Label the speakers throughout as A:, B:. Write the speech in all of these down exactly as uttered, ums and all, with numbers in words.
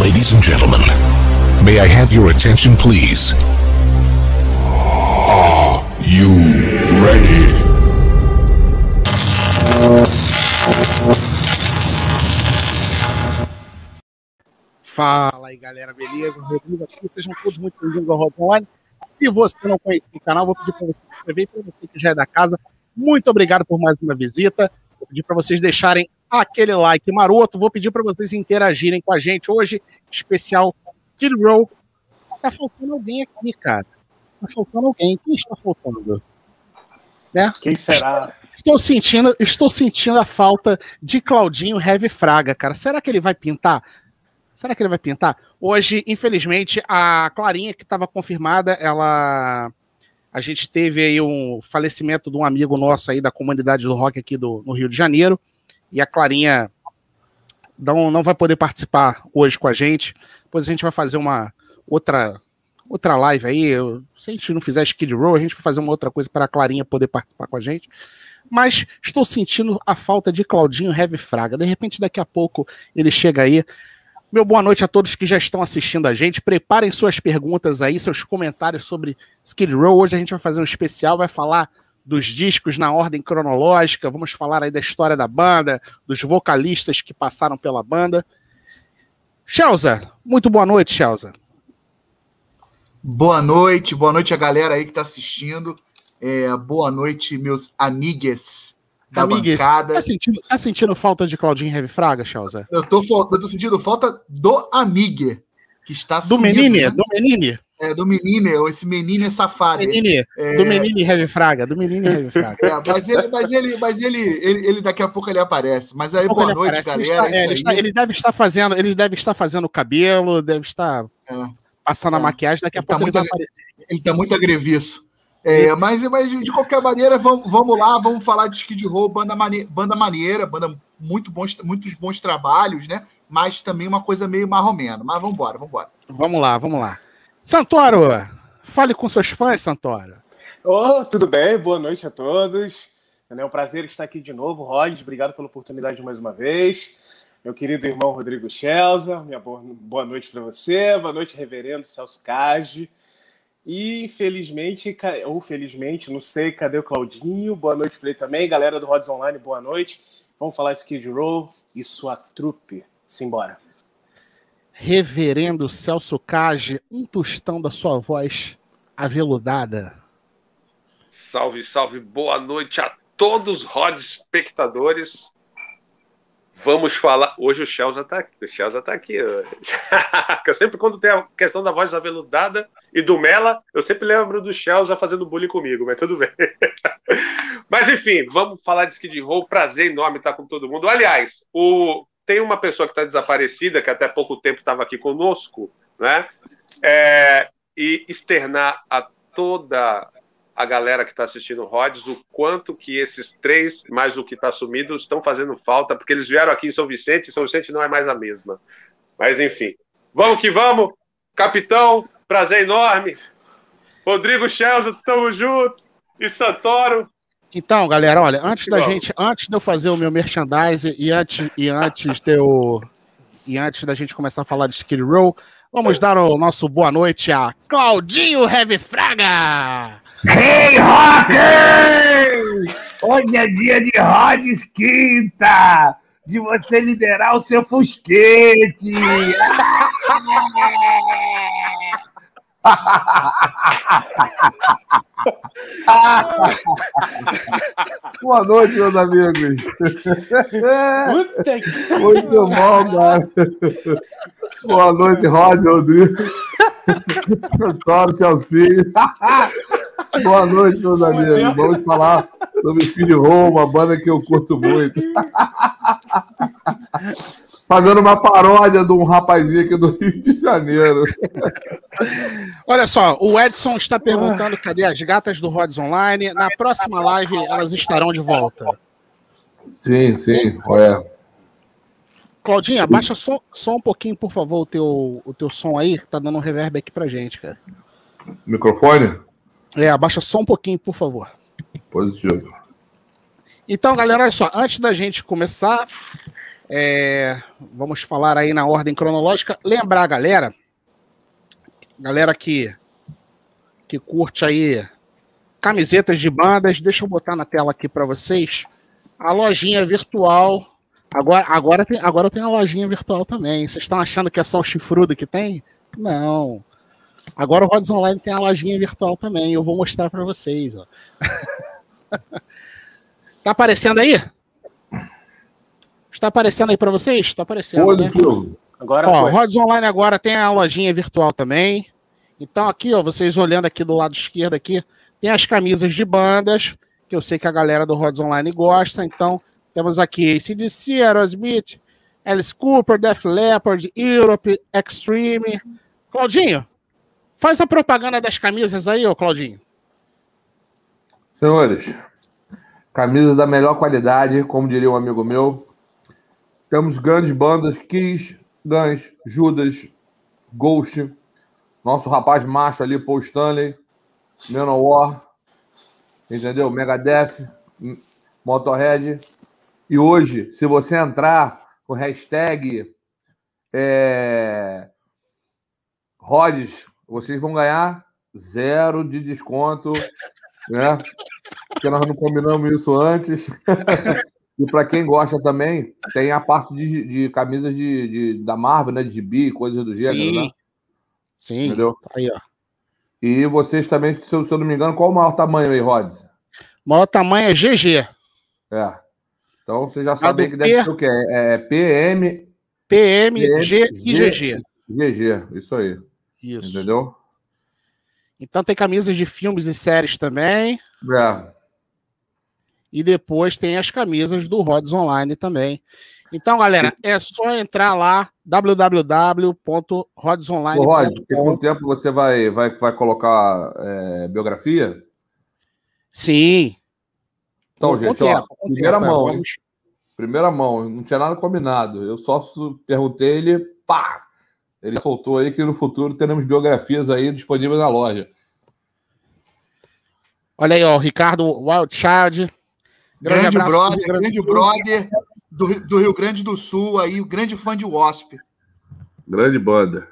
A: Ladies and gentlemen, may I have your attention, please? Are you ready?
B: Fala aí, galera, beleza? Rodrigo aqui, sejam todos muito bem-vindos ao Rods Online. Se você não conhece o canal, vou pedir para você se inscrever. Para você que já é da casa, muito obrigado por mais uma visita. Vou pedir para vocês deixarem aquele like maroto. Vou pedir para vocês interagirem com a gente hoje, especial Skid Row. Tá faltando alguém aqui, cara. Tá faltando alguém. Quem está faltando? Né?
C: Quem será?
B: Estou sentindo, estou sentindo a falta de Claudinho Heavy Fraga, cara. Será que ele vai pintar? Será que ele vai pintar? Hoje, infelizmente, a Clarinha, que estava confirmada, ela... A gente teve aí um falecimento de um amigo nosso aí da comunidade do rock aqui do, no Rio de Janeiro, e a Clarinha não, não vai poder participar hoje com a gente. Depois a gente vai fazer uma outra, outra live aí. Eu, se a gente não fizer Skid Row, a gente vai fazer uma outra coisa para a Clarinha poder participar com a gente. Mas estou sentindo a falta de Claudinho Heavy Fraga. De repente, daqui a pouco, ele chega aí. Meu boa noite a todos que já estão assistindo a gente. Preparem suas perguntas aí, seus comentários sobre Skid Row. Hoje a gente vai fazer um especial, vai falar dos discos na ordem cronológica, vamos falar aí da história da banda, dos vocalistas que passaram pela banda. Shelza, muito boa noite, Shelza.
D: Boa noite, boa noite a galera aí que está assistindo. É, boa noite, meus amigues da
B: Amigues,
D: bancada.
B: Tá sentindo, tá sentindo falta de Claudinho Heavy Fraga, Shelza?
D: Eu tô, eu tô sentindo falta do amigue, que está
B: Do
D: sumido,
B: menine,
D: né?
B: do menine.
D: É, do menine, esse menine safado.
B: Menine,
D: é...
B: Do menine Heavy Fraga, do menine Heavy Fraga.
D: É, mas ele, mas, ele, mas ele, ele, ele, daqui a pouco ele aparece. Mas aí, boa noite,
B: aparece.
D: galera.
B: Ele, está, é, ele, está, ele deve estar fazendo, ele deve estar fazendo o cabelo, deve estar é, passando é. a maquiagem, daqui a ele pouco tá ele
D: muito,
B: vai aparecer.
D: Ele tá muito agreviço. É, mas, mas, de qualquer maneira, vamos, vamos lá, vanie falar de Skid Row, banda, mane banda maneira, banda muito bons, muitos bons trabalhos, né? Mas também uma coisa meio marromeno. Mas vamos embora, vamos embora.
B: Vamos lá, vamos lá. Santoro, fale com seus fãs, Santoro.
C: Oh, tudo bem? Boa noite a todos. É um prazer estar aqui de novo, Rods. Obrigado pela oportunidade mais uma vez. Meu querido irmão Rodrigo Shelza, minha boa, boa noite para você. Boa noite, reverendo Celso Cage. E infelizmente, ou felizmente, não sei, cadê o Claudinho? Boa noite para ele também. Galera do Rods Online, boa noite. Vamos falar Skid Row e sua trupe. Simbora.
B: Reverendo Celso Cage, um tostão da sua voz aveludada.
E: Salve, salve, boa noite a todos os Rods espectadores. Vamos falar. Hoje o Shelza tá aqui. O Shelza tá aqui hoje. Eu sempre, quando tem a questão da voz aveludada e do Mela, eu sempre lembro do Shelza fazendo bullying comigo, mas tudo bem. Mas enfim, vamos falar de Skid Row. Prazer enorme estar com todo mundo. Aliás, o... tem uma pessoa que está desaparecida, que até pouco tempo estava aqui conosco, né? É... E externar a toda a galera que está assistindo o Rods, o quanto que esses três, mais o que está sumido, estão fazendo falta, porque eles vieram aqui em São Vicente, e São Vicente não é mais a mesma. Mas, enfim. Vamos que vamos! Capitão, prazer enorme! Rodrigo Shelza, tamo junto! E Santoro!
B: Então, galera, olha, antes da gente, antes de eu fazer o meu merchandise e antes, e antes de eu, e antes da gente começar a falar de Skid Row, vamos dar o nosso boa noite a Claudinho Heavy Fraga!
F: Hey, Rocker! Hoje é dia de Rods Quinta! De você liberar o seu fusquete! Boa noite, meus amigos! Muito bom, cara! Boa noite, Rod, Rodrigo! Santoro, Celcinho! Boa noite, meus amigos! Vamos falar sobre Skid Row, uma banda que eu curto muito. Fazendo uma paródia de um rapazinho aqui do Rio de Janeiro.
B: Olha só, o Edson está perguntando cadê as gatas do Rods Online. Na próxima live elas estarão de volta.
F: Sim, sim. É.
B: Claudinha, abaixa só, só um pouquinho, por favor, o teu, o teu som aí, que tá dando um reverb aqui pra gente, cara.
F: Microfone?
B: É, abaixa só um pouquinho, por favor.
F: Positivo.
B: Então, galera, olha só, antes da gente começar, É, vamos falar aí na ordem cronológica. Lembrar a galera, galera que, que curte aí camisetas de bandas, deixa eu botar na tela aqui para vocês a lojinha virtual. Agora, agora, tem, agora tem a lojinha virtual também. Vocês estão achando que é só o chifrudo que tem? Não. Agora o Rods Online tem a lojinha virtual também. Eu vou mostrar para vocês. Ó. Tá aparecendo aí? Está aparecendo aí para vocês? Está aparecendo,
F: Oi,
B: né?
C: Agora
B: Ó,
C: foi.
B: Rods Online agora tem a lojinha virtual também. Então aqui, ó, vocês olhando aqui do lado esquerdo aqui, tem as camisas de bandas, que eu sei que a galera do Rods Online gosta. Então, temos aqui A C D C, Aerosmith, Alice Cooper, Def Leppard, Europe, Extreme. Claudinho, faz a propaganda das camisas aí, ô Claudinho.
F: Senhores, camisas da melhor qualidade, como diria um amigo meu. Temos grandes bandas, Kiss, Guns, Judas, Ghost, nosso rapaz macho ali, Paul Stanley, Manowar, entendeu? Megadeth, Motorhead. E hoje, se você entrar com hashtag é, Rods, vocês vão ganhar zero de desconto, né? Porque nós não combinamos isso antes. E para quem gosta também, tem a parte de, de camisas de, de, da Marvel, né? De gibi, coisas do gênero,
B: Sim.
F: né?
B: Sim,
F: Entendeu?
B: aí, ó.
F: E vocês também, se eu, se eu não me engano, qual o maior tamanho aí, Rods?
B: O maior tamanho é G G.
F: É. Então vocês já sabem
B: do
F: que deve
B: P-
F: ser o quê? É P M,
B: P M, G e G G.
F: G G, isso aí.
B: Isso.
F: Entendeu?
B: Então tem camisas de filmes e séries também.
F: É.
B: E depois tem as camisas do Rods Online também. Então, galera, é só entrar lá, w w w ponto rods online
F: Ô, Rod,
B: ponto
F: e com o
B: com.
F: tempo você vai, vai, vai colocar é, biografia?
B: Sim.
F: Então,
B: Com
F: gente,
B: tempo,
F: ó,
B: com
F: primeira
B: tempo,
F: mão, hein?
B: vamos-
F: Primeira mão, não tinha nada combinado. Eu só su- perguntei ele, pá! Ele soltou aí que no futuro teremos biografias aí disponíveis na loja.
B: Olha aí, ó, o Ricardo Wildchild.
D: Grande
B: abraço do
D: brother,
B: Rio Grande
D: grande
B: do Sul.
D: brother do, do Rio Grande do Sul, aí, o grande fã de Wasp.
F: Grande banda.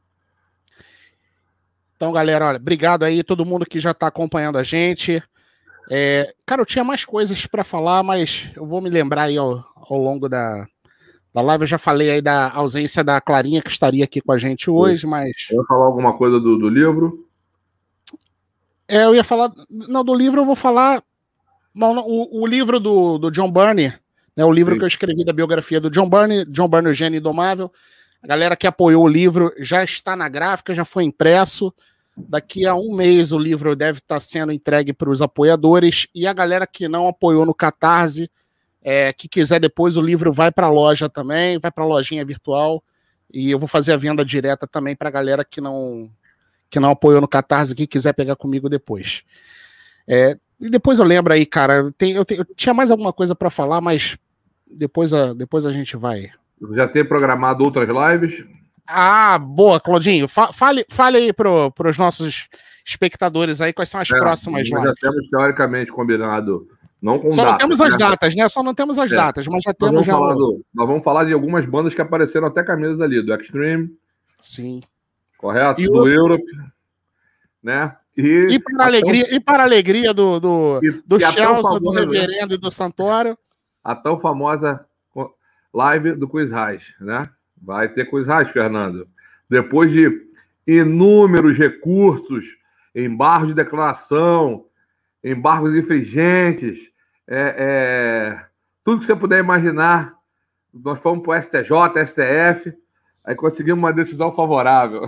B: Então, galera, olha, obrigado aí todo mundo que já está acompanhando a gente. É, cara, eu tinha mais coisas para falar, mas eu vou me lembrar aí ao, ao longo da, da live. Eu já falei aí da ausência da Clarinha, que estaria aqui com a gente hoje, mas...
F: Eu vou falar alguma coisa do, do livro?
B: É, eu ia falar... Não, do livro eu vou falar... Não, não, o, o livro do, do John Byrne, né, o livro
F: Sim.
B: que eu escrevi da biografia do John Byrne, John Byrne, o Gênio Indomável. A galera que apoiou o livro já está na gráfica, já foi impresso. Daqui a um mês o livro deve estar sendo entregue para os apoiadores. E a galera que não apoiou no Catarse, é, que quiser depois, o livro vai para a loja também, vai para a lojinha virtual. E eu vou fazer a venda direta também para a galera que não, que não apoiou no Catarse, que quiser pegar comigo depois. É, e depois eu lembro aí, cara, tem, eu, te, eu tinha mais alguma coisa para falar, mas depois a, depois a gente vai.
F: Já tem programado outras lives?
B: Ah, boa, Claudinho. Fa fale, fale aí para os nossos espectadores aí quais são as
F: É,
B: próximas
F: nós
B: lives.
F: já temos teoricamente combinado, não com
B: Só
F: datas,
B: não temos as
F: né?
B: datas, né? Só não temos as
F: É.
B: datas, mas já
F: Nós
B: temos
F: vamos,
B: já.
F: falar
B: o-
F: do- nós vamos falar de algumas bandas que apareceram até camisas ali, do Extreme,
B: Sim.
F: correto?
B: E
F: do
B: o-
F: Europe, né? E,
B: E para a alegria, e para a alegria do, do,
F: e,
B: do
F: e a tão
B: Chelsea, do
F: famosa-
B: Reverendo e do Santoro.
F: a tão famosa live do Quiz Reis, né? Vai ter Quiz Reis, Fernando. Depois de inúmeros recursos, embargos de declaração, embargos infringentes, é, é, tudo que você puder imaginar, nós fomos para o S T J, S T F, aí conseguimos uma decisão favorável.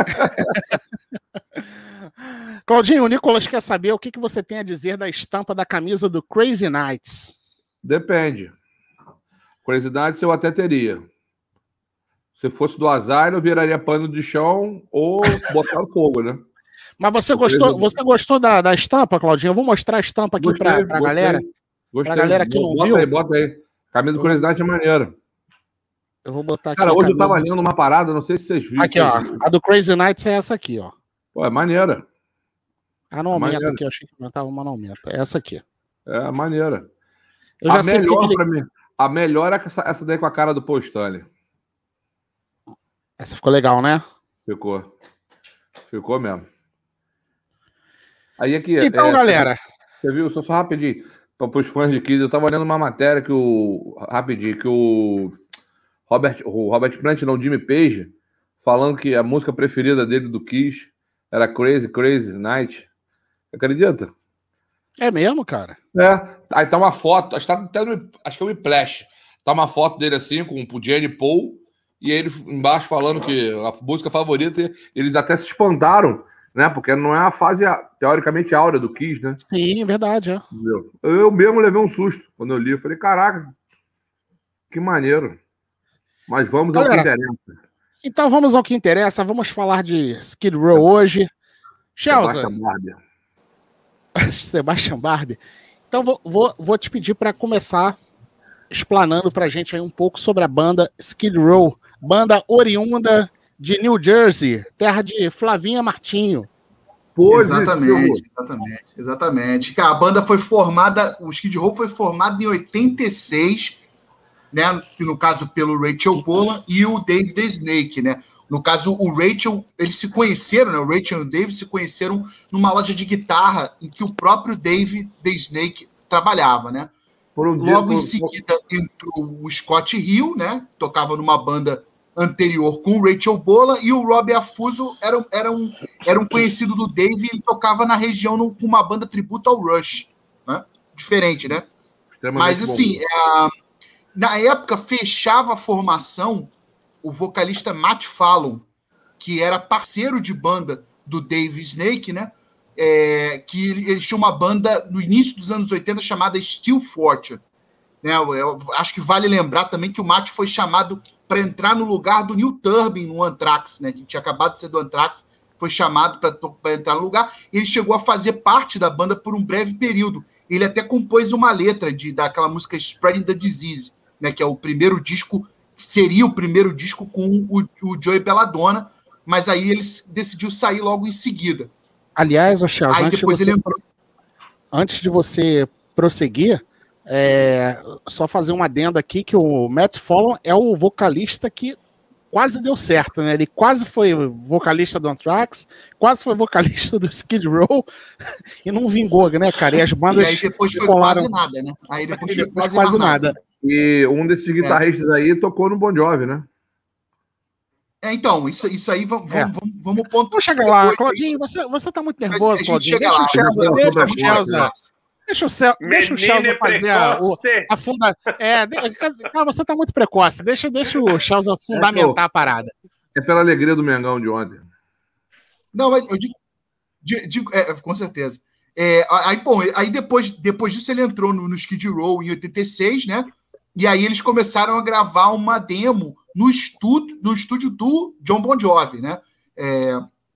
B: Claudinho, o Nicolas quer saber o que, que você tem a dizer da estampa da camisa do Crazy Nights.
F: Depende. Curiosidade, eu até teria. Se fosse do azar, eu viraria pano de chão ou botar fogo, né?
B: Mas você gostou, você gostou da, da estampa, Claudinho? Eu vou mostrar a estampa aqui para a
F: gostei,
B: galera.
F: Gostei.
B: Pra galera que não
F: bota
B: viu.
F: aí, bota aí. Camisa do Curiosidade é maneira.
B: Eu vou botar aqui.
F: Cara,
B: a
F: hoje eu
B: camisa.
F: tava lendo uma parada, não sei se vocês viram.
B: Aqui, ó. A do Crazy Nights é essa aqui, ó.
F: Pô, é maneira.
B: Ah, não aumenta
F: Maneiro.
B: aqui, eu achei que aumentava, mas não aumenta. É essa aqui.
F: É maneira.
B: Eu já
F: a
B: sei porque
F: melhor
B: ele...
F: para mim, A melhor é essa, essa daí com a cara do Paul Stanley.
B: Essa ficou legal, né?
F: Ficou. Ficou mesmo. Aí aqui,
B: então,
F: é,
B: galera.
F: Você viu, só, só rapidinho, para os fãs de Kiss, eu tava lendo uma matéria que o. Rapidinho, que o Robert, o Robert Plant, não, Jimmy Page, falando que a música preferida dele do Kiss era Crazy, Crazy Night. Acredita?
B: É mesmo, cara?
F: É. Aí tá uma foto, acho que, tá até no, acho que é o Whiplash. Tá uma foto dele assim, com o Gene Paul, e ele embaixo falando que a música favorita, eles até se espantaram, né? Porque não é a fase, teoricamente, áurea do Kiss, né?
B: Sim, verdade, é.
F: Entendeu? Eu mesmo levei um susto quando eu li. Eu falei, caraca, que maneiro. Mas vamos Galera, ao que interessa.
B: Então vamos ao que interessa. Vamos falar de Skid Row hoje. Chelsea.
F: Sebastian Barber.
B: Sebastian Barber. Então vou, vou, vou te pedir para começar explanando pra gente aí um pouco sobre a banda Skid Row. Banda oriunda de New Jersey, terra de Flavinha Martinho.
D: Exatamente, exatamente, exatamente. A banda foi formada, o Skid Row foi formado em oitenta e seis, né? No caso pelo Rachel Bolan e o Dave the Snake, né? No caso, o Rachel, eles se conheceram, né? O Rachel e o Dave se conheceram numa loja de guitarra em que o próprio Dave the Snake trabalhava, né? Um Logo dia, em seguida por... entrou o Scott Hill, né? Tocava numa banda anterior com o Rachel Bolan, e o Robbie Affuso era, era, um, era um conhecido do Dave, e ele tocava na região no, com uma banda tributo ao Rush, né? Diferente, né? Mas assim, é, na época fechava a formação o vocalista Matt Fallon, que era parceiro de banda do Dave Snake, né? É, que ele, ele tinha uma banda no início dos anos oitenta chamada Steel Fortune, né? Eu, eu acho que vale lembrar também que o Matt foi chamado para entrar no lugar do Neil Turbin no Anthrax, né? Que tinha acabado de ser do Anthrax, foi chamado para entrar no lugar. Ele chegou a fazer parte da banda por um breve período. Ele até compôs uma letra de, daquela música Spreading the Disease, né? Que é o primeiro disco, seria o primeiro disco com o, o Joey Belladonna, mas aí ele decidiu sair logo em seguida.
B: Aliás, Charles,
D: aí
B: antes,
D: depois
B: de você,
D: ele entrou...
B: antes de você prosseguir, é, só fazer uma adenda aqui que o Matt Fallon é o vocalista que quase deu certo, né? Ele quase foi vocalista do Anthrax, quase foi vocalista do Skid Row e não vingou, né, cara? E as bandas.
D: E aí depois foi
B: colaram...
D: quase nada, né? Aí depois,
B: depois
D: foi quase,
B: quase nada.
D: nada.
F: E um desses guitarristas é. aí tocou no Bon Jovi, né?
D: É, então, isso, isso aí vamos,
B: é.
D: vamos, vamos, vamos ponto.
B: Vamos chegar lá, Claudinho, você, você tá muito nervoso, Claudinho. Deixa o Chelsea, deixa o Chelsea. Deixa o, céu, deixa o Chelsea fazer a, o, a funda. É, cara, você tá muito precoce. Deixa, deixa o Chelsea fundamentar é, a parada.
F: É pela alegria do Mengão de ontem.
D: Não, eu digo, digo é, com certeza. É, aí, bom, aí depois, depois disso ele entrou no, no Skid Row em oitenta e seis, né? E aí eles começaram a gravar uma demo no estúdio, no estúdio do John Bon Jovi, né? É,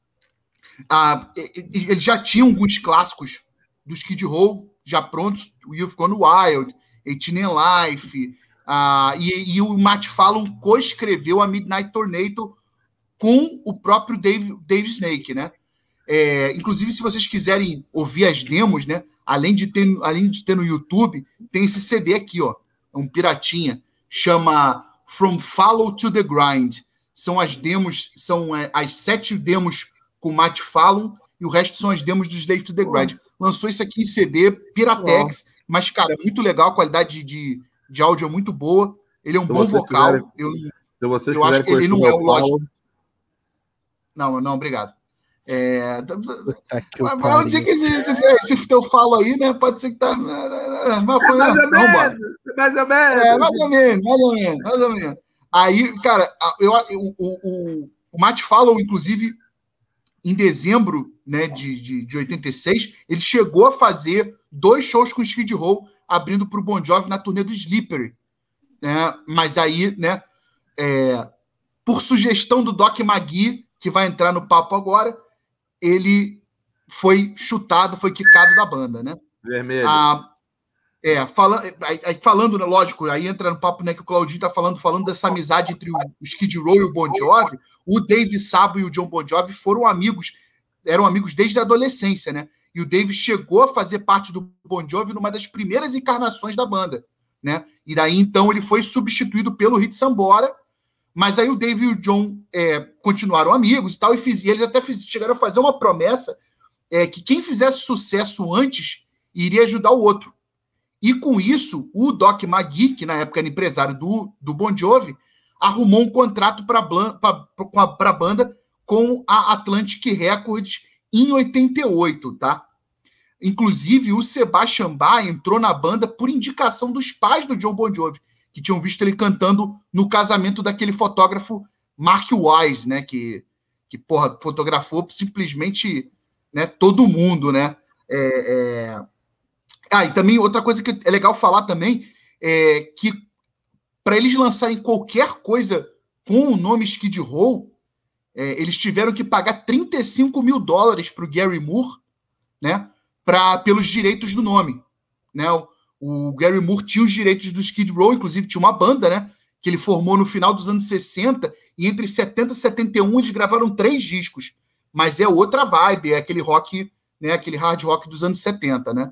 D: a, eles já tinham alguns clássicos do Skid Row já prontos, o You've Gone Wild, eighteen and Life, uh, e, e o Matt Fallon co-escreveu a Midnight Tornado com o próprio Dave, Dave Snake, né? É, inclusive, se vocês quiserem ouvir as demos, né? Além de ter, além de ter no YouTube, tem esse C D aqui, ó, um piratinha, chama From Follow to the Grind. São as demos, são é, as sete demos com o Matt Fallon, e o resto são as demos do Slave to the Grind. Lançou isso aqui em C D, Piratex, oh. mas, cara, muito legal, a qualidade de, de, de áudio é muito boa, ele é um se bom vocal. Quiserem, eu
F: se vocês
D: eu acho que ele não é o lógico.
F: Paulo.
D: Não, não, obrigado. É, pode ser que esse, esse, esse teu falo aí, né? Pode ser que tá. É, mais ou menos, mais ou menos. É, mais ou menos, mais ou menos, mais ou menos. Aí, cara, eu, o, o, o Matt Fallon, inclusive, em dezembro, né, de, de, de oitenta e seis, ele chegou a fazer dois shows com o Skid Row, abrindo para o Bon Jovi na turnê do Slippery. Né? Mas aí, né, é, por sugestão do Doc Magee, que vai entrar no papo agora, ele foi chutado, foi quicado da banda, né?
F: Vermelho.
D: Ah, é, fala, aí, falando, né, lógico, aí entra no papo, né, que o Claudinho tá falando, falando dessa amizade entre o Skid Row e o Bon Jovi. O Dave Sabo e o John Bon Jovi foram amigos, eram amigos desde a adolescência, né? E o Dave chegou a fazer parte do Bon Jovi numa das primeiras encarnações da banda, né? E daí, então, ele foi substituído pelo Hit Sambora, mas aí o Dave e o John é, continuaram amigos e tal, e, fiz, e eles até fiz, chegaram a fazer uma promessa é, que quem fizesse sucesso antes iria ajudar o outro. E com isso, o Doc Magee, que na época era empresário do, do Bon Jovi, arrumou um contrato para a banda com a Atlantic Records em oitenta e oito, tá? Inclusive, o Sebastian Bach entrou na banda por indicação dos pais do John Bon Jovi, que tinham visto ele cantando no casamento daquele fotógrafo Mark Wise, né? Que, que porra, fotografou simplesmente, né, todo mundo, né? É, é... Ah, e também outra coisa que é legal falar também é que para eles lançarem qualquer coisa com o nome Skid Row, é, eles tiveram que pagar trinta e cinco mil dólares para o Gary Moore, né? Pra, pelos direitos do nome, né? O, o Gary Moore tinha os direitos do Skid Row, inclusive tinha uma banda, né? Que ele formou no final dos anos sessenta, e entre setenta e setenta e um eles gravaram três discos, mas é outra vibe, é aquele rock, né? Aquele hard rock dos anos setenta, né?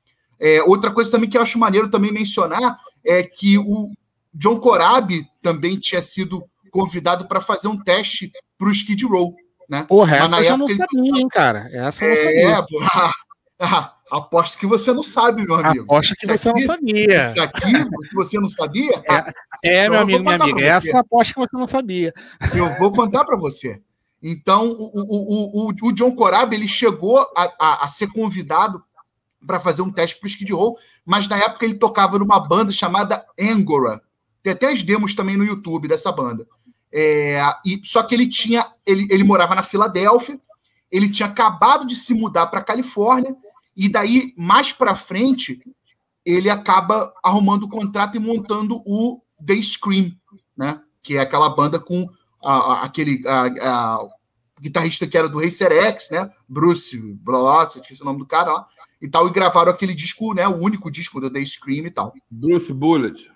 D: É, outra coisa também que eu acho maneiro também mencionar é que o John Corabi também tinha sido convidado para fazer um teste para o Skid Row, né?
B: Porra, essa eu já não sabia, ele... hein, cara? Essa eu não sabia.
D: É, porra. Ah, aposto que você não sabe, meu amigo.
B: Aposto que
D: isso
B: você
D: aqui,
B: não sabia.
D: Isso aqui, que você não sabia?
B: É, é meu amigo, minha amiga. Essa aposto que você não sabia.
D: Eu vou contar para você. Então, o, o, o, o John Corabi, ele chegou a, a, a ser convidado para fazer um teste para o Skid Row, mas na época ele tocava numa banda chamada Angora. Tem até as demos também no YouTube dessa banda. É, e, só que ele tinha, ele, ele morava na Filadélfia, ele tinha acabado de se mudar para a Califórnia, e daí, mais para frente, ele acaba arrumando o contrato e montando o The Scream, né? Que é aquela banda com a, a, aquele a, a, o guitarrista que era do Racer X, né? Bruce, blá, blá, você esqueci o nome do cara lá, e tal, e gravaram aquele disco, né? O único disco do The Scream e tal.
F: Bruce Bullet.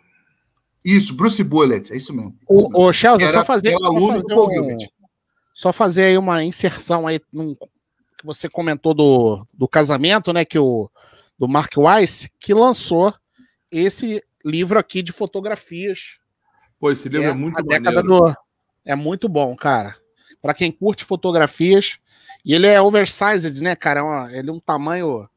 D: Isso, Bruce Bullet, é isso mesmo.
B: O, o Chelsea, só fazer,
D: só fazer,
B: um, só fazer aí uma inserção aí num, que você comentou do, do casamento, né, que o do Mark Wise, que lançou esse livro aqui de fotografias.
F: Pô, esse livro é, é muito maneiro.
B: Do, é muito bom, cara. Para quem curte fotografias, e ele é oversized, né, cara? É uma, ele é um tamanho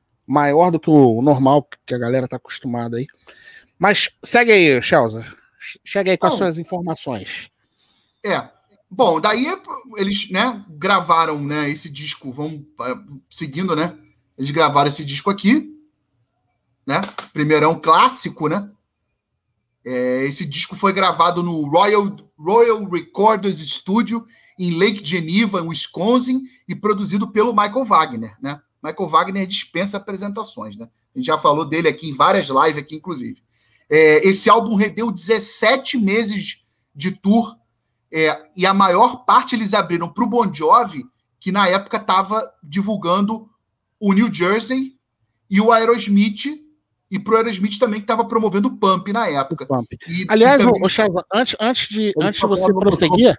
B: maior do que o normal que a galera tá acostumada aí. Mas segue aí, Chelsea. Chega aí com Bom, as suas informações.
D: É. Bom, daí eles, né, gravaram, né, esse disco, vamos seguindo, né? Eles gravaram esse disco aqui, né? Primeirão clássico, né? É, esse disco foi gravado no Royal, Royal Recorders Studio em Lake Geneva, Wisconsin, e produzido pelo Michael Wagner, né? Michael Wagner dispensa apresentações, né? A gente já falou dele aqui em várias lives aqui, inclusive. É, esse álbum rendeu dezessete meses de tour, é, e a maior parte eles abriram para o Bon Jovi, que na época estava divulgando o New Jersey e o Aerosmith, e pro Aerosmith também que estava promovendo o Pump na época.
B: Pump.
D: E,
B: Aliás,
D: e também...
B: o Chava, antes, antes de, antes de você prosseguir...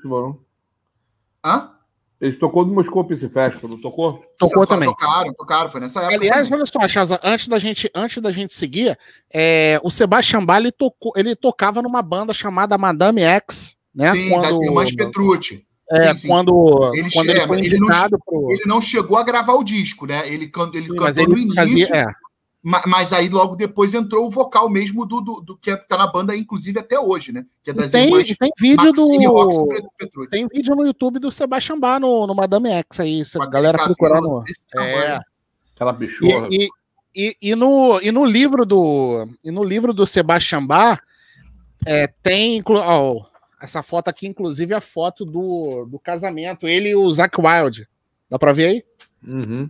D: Hã?
F: Ele tocou no Moscou Peace Festival, não tocou?
B: Tocou
D: Sim,
B: também.
D: Tocaram, tocaram, foi nessa época.
B: Aliás,
D: também.
B: olha só, Chaza, antes da gente, antes da gente seguir, é, o Sebastian Bach, ele, tocou, ele tocava numa banda chamada Madame X, né?
D: Sim,
B: quando,
D: das Irmãs Petrucci.
B: É,
D: sim, sim.
B: quando,
D: ele,
B: quando ele foi
D: ele, não,
B: pro...
D: ele não chegou a gravar o disco, né? Ele, ele
B: sim,
D: cantou
B: ele
D: no início,
B: fazia, é.
D: mas aí logo depois entrou o vocal mesmo do, do, do que tá na banda, inclusive até hoje, né? Que é das
B: tem,
D: Irmãs
B: tem vídeo
D: Maxine
B: do
D: Petrucci.
B: Tem vídeo no YouTube do Sebastian Bach no, no Madame X aí, se a galera procurar no... É.
F: Aquela bichorra.
B: E, e, e, e, no, e no livro do e no livro do Sebastian Bach é, tem ó, essa foto aqui, inclusive a foto do, do casamento, ele e o Zakk Wylde. Dá pra ver aí?
F: Uhum.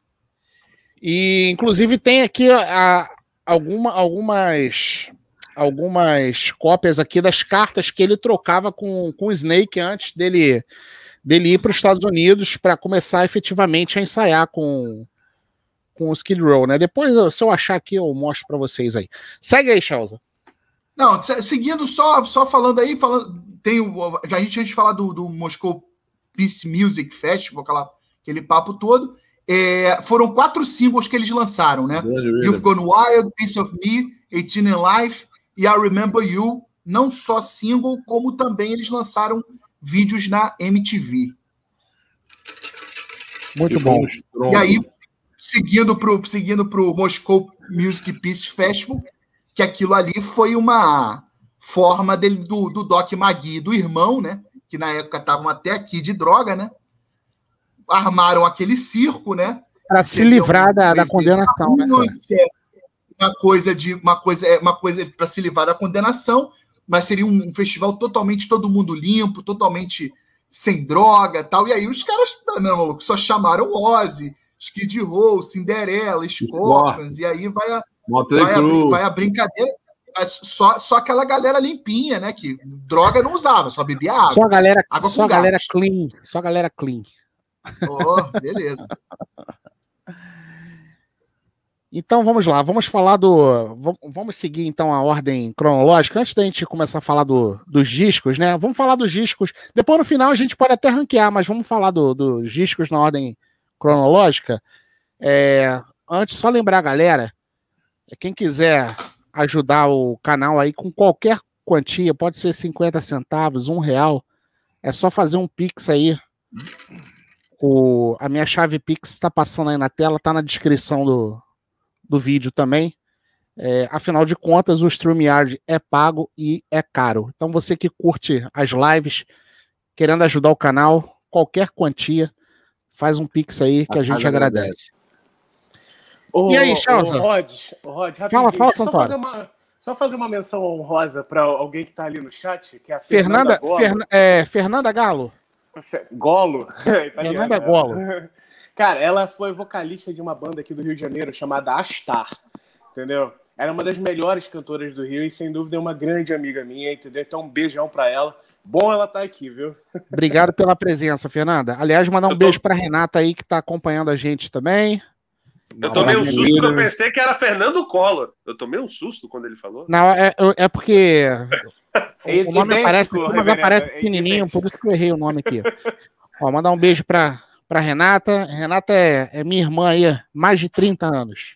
B: E inclusive tem aqui a, alguma, algumas algumas cópias aqui das cartas que ele trocava com, com o Snake antes dele, dele ir para os Estados Unidos para começar efetivamente a ensaiar com, com o Skid Row, né? Depois, se eu achar aqui, eu mostro para vocês aí. Segue aí, Chelsea.
D: Não, seguindo, só, só falando aí, falando, tem o, já a gente antes de falar do, do Moscow Peace Music Festival, aquela, aquele papo todo, é, foram quatro singles que eles lançaram, né?
F: Really, really.
D: You've Gone Wild, Piece of Me eighteen in Life e I Remember You, não só single, como também eles lançaram vídeos na M T V.
B: Muito bom.
D: E aí, seguindo pro, seguindo pro Moscow Music Peace Festival, que aquilo ali foi uma forma dele, do, do Doc Magui e do irmão, né? Que na época estavam até aqui de droga, né? Armaram aquele circo, né?
B: Para se livrar da, da condenação, né?
D: Uma coisa de uma coisa, uma coisa para se livrar da condenação, mas seria um, um festival totalmente todo mundo limpo, totalmente sem droga, tal. E aí os caras, meu maluco, só chamaram Ozzy, Skid Row, Cinderella, Scorpions, e aí vai a, vai a, vai a brincadeira. Só, só aquela galera limpinha, né? Que droga não usava, só bebia água.
B: Só a galera,
D: água
B: só a galera clean, só a galera clean.
D: Oh, beleza.
B: Então vamos lá, vamos falar do. Vamos seguir então a ordem cronológica. Antes da gente começar a falar do, dos discos, né? Vamos falar dos discos. Depois no final a gente pode até ranquear, mas vamos falar do, dos discos na ordem cronológica. É, antes, só lembrar a galera, quem quiser ajudar o canal aí com qualquer quantia, pode ser cinquenta centavos, um real, é só fazer um Pix aí. O, a minha chave Pix está passando aí na tela, tá na descrição do, do vídeo também. É, afinal de contas, o StreamYard é pago e é caro. Então você que curte as lives, querendo ajudar o canal, qualquer quantia, faz um Pix aí que a, a gente agradece.
C: Ô,
B: e aí, Chelsea?
C: Rod, Rod,
B: fala, fala,
C: só fazer, uma, só fazer uma menção honrosa para alguém que está ali no chat, que é a Fernanda, Fernanda Golo.
B: Ferna, é, Fernanda Galo?
C: Golo.
B: Fernanda Golo.
C: Cara, ela foi vocalista de uma banda aqui do Rio de Janeiro chamada Astar, entendeu? Era uma das melhores cantoras do Rio e, sem dúvida, é uma grande amiga minha, entendeu? Então, um beijão para ela. Bom ela estar aqui, viu?
B: Obrigado pela presença, Fernanda. Aliás, mandar um tô... beijo para Renata aí, que está acompanhando a gente também.
E: Eu tomei um susto porque eu pensei que era Fernando Collor. Eu tomei um susto quando ele falou.
B: Não, é, é porque
C: é
B: o nome aparece, mas aparece pequenininho, por isso que eu errei o nome aqui. Ó, mandar um beijo para para Renata. Renata é, é minha irmã aí, mais de trinta anos.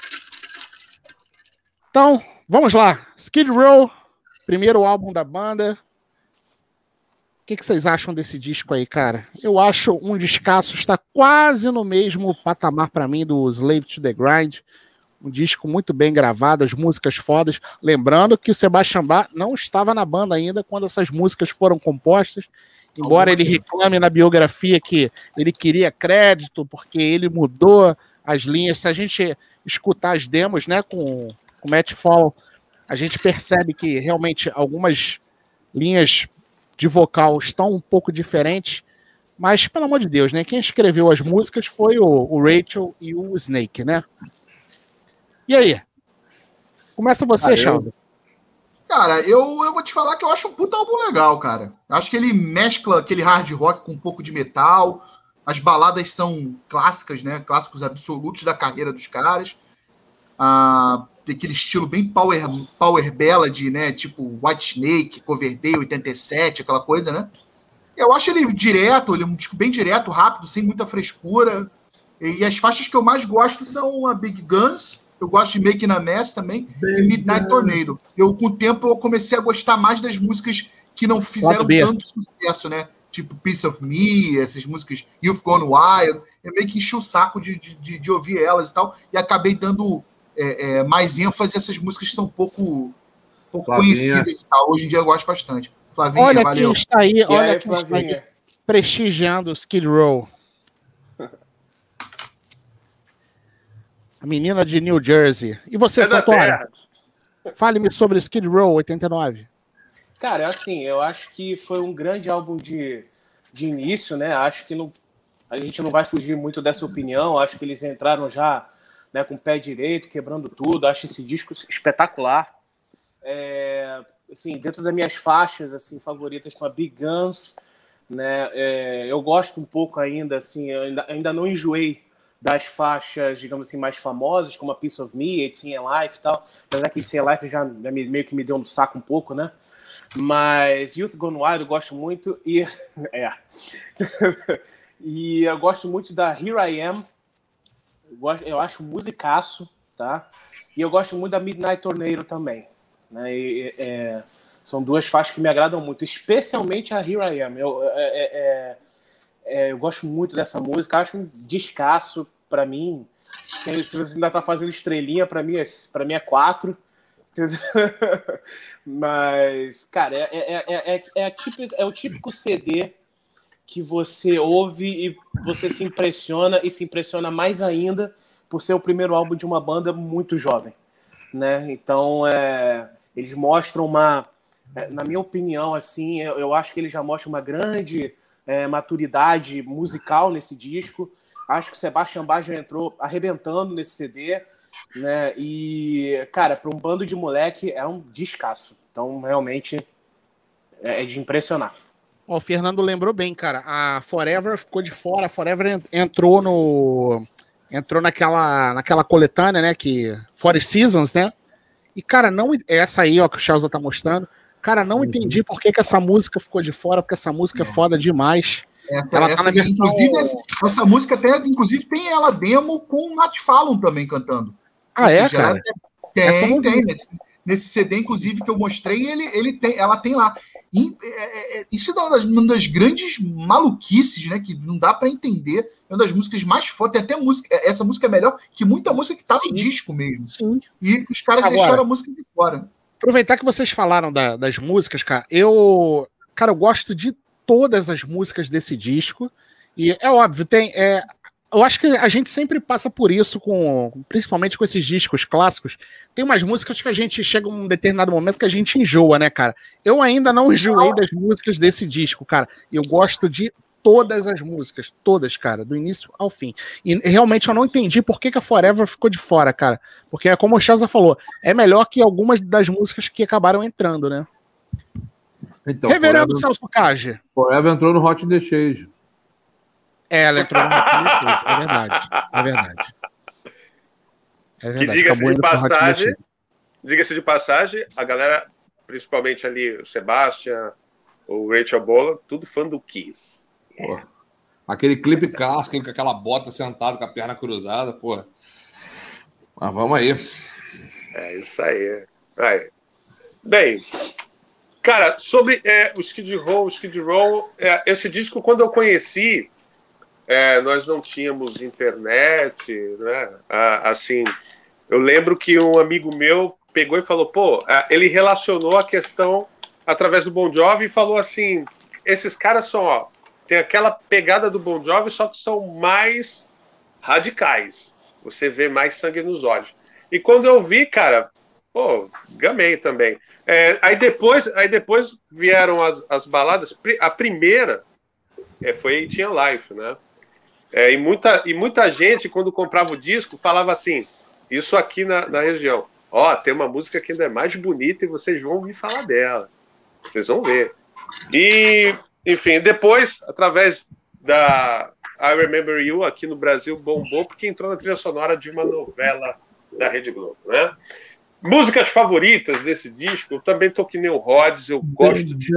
B: Então, vamos lá. Skid Row, primeiro álbum da banda. O que, que vocês acham desse disco aí, cara? Eu acho um descasso, está quase no mesmo patamar para mim do Slave to the Grind. Um disco muito bem gravado, as músicas fodas. Lembrando que o Sebastian Bach não estava na banda ainda quando essas músicas foram compostas. Embora ele reclame na biografia que ele queria crédito porque ele mudou as linhas. Se a gente escutar as demos, né, com o Matt Fall, a gente percebe que realmente algumas linhas de vocal estão um pouco diferentes, mas, pelo amor de Deus, né? Quem escreveu as músicas foi o, o Rachel e o Snake, né? E aí? Começa você, Charles.
D: Cara, eu, eu vou te falar que eu acho um puta álbum legal, cara. Acho que ele mescla aquele hard rock com um pouco de metal. As baladas são clássicas, né? Clássicos absolutos da carreira dos caras. Ah, tem aquele estilo bem power, power ballad, né? Tipo White Snake, Coverdale, oitenta e sete, aquela coisa, né? Eu acho ele direto, ele é um disco bem direto, rápido, sem muita frescura. E as faixas que eu mais gosto são a Big Guns, eu gosto de Making a Mess também, Big e Midnight Gun. Tornado. Eu, com o tempo, eu comecei a gostar mais das músicas que não fizeram tanto sucesso, né? Tipo Piece of Me, essas músicas You've Gone Wild. Eu meio que enchi o saco de, de, de ouvir elas e tal, e acabei dando é, é, mais ênfase a essas músicas que são pouco, pouco conhecidas e tal. Hoje em dia eu gosto bastante. Flavinha,
B: olha
D: valeu.
B: Quem está aí,
C: e
B: olha
C: aí,
B: quem está aí prestigiando o Skid Row. A menina de New Jersey. E você, é Santora? Fale-me sobre Skid Row oitenta e nove.
C: Cara, assim, eu acho que foi um grande álbum de, de início, né? Acho que não, a gente não vai fugir muito dessa opinião. Acho que eles entraram já, né, com o pé direito, quebrando tudo. Acho esse disco espetacular. É, assim, dentro das minhas faixas assim, favoritas com a Big Guns, né? É, eu gosto um pouco ainda, assim, eu ainda, ainda não enjoei das faixas, digamos assim, mais famosas, como a Piece of Me, eighteen in Life e tal. Apesar que eighteen in Life já meio que me deu no saco um pouco, né? Mas Youth Gone Wild eu gosto muito e... é. E eu gosto muito da Here I Am. Eu, gosto, eu acho musicaço, tá? E eu gosto muito da Midnight Tornado também. Né? E, é, são duas faixas que me agradam muito, especialmente a Here I Am. Eu, é, é, é, eu gosto muito dessa música, acho um descasso para mim. Se, se você ainda tá fazendo estrelinha, para mim, é, pra mim é quatro. Mas, cara, é, é, é, é, é, típico, é o típico C D que você ouve e você se impressiona, e se impressiona mais ainda por ser o primeiro álbum de uma banda muito jovem, né? Então, é, eles mostram uma, é, na minha opinião, assim, eu, eu acho que eles já mostram uma grande é, maturidade musical nesse disco. Acho que o Sebastian Bach já entrou arrebentando nesse C D, né? E, cara, para um bando de moleque é um descasso. Então, realmente, é, é de impressionar.
B: Ó, o Fernando lembrou bem, cara. A Forever ficou de fora. A Forever entrou no... Entrou naquela, naquela coletânea, né? Que... Four Seasons, né? E, cara, não... Essa aí, ó, que o Chelsea tá mostrando. Cara, não entendi por que, que essa música ficou de fora, porque essa música é, é foda demais.
D: Essa, ela essa, tá versão... Inclusive, essa, essa música até, inclusive, tem ela demo com o Matt Fallon também cantando.
B: Ah, Ou é, seja, cara?
D: Tem, essa tem. Nesse, nesse C D, inclusive, que eu mostrei, ele, ele tem, ela tem lá. E, é, é, isso é uma das, uma das grandes maluquices, né? Que não dá para entender. É uma das músicas mais fodas. Tem até música. Essa música é melhor que muita música que tá Sim. no disco mesmo.
B: Sim.
D: E os caras Agora, deixaram a música de fora.
B: Aproveitar que vocês falaram da, das músicas, cara. Eu, cara, eu gosto de todas as músicas desse disco. E é óbvio, tem. É, eu acho que a gente sempre passa por isso, com, principalmente com esses discos clássicos. Tem umas músicas que a gente chega um determinado momento que a gente enjoa, né, cara? Eu ainda não enjoei das músicas desse disco, cara. Eu gosto de todas as músicas, todas, cara, do início ao fim. E realmente eu não entendi por que, que a Forever ficou de fora, cara. Porque, como o Chelsea falou, é melhor que algumas das músicas que acabaram entrando, né? Então, Reverendo Forever... Celso Cage.
F: Forever entrou no Hot in the Shade.
B: É, ela entrou no Hot in the Shade, é verdade. É verdade.
E: É verdade. Que diga-se de passagem, diga-se de passagem, a galera, principalmente ali, o Sebastian, o Rachel Bola, tudo fã do Kiss.
F: Porra. Aquele clipe clássico com aquela bota sentado com a perna cruzada, porra. Mas vamos aí.
E: É isso aí. aí. Bem, cara, sobre é, o Skid Row, o Skid Row, é, esse disco, quando eu conheci, é, nós não tínhamos internet, né? Ah, assim, eu lembro que um amigo meu pegou e falou, pô, ele relacionou a questão através do Bon Jovi e falou assim, esses caras são, ó, tem aquela pegada do Bon Jovi, só que são mais radicais. Você vê mais sangue nos olhos. E quando eu vi, cara, pô, gamei também. É, aí, depois, aí depois vieram as, as baladas. A primeira é, foi Tinha Life, né? É, e, muita, e muita gente, quando comprava o disco, falava assim, isso aqui na, na região. Ó, tem uma música que ainda é mais bonita e vocês vão ouvir falar dela. Vocês vão ver. E... Enfim, depois, através da I Remember You, aqui no Brasil, bombou, porque entrou na trilha sonora de uma novela da Rede Globo, né? Músicas favoritas desse disco, eu também tô que nem o Rhodes, eu gosto de...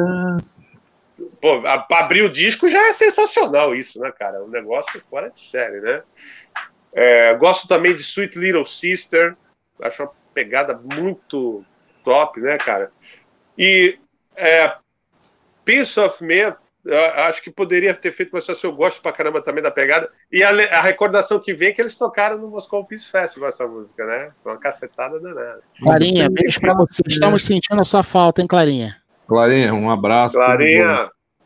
E: Pô, abrir o disco já é sensacional isso, né, cara? O negócio é fora de série, né? É, gosto também de Sweet Little Sister, acho uma pegada muito top, né, cara? E... É, Piece of Me, acho que poderia ter feito, mas só se eu gosto pra caramba também da pegada. E a, a recordação que vem é que eles tocaram no Moscow Peace Festival essa música, né? Uma cacetada danada.
B: Clarinha, beijo pra você. Estamos sentindo a sua falta, hein, Clarinha?
F: Clarinha, um abraço.
E: Clarinha,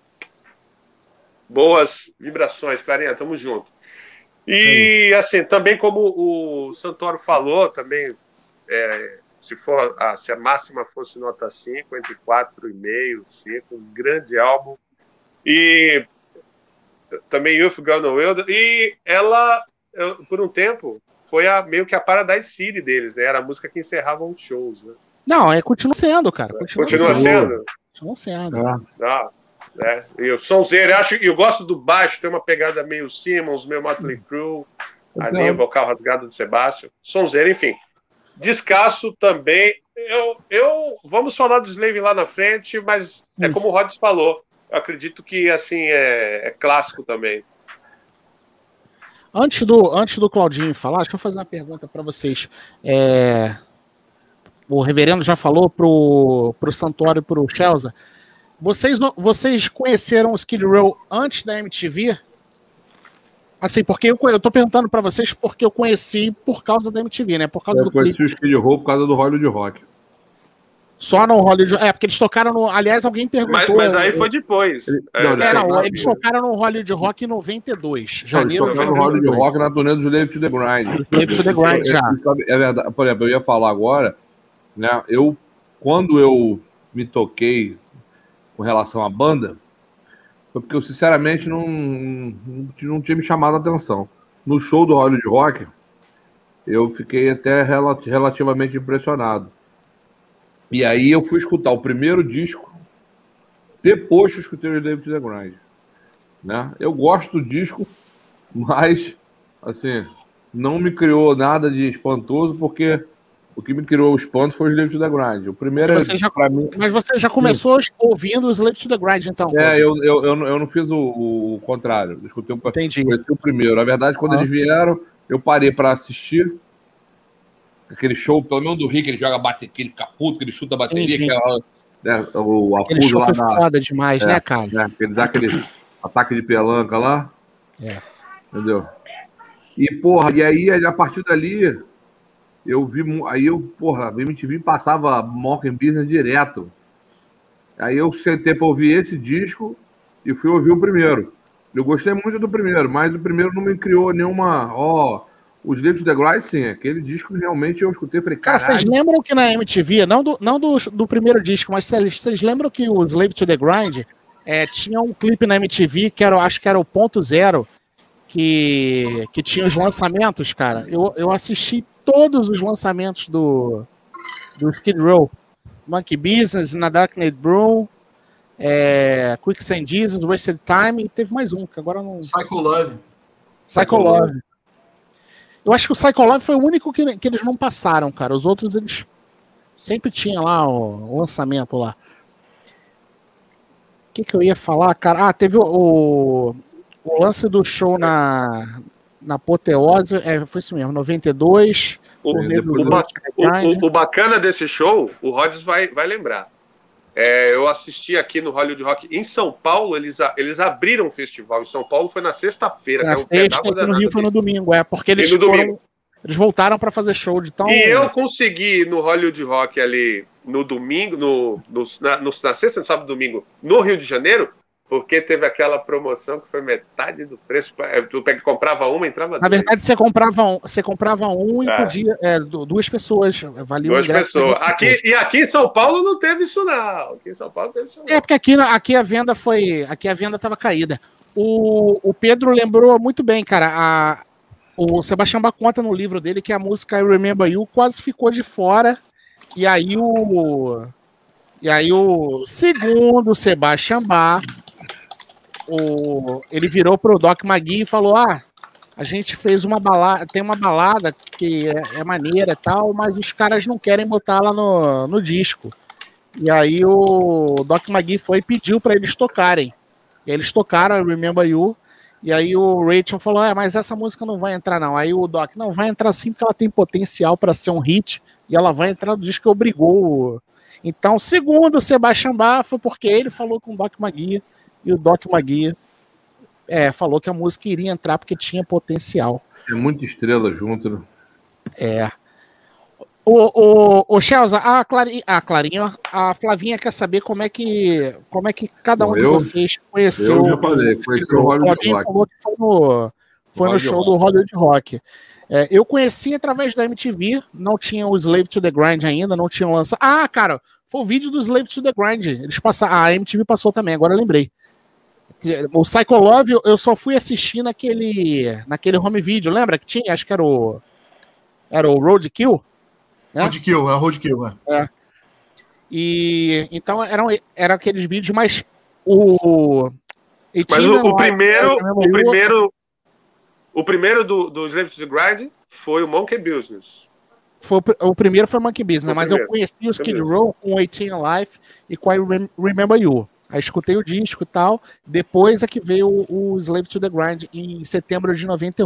E: boas vibrações, Clarinha, tamo junto. E, assim, também como o Santoro falou, também... É, Se, for, ah, se a máxima fosse nota cinco, entre quatro e meio, cinco, um grande álbum. E também Youth Gone Wild. E ela, eu, por um tempo, foi a, meio que a Paradise City deles, né? Era a música que encerrava os shows, né?
B: Não, é, continua sendo, cara. Continua,
E: continua sendo. sendo?
B: Continua sendo. Ah.
E: Ah, né? E o sonzeiro, eu, acho, eu gosto do baixo, tem uma pegada meio Simmons, meio Motley Crue, ali então... o vocal rasgado de Sebastian. Sonzeiro, enfim. Descasso também. Eu, eu, vamos falar do Slave lá na frente, mas é como o Rhodes falou. Eu acredito que assim é, é clássico também.
B: Antes do, antes do Claudinho falar, deixa eu fazer uma pergunta para vocês. É, o reverendo já falou pro, pro Santoro e pro Chelsea. Vocês, vocês conheceram o Skid Row antes da M T V? Assim, porque eu, eu tô perguntando para vocês porque eu conheci por causa da M T V, né? Por causa
F: eu
B: do
F: conheci
B: clipe.
F: o Skid Row por causa do Hollywood Rock.
B: Só no Hollywood... É, porque eles tocaram no... Aliás, alguém perguntou...
E: Mas, mas aí foi depois.
F: Ele,
E: É,
F: não,
B: É, não,
F: tocaram-
B: eles tocaram no Hollywood Rock em noventa e dois.
F: Não, eles
B: Janeiro de
F: tocaram no
B: noventa e
F: Hollywood
B: dois.
F: Rock na turnê do Slave to the Grind.
B: Slave to the Grind, já.
F: É verdade. Por exemplo, eu ia falar agora, né? Eu, quando eu me toquei com relação à banda, foi porque eu, sinceramente, não, não, não tinha me chamado a atenção. No show do Hollywood Rock, eu fiquei até rel- relativamente impressionado. E aí eu fui escutar o primeiro disco, depois que eu escutei o Slave to the Grind. Né? Eu gosto do disco, mas, assim, não me criou nada de espantoso, porque o que me criou o espanto foi o Slave to the Grind. O primeiro,
B: Você já-
F: pra mim...
B: Mas você já começou ouvindo o Slave to the Grind, então?
F: É, eu, eu, eu, não- eu não fiz o, o contrário. Eu escutei o,
B: Entendi.
F: conheci o primeiro. Na verdade, quando
B: Ah.
F: eles vieram, eu parei pra assistir aquele show, pelo menos do Rick, ele joga bateria, ele fica puto, que ele chuta a bateria,
B: Sim, sim.
F: aquela, né, o
B: Aquele
F: afuso
B: show
F: lá
B: foi
F: na...
B: foda demais,
F: É,
B: né, cara?
F: né, ele dá aquele ataque de pelanca lá.
B: É.
F: Entendeu? E, porra, e aí, a partir dali, eu vi, mu- aí eu, porra, a M T V passava Mock Business direto. Aí eu sentei pra ouvir esse disco e fui ouvir o primeiro. Eu gostei muito do primeiro, mas o primeiro não me criou nenhuma, ó, os Slave to the Grind, sim, aquele disco realmente eu escutei e falei,
B: Cara, vocês
F: caralho,
B: lembram que na M T V, não do, não do, do primeiro disco, mas vocês vocês lembram que o Slave to the Grind é, tinha um clipe na M T V que era, acho que era o Ponto Zero, que, que tinha os lançamentos, cara. Eu, eu assisti todos os lançamentos do, do Skid Row. Monkey Business, Na Darknet Brew, é, Quicksand Jesus, Wasted Time, e teve mais um, que agora eu não...
D: Psycho Love.
B: Psycho Love. Eu acho que o Psycho Love foi o único que, que eles não passaram, cara. Os outros, eles sempre tinham lá o, o lançamento lá. O que, que eu ia falar, cara? Ah, teve o, o, o lance do show na, na Apoteose, é, foi isso mesmo, noventa e dois.
E: O,
B: turnê do
E: o, ba-
B: Slave to the Grind.
E: o- o- o bacana desse show, o Rhodes vai, vai lembrar. É, eu assisti aqui no Hollywood Rock em São Paulo, eles, a- eles abriram um festival em São Paulo, foi na sexta-feira.
B: Na
E: que é um pé
B: sexta,
E: d'água
B: e no
E: danado
B: Rio foi no
E: aqui.
B: domingo, é, porque eles
E: E no
B: foram,
E: domingo.
B: eles voltaram pra fazer show de tão...
E: E eu consegui no Hollywood Rock ali no domingo, no, no, na, no, na sexta, no sábado e domingo, no Rio de Janeiro, porque teve aquela promoção que foi metade do preço. Tu pe- comprava uma, entrava
B: Na
E: duas.
B: verdade, você comprava um, você comprava um e
E: É.
B: podia. É, du- duas pessoas. Valia
E: Duas
B: o ingresso pra
E: pessoas.
B: duas
E: Aqui,
B: pessoas.
E: e aqui em São Paulo não teve isso, não. Aqui em São Paulo não teve isso, não.
B: É, porque aqui, aqui a venda foi. Aqui a venda estava caída. O, o Pedro lembrou muito bem, cara. A, o Sebastião Bach conta no livro dele que a música I Remember You quase ficou de fora. E aí o. E aí o segundo Sebastião Bach, o, ele virou pro Doc Magui e falou: ah, a gente fez uma balada, tem uma balada que é, é maneira e tal, mas os caras não querem botar lá no, no disco. E aí o Doc Magui foi e pediu para eles tocarem. E eles tocaram I Remember You. E aí o Rachel falou: é, mas essa música não vai entrar não. Aí o Doc: não, vai entrar sim, porque ela tem potencial para ser um hit. E ela vai entrar no disco que obrigou. Então, segundo o Sebastião Bach, foi porque ele falou com o Doc Magui. E o Doc Magui é, falou que a música iria entrar porque tinha potencial.
F: é muita estrela junto, né?
B: É. O, o, o Chelsea, a, Clari, a Clarinha, a Flavinha quer saber como é que, como é que cada um
F: Bom,
B: de
F: eu-
B: vocês conheceu.
F: eu já falei, conheci o Hollywood
B: Claudinho
F: Rock.
B: falou que foi no, foi no
F: Hollywood
B: show
F: Rock.
B: do Hollywood Rock. É, eu conheci através da M T V, não tinha o Slave to the Grind ainda, não tinham lançado. Ah, cara, foi o vídeo do Slave to the Grind. Eles passaram, a M T V passou também, agora eu lembrei. O Psycho Love eu só fui assistir naquele, naquele home video, lembra que tinha? Acho que era o era o Roadkill. É?
D: Roadkill, é Roadkill, né?
B: E então eram, eram aqueles vídeos, mas o. e
E: Mas
B: tinha
E: o, o
B: lá,
E: primeiro,
B: né,
E: o primeiro, o primeiro do, do Slave to the Grind foi o Monkey Business.
B: Foi, o pr- o primeiro foi Monkey Business, né?
E: O
B: Mas eu
E: primeiro.
B: conheci o Skid
E: Primeiro.
B: Row com eighteen Alive e com I Rem- Remember You. Aí escutei o disco e tal. Depois é que veio o, o Slave to the Grind em setembro de noventa e um.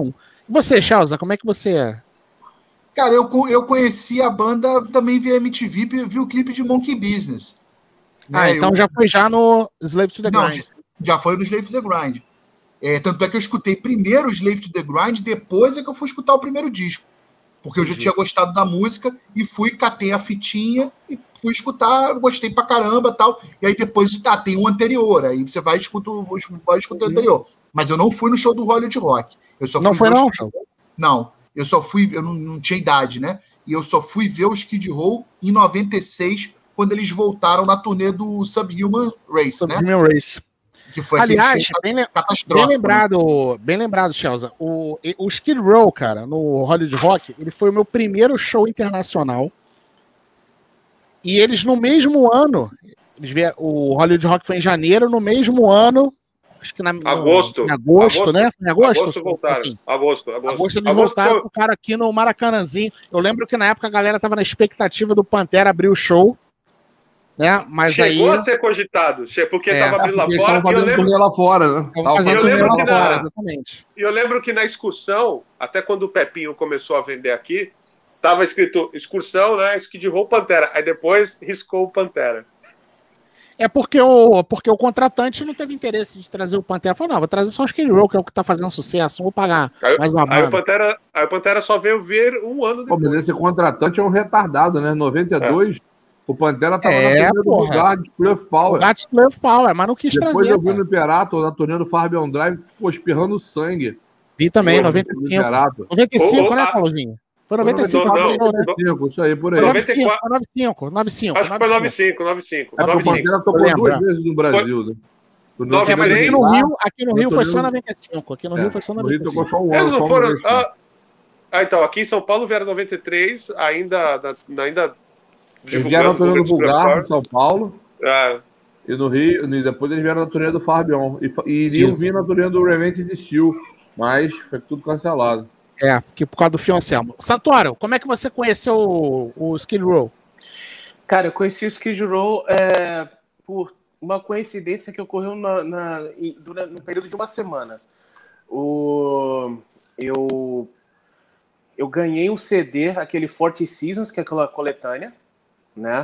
B: Você, Chelsea, como é que você é?
D: Cara, eu, eu conheci a banda também via M T V e vi o clipe de Monkey Business.
B: Ah,
D: né?
B: então
D: eu...
B: já foi já no Slave to the
D: Não,
B: Grind.
D: Já foi no Slave to the Grind. É, tanto é que eu escutei primeiro o Slave to the Grind, depois é que eu fui escutar o primeiro disco. Porque eu já tinha gostado da música e fui, catei a fitinha e fui escutar, gostei pra caramba e tal. E aí depois, tá, tem um anterior, aí você vai escutar, vai escutar o anterior. Mas eu não fui no show do Hollywood Rock. Eu só
B: não
D: fui
B: foi não,
D: show... Não, eu só fui, eu não, não tinha idade, né? E eu só fui ver o Skid Row em noventa e seis, quando eles voltaram na turnê do Subhuman Race,
B: Subhuman
D: né?
B: Race.
D: Que foi
B: Aliás, bem, bem lembrado,
D: né?
B: bem lembrado, Chelsea. O, o Skid Row, cara, no Hollywood Rock, ele foi o meu primeiro show internacional. E eles, no mesmo ano, eles vieram, o Hollywood Rock foi em janeiro, no mesmo ano, acho que na,
E: agosto.
B: No, em agosto, agosto, né? Foi em agosto?
E: Agosto voltaram.
B: Assim.
E: Agosto, agosto.
B: Agosto eles
E: agosto
B: voltaram
E: foi...
B: pro cara aqui no Maracanãzinho. Eu lembro que na época a galera tava na expectativa do Pantera abrir o show. Né? Mas
E: Chegou
B: aí...
E: a ser cogitado, porque
B: é,
E: tava abrindo lá
F: porque
E: fora.
F: Estavam fazendo
E: lembro...
F: lá fora, né?
E: Eu lembro que na...
B: exatamente.
E: E eu lembro que na excursão, até quando o Pepinho começou a vender aqui, tava escrito excursão, né? Skid Row Pantera. Aí depois riscou o Pantera.
B: É porque o, porque o contratante não teve interesse de trazer o Pantera. Falou, não, vou trazer só o Skid Row, que é o que tá fazendo sucesso, não vou pagar
E: aí,
B: mais uma banda.
E: Aí o, Pantera, aí o Pantera só veio ver um ano depois.
F: Pô, mas esse contratante é um retardado, né? noventa e dois, é. O Pantera tava
B: é,
F: na turnê do Bugatti Club Power.
B: Bugatti Club Power, mas não quis
F: Depois
B: trazer.
F: Depois eu vi no Imperator, na turnê do Fabian Drive, pô, espirrando sangue.
B: Vi também, pô, noventa e cinco. noventa e cinco, oh, oh, né, Paulozinho? Foi noventa e cinco,
E: não,
B: não,
E: não,
B: show, né?
F: noventa e cinco, isso aí, por aí.
B: noventa e cinco, noventa e cinco, noventa e cinco.
E: Acho que foi noventa e cinco, noventa e cinco.
F: É, o Pantera tocou duas vezes no Brasil, né?
B: É, mas aqui no Rio, aqui no Rio foi só noventa e cinco. Aqui no Rio foi só noventa e cinco.
F: Só um
E: ano, Eles não foram. Ah, ah, então, aqui em São Paulo vieram noventa e três, ainda. ainda
F: eles vieram na turnê do Bulgar, em São Paulo.
E: É.
F: E no Rio, e depois eles vieram na turnê do Farbion. E, e iriam vir na turnê do Revenge de Steel, mas foi tudo cancelado.
B: É, porque por causa do Fio Anselmo. Santoro, como é que você conheceu o, o Skid Row?
C: Cara, eu conheci o Skid Row é, por uma coincidência que ocorreu na, na, durante, no período de uma semana. O, eu, eu ganhei um C D, aquele forty Seasons, que é aquela coletânea, né?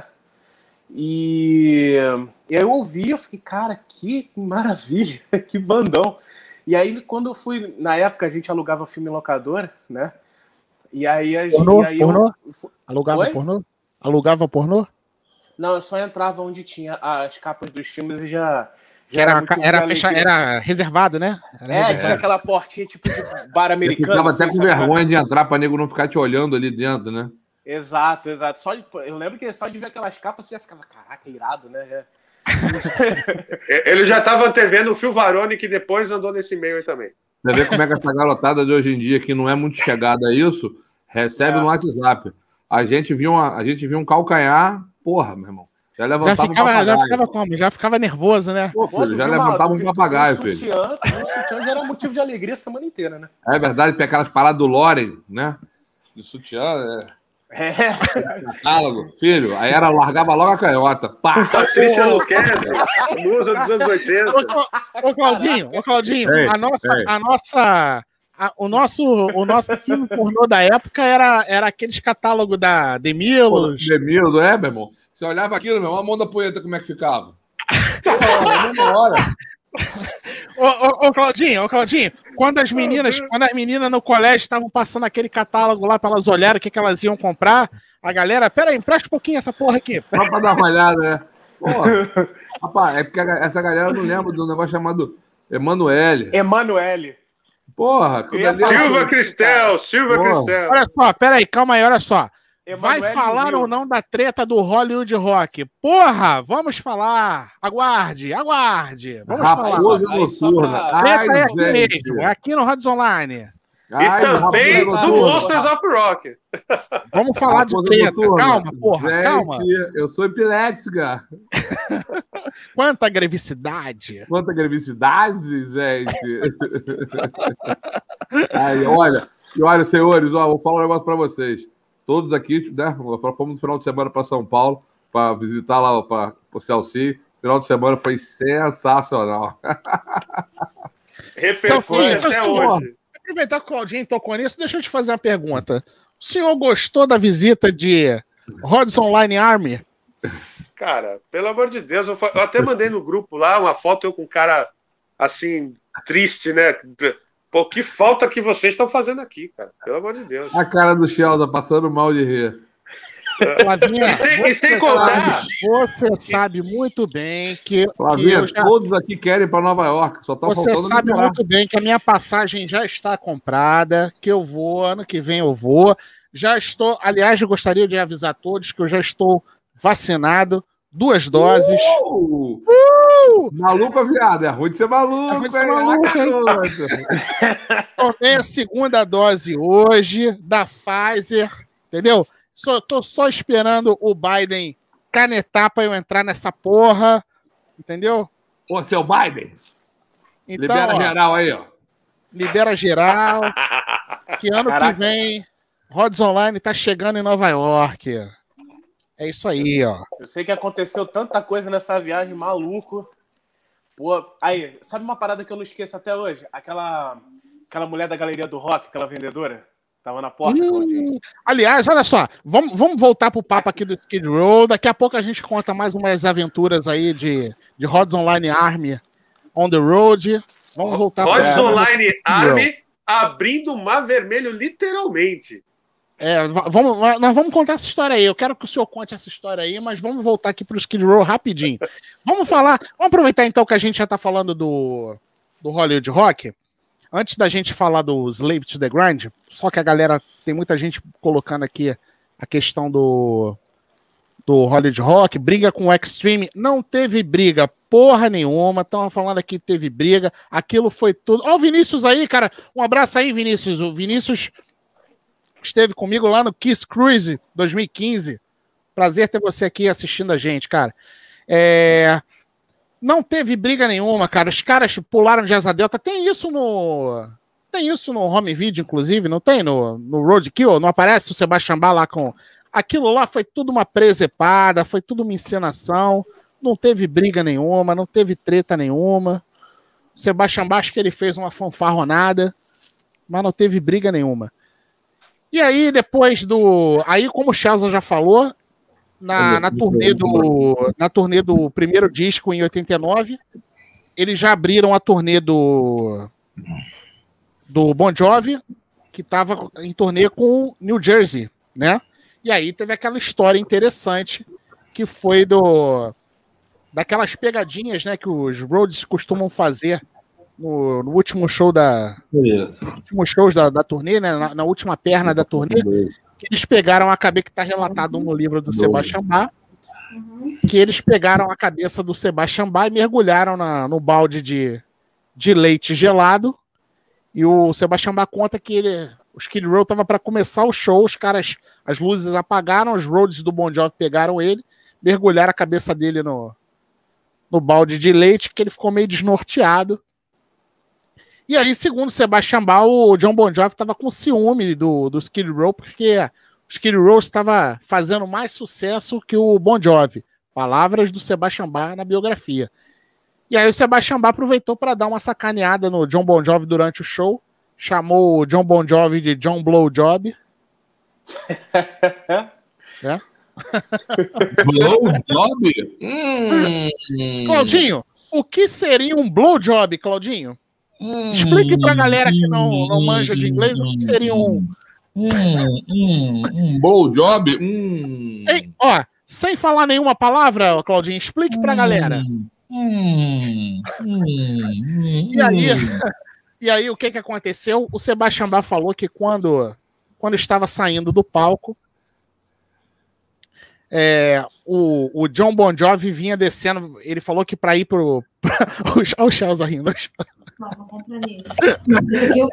C: E, e aí eu ouvi, eu fiquei, cara, que maravilha, que bandão. E aí, quando eu fui, na época a gente alugava filme em locadora, né? E aí a gente.
B: Pornô?
C: Aí
B: pornô?
C: Eu,
B: Alugava
C: Oi?
B: pornô? Alugava pornô?
C: Não, eu só entrava onde tinha as capas dos filmes e já. já
B: era
C: era,
B: era, fecha, era reservado, né? Era
C: é,
B: reservado.
C: tinha aquela portinha tipo de bar americano.
F: Eu ficava
C: assim,
F: até com
C: sabe?
F: vergonha de entrar pra nego não ficar te olhando ali dentro, né?
C: Exato, exato. Só de, eu lembro que só de ver aquelas capas você já ficava, caraca, irado, né? Já...
E: Ele já estava antevendo o Phil Varone, que depois andou nesse meio aí também.
F: Você vê como é que essa garotada de hoje em dia, que não é muito chegada a isso, recebe é. no WhatsApp. A gente viu uma, a gente viu um calcanhar, porra, meu irmão. Já levantava
B: já ficava,
F: um papagaio.
B: Já ficava como? Já ficava nervoso, né?
F: Pô, filho, já levantava um papagaio, filho.
C: Sutiã, o sutiã já era motivo de alegria a semana inteira, né?
F: É verdade, tem aquelas paradas do Loren, né? De sutiã, é...
C: É.
F: Catálogo, filho. Aí era, largava logo a canhota. Pá!
E: Patrícia Luquezzi, musa dos anos oitenta.
B: Ô, ô Claudinho, ô, Claudinho,
F: ei,
B: a nossa.
F: Ei.
B: A nossa a, o, nosso, o nosso filme pornô da época era, era aqueles catálogos da Demilos.
F: Demilo, é, meu irmão? Você olhava aquilo, meu irmão, a mão da punheta, como é que ficava? Na mesma hora.
B: Ô, ô, ô, Claudinho, ô, Claudinho, quando as meninas, quando as meninas no colégio estavam passando aquele catálogo lá para elas olharem o que, que elas iam comprar, a galera, pera aí, empresta um pouquinho essa porra aqui.
F: Só pra dar uma olhada, né? Porra, rapaz, é porque essa galera não lembra do negócio chamado Emanuele.
C: Emanuele.
F: Porra,
E: Silva Cristel, Silva Cristel.
B: Olha só, pera aí, calma aí, olha só.
C: Emanuele
B: Vai falar
C: Rio.
B: ou não da treta do Hollywood Rock? Porra, vamos falar. Aguarde, aguarde. Vamos
F: Raposa
B: falar.
F: Noturna.
C: Pra...
B: Treta é aqui
F: gente.
B: mesmo, é aqui no Rods Online.
F: Ai,
E: e também do
F: Raposa
E: Monsters of Rock.
B: Vamos falar
F: Raposa
B: de treta.
F: Noturna.
B: Calma, porra,
F: gente,
B: calma.
F: Eu sou epilética.
B: Quanta grevicidade.
F: Quanta grevicidade, gente. Aí, olha, e olha, senhores, ó, vou falar um negócio pra vocês. Todos aqui, né? Fomos no final de semana para São Paulo para visitar lá para o Celci. Final de semana foi sensacional.
E: Repercute até hoje.
B: Sempre aproveitar que o Claudinho tocou nisso, deixa eu te fazer uma pergunta. O senhor gostou da visita de Rods Online Army?
E: Cara, pelo amor de Deus, eu, eu até mandei no grupo lá uma foto eu com um cara assim, triste, né? Pô, que falta que vocês estão fazendo aqui, cara. Pelo amor de Deus.
F: A cara do Shelda passando mal de rir.
B: Flavinha,
E: e sem, e sem
B: você,
E: contar.
B: você sabe muito bem que,
F: Flavinha,
B: que eu já,
F: todos aqui querem ir para Nova York. Só tá
B: você
F: faltando
B: sabe
F: liberar.
B: muito bem que a minha passagem já está comprada, que eu vou, ano que vem eu vou. Já estou, aliás, eu gostaria de avisar a todos que eu já estou vacinado, duas doses.
F: Uh! Uh! Maluco, viado, é ruim de ser maluco.
B: É ruim de ser maluco, hein? Tomei a segunda dose hoje da Pfizer, entendeu? Só, tô só esperando o Biden canetar para eu entrar nessa porra, entendeu?
F: Ô, seu Biden,
B: então,
F: libera
B: ó,
F: geral aí, ó.
B: Libera geral, que ano
C: Caraca.
B: que vem Rods Online tá chegando em Nova York. É isso aí, ó.
C: Eu sei que aconteceu tanta coisa nessa viagem, maluco. Pô, aí, sabe uma parada que eu não esqueço até hoje? Aquela, aquela mulher da galeria do rock, aquela vendedora? Tava na porta, Claudinho.
B: Hum, aliás, olha só, vamos, vamos voltar pro papo aqui do Skid Row. Daqui a pouco a gente conta mais umas aventuras aí de, de Rods Online Army on the road. Vamos voltar
E: Rods
B: pra-
E: Online Army abrindo o Mar Vermelho, literalmente.
B: É, va- vamos, nós vamos contar essa história aí. Eu quero que o senhor conte essa história aí, mas vamos voltar aqui pro Skid Row rapidinho. Vamos falar, vamos aproveitar então que a gente já tá falando do, do Hollywood Rock. Antes da gente falar do Slave to the Grind, só que a galera, tem muita gente colocando aqui a questão do, do Hollywood Rock, briga com o Extreme. Não teve briga porra nenhuma, estão falando aqui que teve briga, aquilo foi tudo. Ó o Vinícius aí, cara, um abraço aí, Vinícius. O Vinícius esteve comigo lá no Kiss Cruise dois mil e quinze. Prazer ter você aqui assistindo a gente, cara. É... Não teve briga nenhuma, cara. Os caras pularam de asa delta. Tem isso no... Tem isso no home video, inclusive, não tem? No, no Roadkill, não aparece o Sebastian Bach lá com... Aquilo lá foi tudo uma presepada, foi tudo uma encenação. Não teve briga nenhuma, não teve treta nenhuma. O Sebastian Bach que ele fez uma fanfarronada, mas não teve briga nenhuma. E aí, depois do... Aí, como o Chelsea já falou, na, na, turnê do, na turnê do primeiro disco, em oitenta e nove, eles já abriram a turnê do, do Bon Jovi, que estava em turnê com New Jersey, né? E aí teve aquela história interessante, que foi do daquelas pegadinhas, né, que os Rhodes costumam fazer no, no último show da... últimos shows da, da turnê, né? Na, na última perna da turnê, que eles pegaram a cabeça que está relatado no livro do Sebastian Bach, que eles pegaram a cabeça do Sebastian Bach e mergulharam na, no balde de, de leite gelado, e o Sebastian Bach conta que ele, o Skid Row estava para começar o show, os caras, as luzes apagaram, os Rhodes do Bon Jovi pegaram ele, mergulharam a cabeça dele no, no balde de leite, que ele ficou meio desnorteado. E aí, segundo o Sebastian Bach, o John Bon Jovi estava com ciúme do, do Skid Row, porque o Skid Row estava fazendo mais sucesso que o Bon Jovi. Palavras do Sebastian Bach na biografia. E aí o Sebastian Bach aproveitou para dar uma sacaneada no John Bon Jovi durante o show, chamou o John Bon Jovi de John Blow Job. É?
G: Blow Job? Hum.
B: Claudinho, o que seria um blow job, Claudinho? Explique pra galera que não, não manja de inglês o que seria um...
G: Hum, hum, um blow job? Hum.
B: Sem, ó, sem falar nenhuma palavra, Claudinho, explique pra galera.
G: Hum, hum, hum,
B: E aí, e aí o que que aconteceu? O Sebastian Bach falou que quando, quando estava saindo do palco, é, o, o John Bon Jovi vinha descendo, ele falou que para ir pro... Pra, olha o Chelsea rindo.
H: Não, não compra nisso. Mas isso aqui eu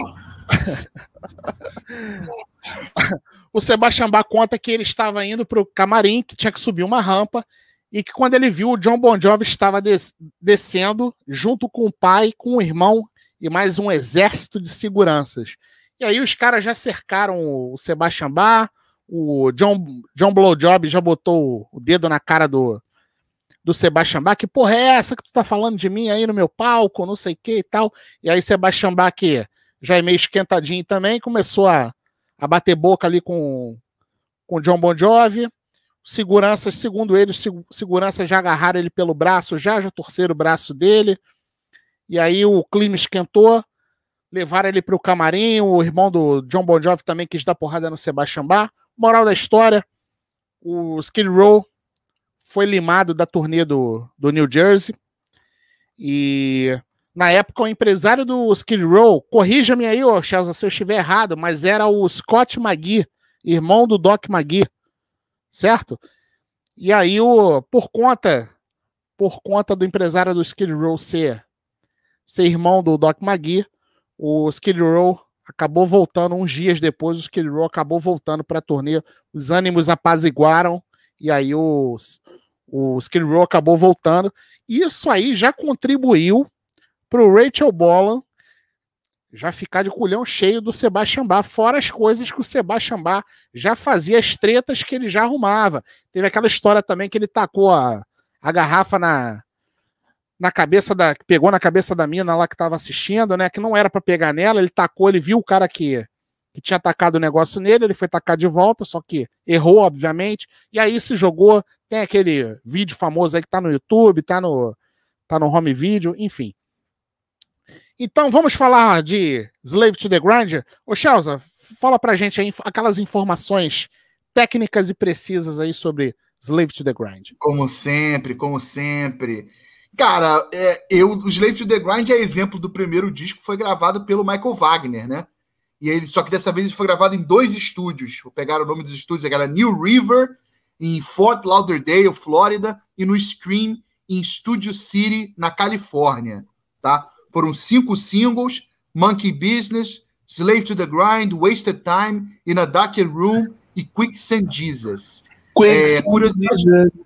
B: O Sebastian Bach conta que ele estava indo para o camarim, que tinha que subir uma rampa, e que quando ele viu o John Bon Jovi estava des descendo, junto com o pai, com o irmão e mais um exército de seguranças. E aí os caras já cercaram o Sebastian Bach, o John, John Blowjob já botou o dedo na cara do, do Sebastian Bach, que porra é essa que tu tá falando de mim aí no meu palco, não sei o que e tal. E aí Sebastian Bach já é meio esquentadinho também, começou a, a bater boca ali com com John Bon Jovi. Seguranças, segundo ele, seguranças já agarraram ele pelo braço, já, já torceram o braço dele. E aí o clima esquentou, levaram ele para o camarim, o irmão do John Bon Jovi também quis dar porrada no Sebastian Bach. Moral da história, o Skid Row foi limado da turnê do, do New Jersey. E na época o empresário do Skid Row, corrija-me aí, ô Chelsea, se eu estiver errado, mas era o Scott McGhee, irmão do Doc McGhee, certo? E aí, o, por conta por conta do empresário do Skid Row ser, ser irmão do Doc McGhee, o Skid Row acabou voltando uns dias depois, o Skid Row acabou voltando para a turnê, os ânimos apaziguaram, e aí o, o Skid Row acabou voltando. Isso aí já contribuiu para o Rachel Bolan já ficar de culhão cheio do Sebastian Bach, fora as coisas que o Sebastian Bach já fazia, as tretas que ele já arrumava. Teve aquela história também que ele tacou a, a garrafa na, na cabeça da... que pegou na cabeça da mina lá que estava assistindo, né? Que não era para pegar nela, ele tacou, ele viu o cara que, que tinha tacado o negócio nele, ele foi tacar de volta, só que errou, obviamente, e aí se jogou. Tem aquele vídeo famoso aí que tá no YouTube, tá no, tá no home video, enfim. Então, vamos falar de Slave to the Grind. Ô, Chelsea, fala pra gente aí aquelas informações técnicas e precisas aí sobre Slave to the Grind.
D: Como sempre, como sempre. Cara, é, eu, o Slave to the Grind é exemplo do primeiro disco que foi gravado pelo Michael Wagner, né? E ele, só que dessa vez ele foi gravado em dois estúdios. Vou pegar o nome dos estúdios, era New River, em Fort Lauderdale, Flórida, e no Scream, em Studio City, na Califórnia, tá? Foram cinco singles: Monkey Business, Slave to the Grind, Wasted Time, In a Darkened Room e Quicksand Jesus. É, curiosidade,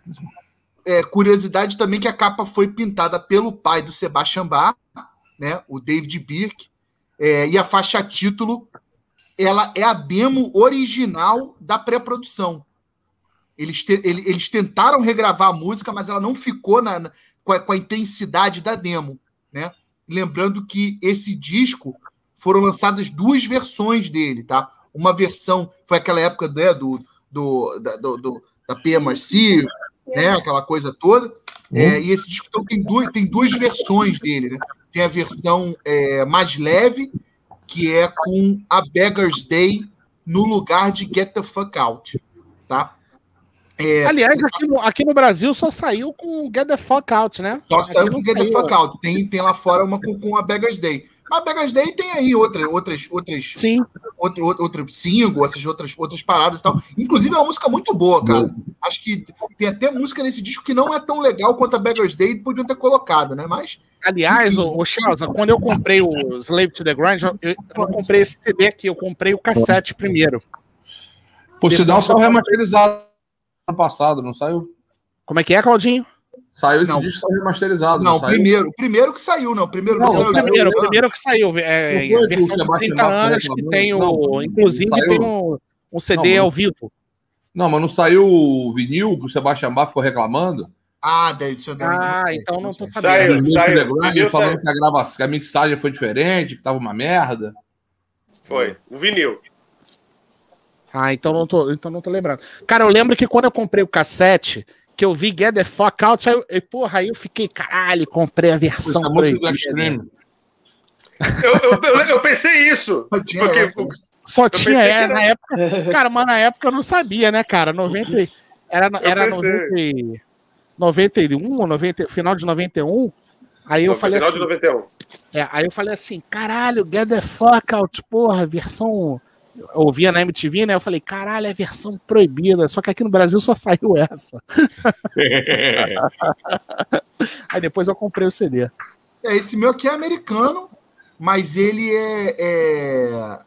D: é, curiosidade também que a capa foi pintada pelo pai do Sebastian Bach, né, o David Birk, é, e a faixa título ela é a demo original da pré-produção. Eles, te, eles tentaram regravar a música, mas ela não ficou na, na, com, a, com a intensidade da demo, né? Lembrando que esse disco foram lançadas duas versões dele, tá? Uma versão foi aquela época, né, do, do, da, do, do, da P M R C, né, aquela coisa toda. Uhum. É, e esse disco então, tem, duas, tem duas versões dele, né? Tem a versão é, mais leve, que é com a Beggar's Day no lugar de Get the Fuck Out, tá? É,
B: Aliás, aqui no, aqui no Brasil só saiu com Get the Fuck Out, né?
D: Só saiu com Get the Fuck Out. Tem, tem lá fora uma com, com a Beggar's Day. Mas a Beggar's Day tem aí outra, outras, outras,
B: Sim.
D: Outro, outro, outro single, essas outras, outras paradas e tal. Inclusive, é uma música muito boa, cara. Acho que tem até música nesse disco que não é tão legal quanto a Beggar's Day, podiam ter colocado, né? Mas...
B: Aliás, o, o Chelsea, quando eu comprei o Slave to the Grind, eu, eu não comprei esse C D aqui, eu comprei o cassete primeiro.
G: Por sinal, só remasterizado ano passado, não saiu?
B: Como é que é, Claudinho?
G: Saiu esse
D: Não.
G: disco, saiu remasterizado.
D: Não,
G: Não saiu?
D: primeiro, o primeiro que saiu, não. O primeiro,
B: Não,
D: que saiu,
B: o primeiro, o
D: não.
B: primeiro que saiu, é,
G: Não foi
B: a versão
G: o
B: de trinta
G: Sebastian
B: anos,
G: Bach,
B: que
G: não,
B: tem o.
G: não,
B: Inclusive,
G: saiu.
B: tem um, um C D
G: Não,
B: ao vivo.
G: Não, mas não saiu o vinil que o Sebastian Bach ficou reclamando?
D: Ah, deve ser.
B: Ah, então não tô
G: Ele
B: sabendo.
E: Saiu, saiu.
G: falando
E: Vinil
G: falando
E: saiu.
G: que a, grava... que a mixagem foi diferente, que tava uma merda.
E: Foi. O vinil.
B: Ah, então não tô, então não tô lembrando. Cara, eu lembro que quando eu comprei o cassete, que eu vi Get the Fuck Out, aí, eu- porra, aí eu fiquei, caralho, comprei a versão
G: Isso é muito do
B: proibida.
G: Extreme.
E: Eu, eu, eu, eu pensei isso.
D: Mas tinha
E: Porque
D: essa, né?
B: Só tinha,
E: pensei
B: é,
E: que era-
B: na época, cara, mas na época eu não sabia, né, cara, noventa, e- era, era
E: pensei.
B: noventa, e- noventa e um, noventa, final de noventa e um, aí eu
E: no
B: falei
E: final
B: assim,
E: de noventa e um.
B: é, aí eu falei assim, caralho, Get the Fuck Out, porra, versão, eu ouvia na M T V, né, eu falei, caralho, é versão proibida, só que aqui no Brasil só saiu essa. Aí depois eu comprei o C D.
D: É, esse meu aqui é americano, mas ele é. é...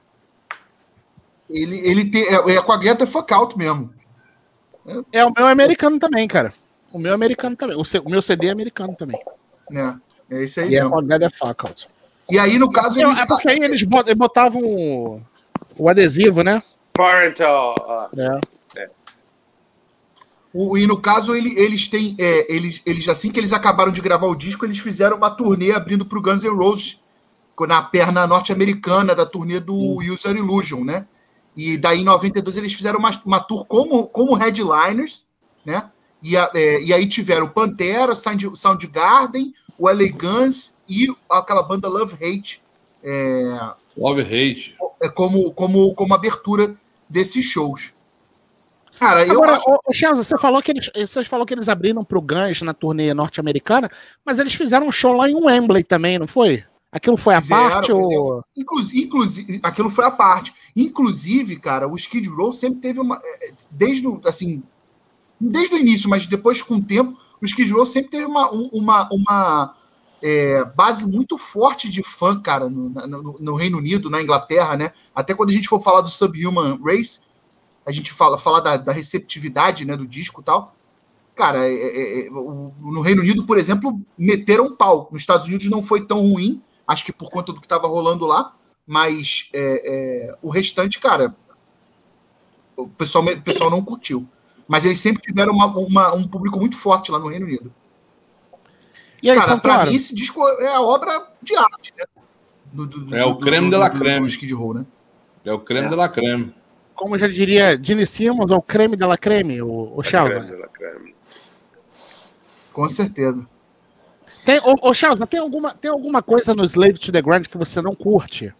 D: Ele, ele tem, é, é com a Get the Fuck Out mesmo.
B: É, o meu é americano também, cara. O meu é americano também. O, C- o meu C D é americano também.
D: Né? É esse aí
B: E é
D: mesmo.
B: com Get the Fuck Out.
D: E aí, no caso,
B: É,
D: eles,
B: é porque aí eles bot- eles botavam o, o adesivo, né?
E: Parental. ah,
B: É.
D: o, e no caso, ele, eles têm. É, eles, eles, assim que eles acabaram de gravar o disco, eles fizeram uma turnê abrindo pro Guns N' Roses na perna norte-americana da turnê do User Illusion, né? E daí em noventa e dois eles fizeram uma, uma tour como, como headliners, né? E, a, é, e aí tiveram o Pantera, Sound, Soundgarden, o L A Guns e aquela banda Love Hate. É,
G: Love Hate.
D: É como, como, como abertura desses shows. Cara, eu
B: Agora,
D: acho...
B: ô, ô, Chelsea, você falou que eles, você falou que eles abriram pro Guns na turnê norte-americana, mas eles fizeram um show lá em Wembley também, não foi? Aquilo foi a
D: Fizeram,
B: parte
D: fizeram.
B: ou...
D: Inclusive, inclusive, aquilo foi a parte. Inclusive, cara, o Skid Row sempre teve uma... Desde o, assim, desde o início, mas depois com o tempo, o Skid Row sempre teve uma, uma, uma é, base muito forte de fã, cara, no, no, no Reino Unido, na Inglaterra, né? Até quando a gente for falar do Subhuman Race, a gente fala, fala da, da receptividade, né, do disco e tal. Cara, é, é, é, no Reino Unido, por exemplo, meteram um pau. Nos Estados Unidos não foi tão ruim, acho que por conta do que estava rolando lá, mas é, é, o restante, cara, o pessoal, o pessoal não curtiu. Mas eles sempre tiveram uma, uma, um público muito forte lá no Reino Unido.
B: E aí,
D: cara,
B: Santoro?
D: pra mim, esse disco é a obra de arte, né? Do, do,
G: É o
D: do,
G: creme
D: do,
G: de la
D: do,
G: creme.
D: do Skid Row, né?
G: É o creme
D: É.
G: de la creme.
B: Como já diria Gene Simmons, ou creme dela creme, o, o Chelsea.
E: Creme de la creme.
D: Com certeza.
B: Tem, ô, ô Chelsea, tem alguma, tem alguma coisa no Slave to the Grind que você não curte?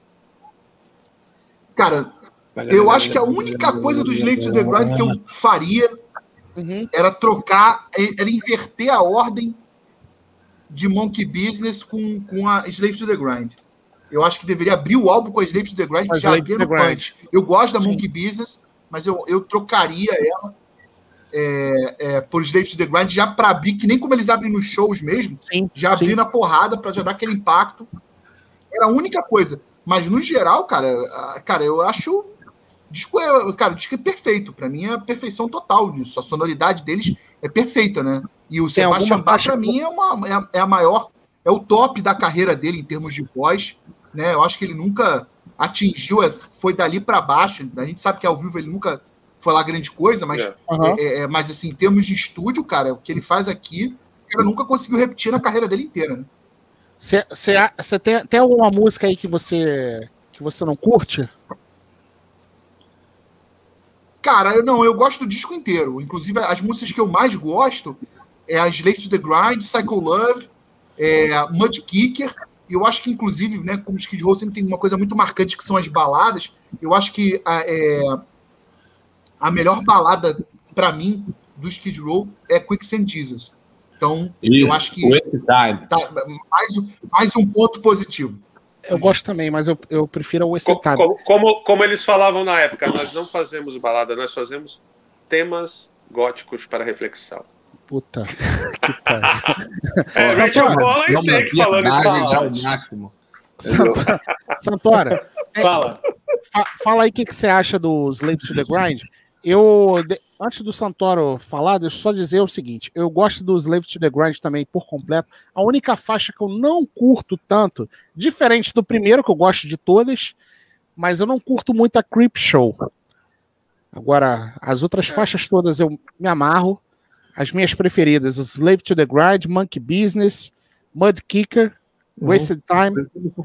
D: Cara, eu acho que a única coisa do Slave to the Grind que eu faria
B: Uhum.
D: era trocar, era inverter a ordem de Monkey Business com, com a Slave to the Grind. Eu acho que deveria abrir o álbum com a Slave to the Grind,
B: Com a
D: já
B: Slave
D: abrir
B: to
D: no
B: the Grind.
D: punch. Eu gosto da
B: Sim.
D: Monkey Business, mas eu, eu trocaria ela é, é, por Slave to the Grind, já para abrir, que nem como eles abrem nos shows mesmo,
B: Sim,
D: já abrir
B: sim.
D: na porrada para já dar aquele impacto. Era a única coisa. Mas no geral, cara, a- cara, eu acho. Disco é, cara, o disco é perfeito. Pra mim é a perfeição total disso. A sonoridade deles é perfeita, né? E o
B: Tem
D: Sebastian
B: alguma
D: Bach,
B: faixa-
D: pra mim, é, uma, é, a, é a maior, é o top da carreira dele em termos de voz, né? Eu acho que ele nunca atingiu, é, foi dali pra baixo. A gente sabe que ao vivo ele nunca foi lá grande coisa, mas,
E: É.
B: Uhum.
D: é, é, mas assim, em termos de estúdio, cara, o que ele faz aqui, o cara nunca conseguiu repetir na carreira dele inteira, né?
B: Você tem, tem alguma música aí que você, que você não curte?
D: Cara, eu não, eu gosto do disco inteiro. Inclusive, as músicas que eu mais gosto é a Slave to the Grind, Psycho Love, é, Mud Kicker. E eu acho que, inclusive, né, como o Skid Row sempre tem uma coisa muito marcante que são as baladas. Eu acho que a, é, a melhor balada, pra mim, do Skid Row é Quicksand Jesus. Então, eu acho que
G: Waste time.
D: tá, mais, um- mais um ponto positivo.
B: Eu gosto também, mas eu, eu prefiro o
E: Co-
B: Excitado.
E: Como, como, como eles falavam na época, nós não fazemos balada, nós fazemos temas góticos para reflexão.
B: Puta que pariu.
E: É,
B: Santoro,
E: Richard Collins falando isso.
G: ao máximo.
B: Santoro, Santoro,
C: Fala.
B: fa- fala aí o que, que você acha do Slave to the Grind. Eu, de- antes do Santoro falar, deixa eu só dizer o seguinte: eu gosto do Slave to the Grind também por completo. A única faixa que eu não curto tanto, diferente do primeiro, que eu gosto de todas, mas eu não curto muito a Creep Show. Agora, as outras faixas todas eu me amarro. As minhas preferidas: Slave to the Grind, Monkey Business, Mud Kicker, Wasted Time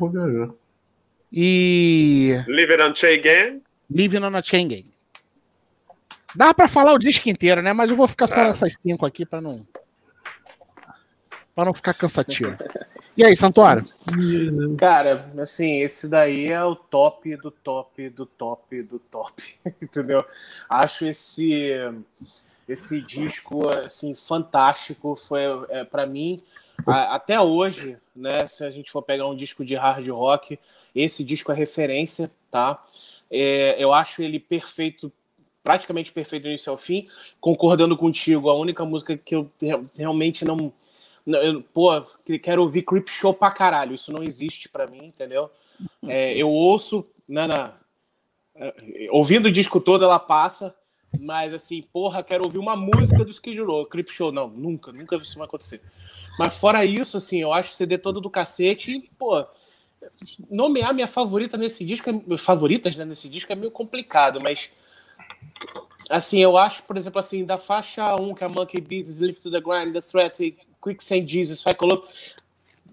B: e
E: Live It on Chain Gang.
B: Living on a Chain Gang. Dá pra falar o disco inteiro, né? Mas eu vou ficar só
E: Ah.
B: nessas cinco aqui pra não para não ficar cansativo. E aí, Santoro?
C: Cara, assim, esse daí é o top do top do top do top, entendeu? Acho esse esse disco assim fantástico, foi é, para mim a, até hoje, né? Se a gente for pegar um disco de hard rock, esse disco é referência, tá? É, eu acho ele perfeito, praticamente perfeito do início ao fim. Concordando contigo, a única música que eu re- realmente não Não, eu, pô, que- quero ouvir Creep Show pra caralho. Isso não existe pra mim, entendeu? É, eu ouço, né, na, é, ouvindo o disco todo, ela passa, mas assim, porra, quero ouvir uma música do Skid Row. Creep Show, não, nunca, nunca vi isso vai acontecer. Mas fora isso, assim, eu acho o C D todo do cacete e, pô, nomear minha favorita nesse disco, é- favoritas, né, nesse disco é meio complicado, mas assim, eu acho, por exemplo, assim, da faixa um, que é a Monkey Business, Live to the Grind, The Threat, Quicksand Jesus, Psycho Love,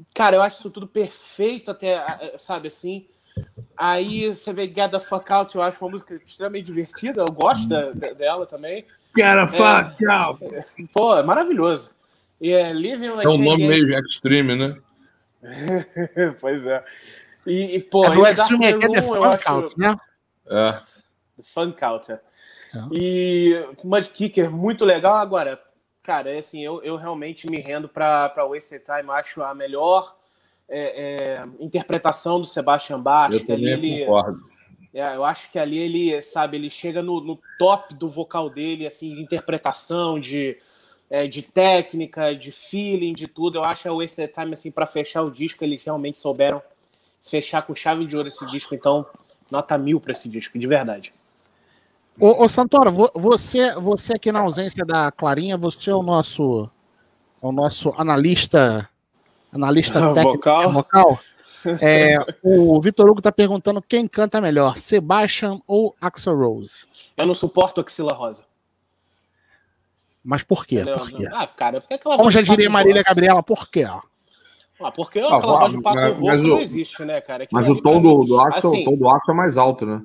C: cara, eu acho isso tudo perfeito até, sabe, assim. Aí você vê Get the Fuck Out, eu acho uma música extremamente divertida, eu gosto da, da, dela também.
G: Get the fuck
C: é,
G: out!
C: Pô, é maravilhoso. E é Living on a
G: É um
C: Chain
G: nome
C: Gang.
G: meio extreme, né?
C: Pois é. E, e pô,
B: É do
C: ainda Dark
B: Extreme é The
C: Room, eu
B: Funk
C: acho...
B: Out, né?
G: É.
C: Funk Out, é.
B: É.
C: E Mudkicker, muito legal. Agora, cara, é assim, eu, eu realmente me rendo pra, pra Wasted Time, acho a melhor é, é, interpretação do Sebastian Bach.
G: Eu
C: que ali
G: também
C: ele,
G: concordo.
C: é, eu acho que ali ele, sabe, ele chega no, no top do vocal dele, assim, de interpretação, de, é, de técnica, de feeling, de tudo. Eu acho a Wasted Time, assim, pra fechar o disco, eles realmente souberam fechar com chave de ouro esse disco. Então, nota mil pra esse disco, de verdade.
B: Ô, ô Santoro, vo- você, você aqui na ausência da Clarinha, você é o nosso, o nosso analista, analista técnico
C: Vocal.
B: vocal. É, o Vitor Hugo tá perguntando quem canta melhor, Sebastian ou Axl Rose?
C: Eu não suporto Axila Rosa.
B: Mas por quê?
C: Entendeu?
B: Por quê?
C: Ah, cara, porque aquela
B: Como
C: voz
B: já
C: de
B: diria
C: pato
B: Marília Gabriela, por quê?
C: Ah, porque
G: Ah,
C: aquela voz de pato
G: mas-
C: rouco
G: mas
C: não
G: o-
C: existe, né, cara? Aquilo
G: Mas o
C: ali,
G: tom
C: pra
G: do,
C: mim,
G: do Axel,
C: assim,
G: o tom do Axel é mais alto, né?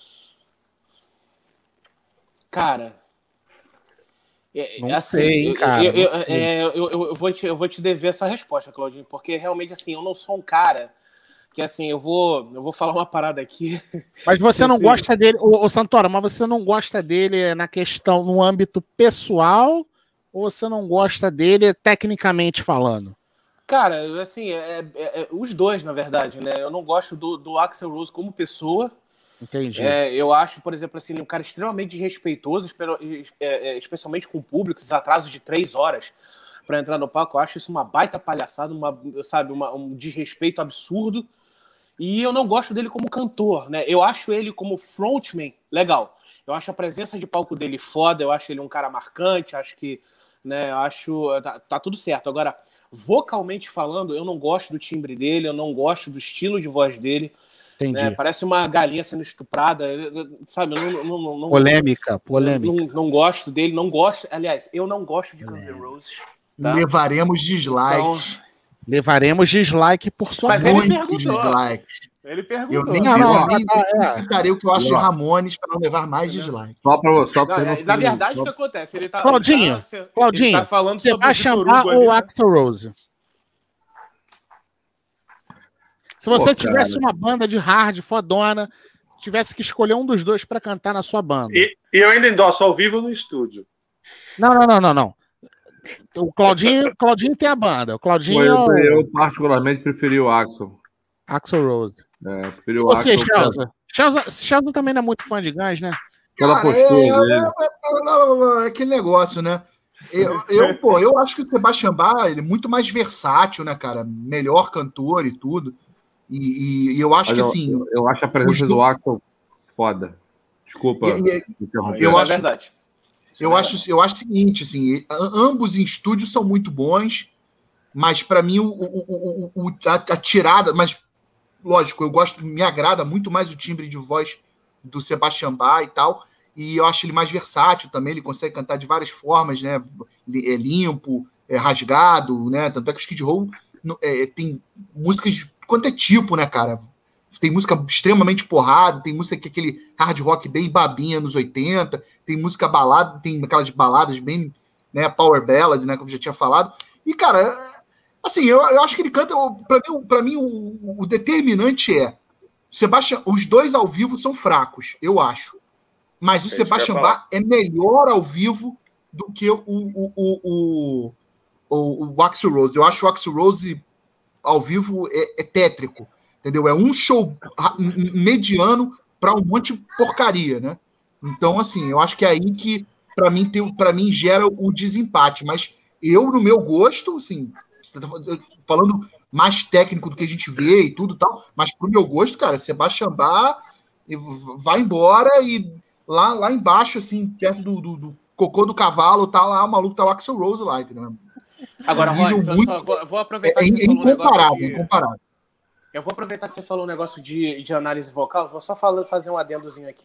C: cara... é-
B: Não
C: assim,
B: sei, hein,
C: eu-
B: cara,
C: Eu, eu,
B: não sei.
C: é, eu- eu- eu vou te, eu vou te dever essa resposta, Claudinho, porque realmente, assim, eu não sou um cara que, assim, eu vou, eu vou falar uma parada aqui.
B: Mas você não
C: Assim,
B: gosta dele, ô, ô Santoro, mas você não gosta dele na questão, no âmbito pessoal, ou você não gosta dele tecnicamente falando?
C: Cara, assim, é, é- é- os dois, na verdade, né? Eu não gosto do, do Axl Rose como pessoa.
B: Entendi.
C: É, eu acho, por exemplo, assim, ele é um cara extremamente desrespeitoso, espero- é, é, especialmente com o público, esses atrasos de três horas para entrar no palco. Eu acho isso uma baita palhaçada, uma, sabe, uma- um desrespeito absurdo. E eu não gosto dele como cantor, né? Eu acho ele como frontman legal. Eu acho a presença de palco dele foda, eu acho ele um cara marcante, acho que, né, eu acho tá, tá tudo certo. Agora, vocalmente falando, eu não gosto do timbre dele, eu não gosto do estilo de voz dele.
B: Entendi.
C: Né? Parece uma galinha sendo estuprada, sabe? Eu não, não, não, não,
B: Polêmica, polêmica.
C: Não, não gosto dele, não gosto. Aliás, eu não gosto de Guns N' Roses. Tá?
D: Levaremos dislikes.
C: Então,
B: Levaremos dislike por sua
C: Mas
B: conta.
C: ele
D: Muitos
C: perguntou.
D: dislikes.
C: Ele
D: Eu
C: perguntou.
D: nem,
B: Não, não,
D: eu nem,
B: tá, é.
D: nem citarei o que eu acho de
G: Ó.
D: Ramones para não levar mais dislikes.
G: Só pra, só pra
C: Não,
G: você não
C: é, na verdade, o
G: só-
C: que acontece? Ele tá,
B: Claudinho,
C: ele tá, ele
B: Claudinho,
C: tá falando
B: você
C: sobre
B: vai
C: o Vitor
B: chamar
C: Hugo ali,
B: o
C: né?
B: Axl Rose? Se você
G: Pô,
B: tivesse
G: cara.
B: uma banda de hard fodona, tivesse que escolher um dos dois pra cantar na sua banda.
E: E, e eu ainda endosso ao vivo no estúdio.
B: Não, não, não, não, não. O Claudinho, Claudinho tem a banda. O Claudinho
G: Pô,
B: é
G: eu,
B: o
G: eu particularmente preferi o Axel.
B: Axl Rose.
G: É, preferi o
B: Você,
G: Axel.
B: Chelsea? Chelsea? Chelsea também não é muito fã de Guns, né?
G: Pela
D: Cara,
G: postura
D: é,
G: dele.
D: é, é, é aquele negócio, né? Eu, eu, pô, eu acho que o Sebastian Bach ele é muito mais versátil, né, cara? Melhor cantor e tudo. E, e- e eu acho
G: Mas
D: que
G: eu,
D: assim.
G: eu, eu acho a presença
D: os
G: do
D: do-
G: Axel foda. Desculpa.
D: E- e-
G: interromper.
D: eu
C: Isso é
D: acho-
C: verdade. Isso é
D: Eu
C: verdade.
D: acho, eu acho o seguinte, assim, a- ambos em estúdio são muito bons, mas para mim o, o- o- o- a, a tirada, mas lógico, eu gosto, me agrada muito mais o timbre de voz do Sebastian Bach e tal, e eu acho ele mais versátil também, ele consegue cantar de várias formas, né? É limpo, é rasgado, né? Tanto é que o Skid Row no- é, tem músicas de quanto é tipo, né, cara? Tem música extremamente porrada, tem música que é aquele hard rock bem babinha nos oitenta, tem música balada, tem aquelas baladas bem, né, power ballad, né, como eu já tinha falado. E, cara, assim, eu, eu acho que ele canta, pra mim, pra mim o, o determinante é, Sebastian, os dois ao vivo são fracos, eu acho. Mas o
E: isso
D: Sebastian
E: que eu ia
D: Bach é melhor ao vivo do que o, o, o, o, o, o Axl Rose. Eu acho o Axl Rose ao vivo é, é tétrico. Entendeu? É um show ra- m- mediano para um monte de porcaria, né? Então, assim, eu acho que é aí que, para mim, tem, para mim, gera o desempate. Mas eu, no meu gosto, assim, você tá falando- eu tô falando mais técnico do que a gente vê e tudo e tal, mas pro meu gosto, cara, Sebastian Bach e v- vai embora e lá, lá embaixo, assim, perto do, do, do cocô do cavalo, tá lá, o maluco tá o Axl Rose lá, entendeu?
C: Agora,
D: É um nível
C: Rod, só,
D: muito-
C: só vou, vou
D: É,
C: aproveitar
D: é
C: que você falou um negócio
D: incomparável,
C: de...
D: incomparável.
C: Eu vou aproveitar que você falou um negócio de, de análise vocal, vou só falar, fazer um adendozinho aqui.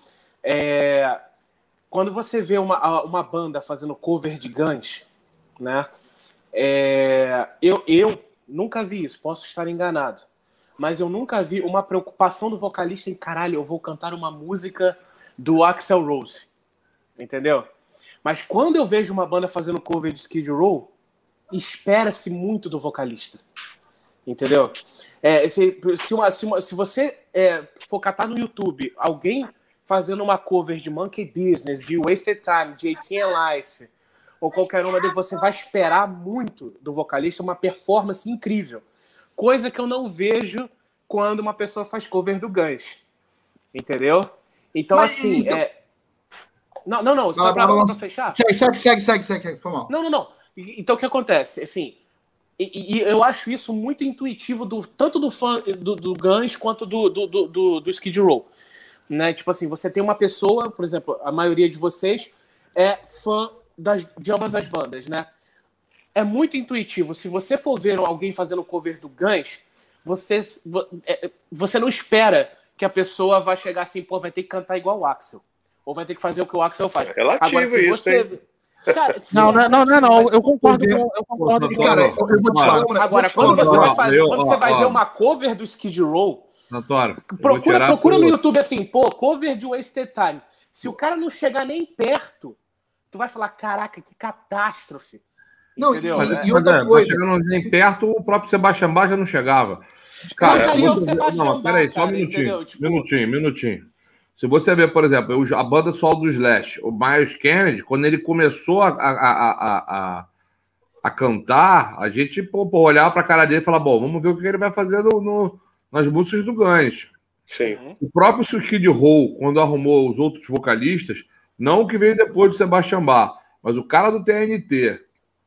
C: É, quando você vê uma, uma banda fazendo cover de Guns, né? É, eu, eu, nunca vi isso, posso estar enganado. Mas eu nunca vi uma preocupação do vocalista em caralho, eu vou cantar uma música do Axl Rose. Entendeu? Mas quando eu vejo uma banda fazendo cover de Skid Row, espera-se muito do vocalista. Entendeu? É, se, se, uma, se, uma, se você é, for catar no YouTube alguém fazendo uma cover de Monkey Business, de Wasted Time, de eighteen Life, ou qualquer uma deles, você vai esperar muito do vocalista, uma performance incrível. Coisa que eu não vejo quando uma pessoa faz cover do Guns. Entendeu? Então, Mas, assim... Então... É... Não, não, não. Só pra, só pra fechar.
D: Segue, segue, segue, segue, segue. Foi mal.
C: Não, não, não. Então, o que acontece? Assim... E, e eu acho isso muito intuitivo, do, tanto do fã do, do Guns quanto do, do, do, do Skid Row. Né? Tipo assim, você tem uma pessoa, por exemplo, a maioria de vocês é fã das, de ambas as bandas, né? É muito intuitivo. Se você for ver alguém fazendo cover do Guns, você, você não espera que a pessoa vai chegar assim, pô, vai ter que cantar igual o Axl. Ou vai ter que fazer o que o Axl faz.
E: É relativo. Agora, se
C: isso, você...
E: Hein?
C: Cara,
B: não, não, não, não, não, eu concordo com, eu concordo com
D: cara, eu vou te falar, né?
C: Agora, quando você vai fazer, quando você vai ver uma cover do Skid Row,
G: Santoro,
C: procura, procura no YouTube assim, pô, cover de Wasted Time. Se o cara não chegar nem perto, tu vai falar, caraca, que catástrofe.
D: Não,
C: entendeu?
D: E,
C: é.
D: e outra
G: mas,
D: coisa,
G: chegando nem perto, o próprio Sebastian Bach já não chegava.
C: Cara,
G: Cara,
C: mas aí é o
G: muito...
C: Sebastian
G: não, peraí,
C: Bach,
G: só um
C: cara,
G: minutinho,
C: entendeu? Tipo...
G: minutinho, minutinho. Se você ver, por exemplo, a banda solo do Slash, o Miles Kennedy, quando ele começou a, a, a, a, a cantar, a gente pô, pô, olhava pra cara dele e falava, bom, vamos ver o que ele vai fazer no, no, nas músicas do Guns.
E: Sim.
G: O próprio Skid Row, quando arrumou os outros vocalistas, não o que veio depois do Sebastian Bach, mas o cara do T N T.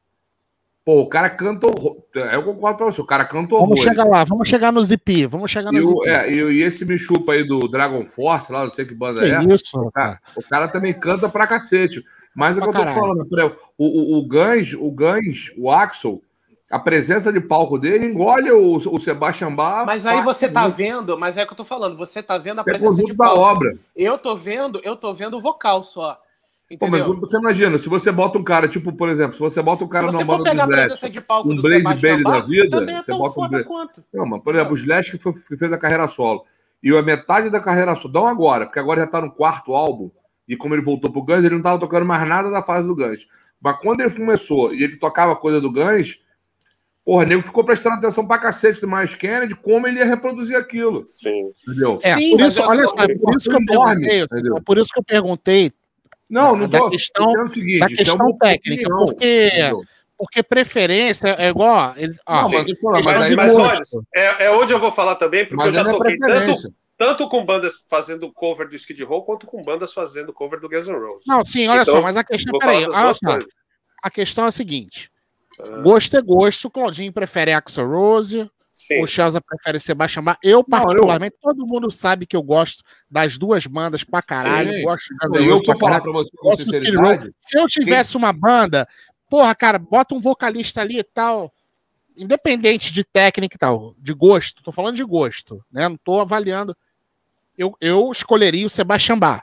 G: Pô, o cara canta horror. Eu concordo pra você, o cara canta horror.
B: Vamos chegar lá, vamos chegar no Zipi, vamos chegar no
G: e,
B: Zipi.
G: É, e, e esse me chupa aí do Dragon Force, lá, não sei que banda
B: que
G: é.
B: Isso,
G: o, cara, o cara também canta pra cacete. Mas é o que eu tô
B: caralho.
G: falando, o, o, o Guns, o Guns, o Axl, a presença de palco dele engole o, o Sebastian Bach.
C: Mas aí você tá vendo, mas é o que eu tô falando, você tá vendo a presença de
G: da
C: palco.
G: obra.
C: Eu tô vendo, eu tô vendo o vocal só. Entendeu?
G: Pô, mas você imagina, se você bota um cara, tipo, por exemplo, se você bota um cara
C: se você
G: numa
C: for
G: banda
C: pegar
G: do
C: a
G: Slash,
C: presença de palco
G: um
C: do
G: Blaze
C: Sebastian
G: Bailey da
C: Bach,
G: vida,
C: também é
G: você
C: tão
G: bota um
C: foda
G: Blaze...
C: quanto.
G: Não, mas, por exemplo, o Slash que, foi, que fez a carreira solo, e a metade da carreira solo, não agora, porque agora já tá no quarto álbum, e como ele voltou pro Guns, ele não tava tocando mais nada da fase do Guns. Mas quando ele começou, e ele tocava coisa do Guns, porra, o nego ficou prestando atenção pra cacete do Miles Kennedy, como ele ia reproduzir aquilo.
E: Sim.
G: Entendeu?
B: É,
C: Sim,
B: por
C: mas
B: isso,
C: é-
B: olha só, é por isso que eu perguntei,
G: entendeu?
B: é por isso que eu perguntei
G: Não, não
B: da
G: tô...
B: questão,
G: tô dizendo o seguinte,
B: da
G: isso é
B: questão
G: uma
B: técnica,
G: opinião,
B: porque,
G: entendeu?
B: porque preferência é igual. Ele, ó,
G: Não, mas,
B: sim,
G: pô, mas
B: questão
G: aí
B: de
E: Mas olha,
B: gosto.
E: é, é onde eu vou falar também, porque
G: Mas
E: eu já
G: aí não é
E: toquei tanto,
G: preferência.
E: tanto com bandas fazendo cover do Skid Row, quanto com bandas fazendo cover do Guns N' Roses.
B: Não, sim, olha
E: Então,
B: só, mas a questão,
E: vou
B: peraí,
E: falar das
B: olha
E: duas
B: só,
E: coisas.
B: a questão é a seguinte,
E: Ah.
B: gosto é gosto, o Claudinho prefere Axl Rose,
E: Sim.
B: o Chelsea prefere Sebastian Bach, eu particularmente, todo mundo sabe que eu gosto das duas bandas pra caralho,
G: Sim.
B: gosto de Guns
G: Pô,
B: N'
G: eu
B: Roses
G: vou
B: pra
G: falar
B: caralho,
G: pra você com
B: gosto do Skid Row.
G: sinceridade.
B: Se eu tivesse uma banda, porra, cara, bota um vocalista ali e tal, independente de técnica e tal, de gosto, tô falando de gosto, né? Não tô avaliando. Eu, eu escolheria o Sebastian Bach.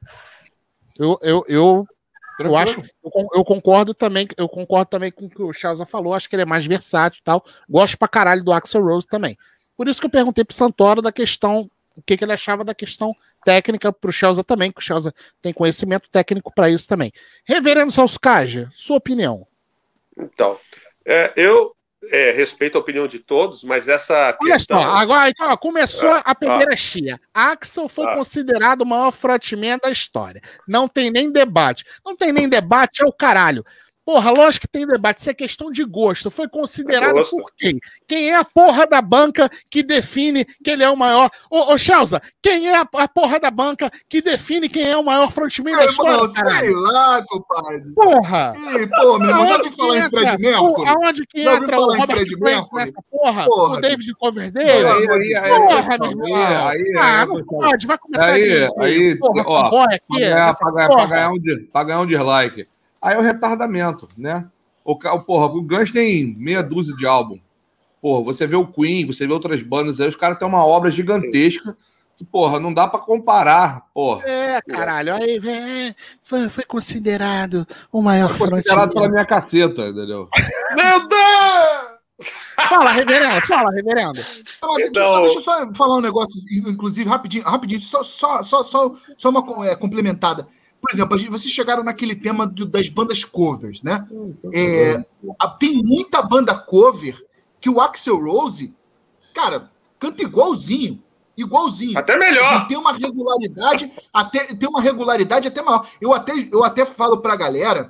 B: Eu, eu, eu, eu acho, eu, con- eu concordo também, eu concordo também com o que o Chelsea falou, acho que ele é mais versátil e tal. Gosto pra caralho do Axl Rose também. Por isso que eu perguntei pro Santoro da questão, o que, que ele achava da questão técnica pro Chelsea também, que o Chelsea tem conhecimento técnico pra isso também. Reverendo Celso Caja, sua opinião.
E: Então, é, eu é, respeito a opinião de todos, mas essa
B: Olha
E: questão...
B: só, agora então, ó, começou
E: Ah,
B: a primeira chia. Axl foi
E: Ah.
B: considerado o maior frontman da história. Não tem nem debate. Não tem nem debate, é o caralho. Porra, lógico que tem debate. Isso é questão de gosto. Foi considerado
E: Gosto.
B: por quem? Quem é a porra da banca que define que ele é o maior? Ô, ô Chelsea, quem é a, a porra da banca que define quem é o maior frontman da
D: Meu
B: história,
D: irmão, sei
B: caralho?
D: lá, compadre.
B: Porra!
D: Ih, pô, meu irmão, já
B: Aonde
D: ouviu falar
B: que
D: em Fred
B: entra?
D: Mercury?
B: Aonde que
D: Já ouviu
B: entra o
D: falar em
B: Robert
D: Fred
B: Plant
D: Mercury?
B: nessa porra?
D: Porra,
B: O David
D: Pelo
B: Coverdale?
D: amor de
G: aí,
D: Deus.
B: Porra, meu irmão.
G: aí, aí,
B: Ah,
G: aí,
B: não
G: aí,
B: pode, vai começar
G: Aí,
B: aqui.
G: aí,
B: porra,
G: ó,
B: fanboy
G: Pra
B: aqui,
G: ganhar,
B: nessa
G: pra, ganhar,
B: porra.
G: pra, ganhar um, di- pra ganhar um dislike. Aí é o retardamento, né? O, ca- porra, o Guns tem meia dúzia de álbum. Porra, você vê o Queen, você vê outras bandas aí, os caras têm uma obra gigantesca que, porra, não dá pra comparar, porra.
B: É, caralho, aí vem, foi, foi considerado o maior
G: Foi considerado pela
B: frontman.
G: minha caceta, entendeu?
E: Meu Deus!
B: Fala, reverendo, fala, reverendo.
D: Então, deixa, eu só, deixa eu só falar um negócio, inclusive, rapidinho, rapidinho, só, só, só, só, só uma é, complementada. Por exemplo, vocês chegaram naquele tema do, das bandas covers, né? É, a, tem muita banda cover que o Axl Rose, cara, canta igualzinho. Igualzinho.
E: Até melhor.
D: E tem uma regularidade, até, tem uma regularidade até maior. Eu até, eu até falo pra galera,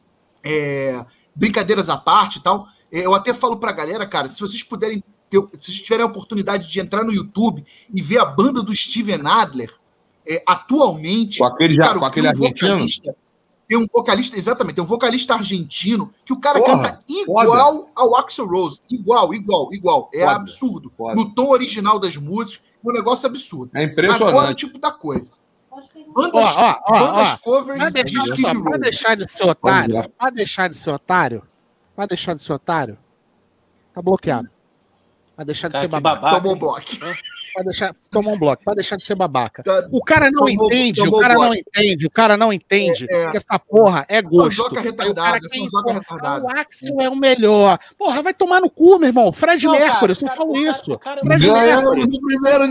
D: é, brincadeiras à parte e tal, eu até falo pra galera, cara, se vocês puderem ter, se vocês tiverem a oportunidade de entrar no YouTube e ver a banda do Steven Adler, é, atualmente,
G: com aquele,
D: cara,
G: com aquele
D: um
G: argentino?
D: Tem um vocalista, exatamente, tem um vocalista argentino que o cara
G: Porra,
D: canta igual foda. Ao Axl Rose. Igual, igual, igual. É foda, absurdo. Foda. No tom original das músicas, um negócio absurdo.
G: É impressionante.
D: Agora, o tipo da coisa. Bandas,
B: ó, ó, ó,
D: bandas
B: ó,
D: covers
B: pra
D: de
B: deixar,
D: Skid
B: só,
D: Row.
B: pra deixar de ser otário, pra deixar de ser otário, pra deixar de ser otário, tá bloqueado. Pra deixar de
C: Cara,
B: ser
C: que
B: babaca.
C: babaca.
D: Tomou um bloco.
B: Pra deixar, tomar um bloco, pra deixar de ser babaca.
D: Tá.
B: O cara não
D: Tomou-
B: entende,
D: tomou
B: o cara
D: bloco.
B: não entende, o cara não entende
D: É, é.
B: que essa porra é gosto.
D: Fanzoca
B: Aí o
D: retardado,
B: cara
D: é
B: quer
D: fanzoca
B: impor,
D: retardado.
B: "Ah, o Axel é o melhor. Porra, vai tomar no cu, meu irmão. Fred
C: Não, cara,
B: Mercury, eu
C: o
B: só
C: cara-
B: falo
C: o cara-
B: isso.
C: o cara-
B: Fred Mercury.
G: Ganhamos o primeiro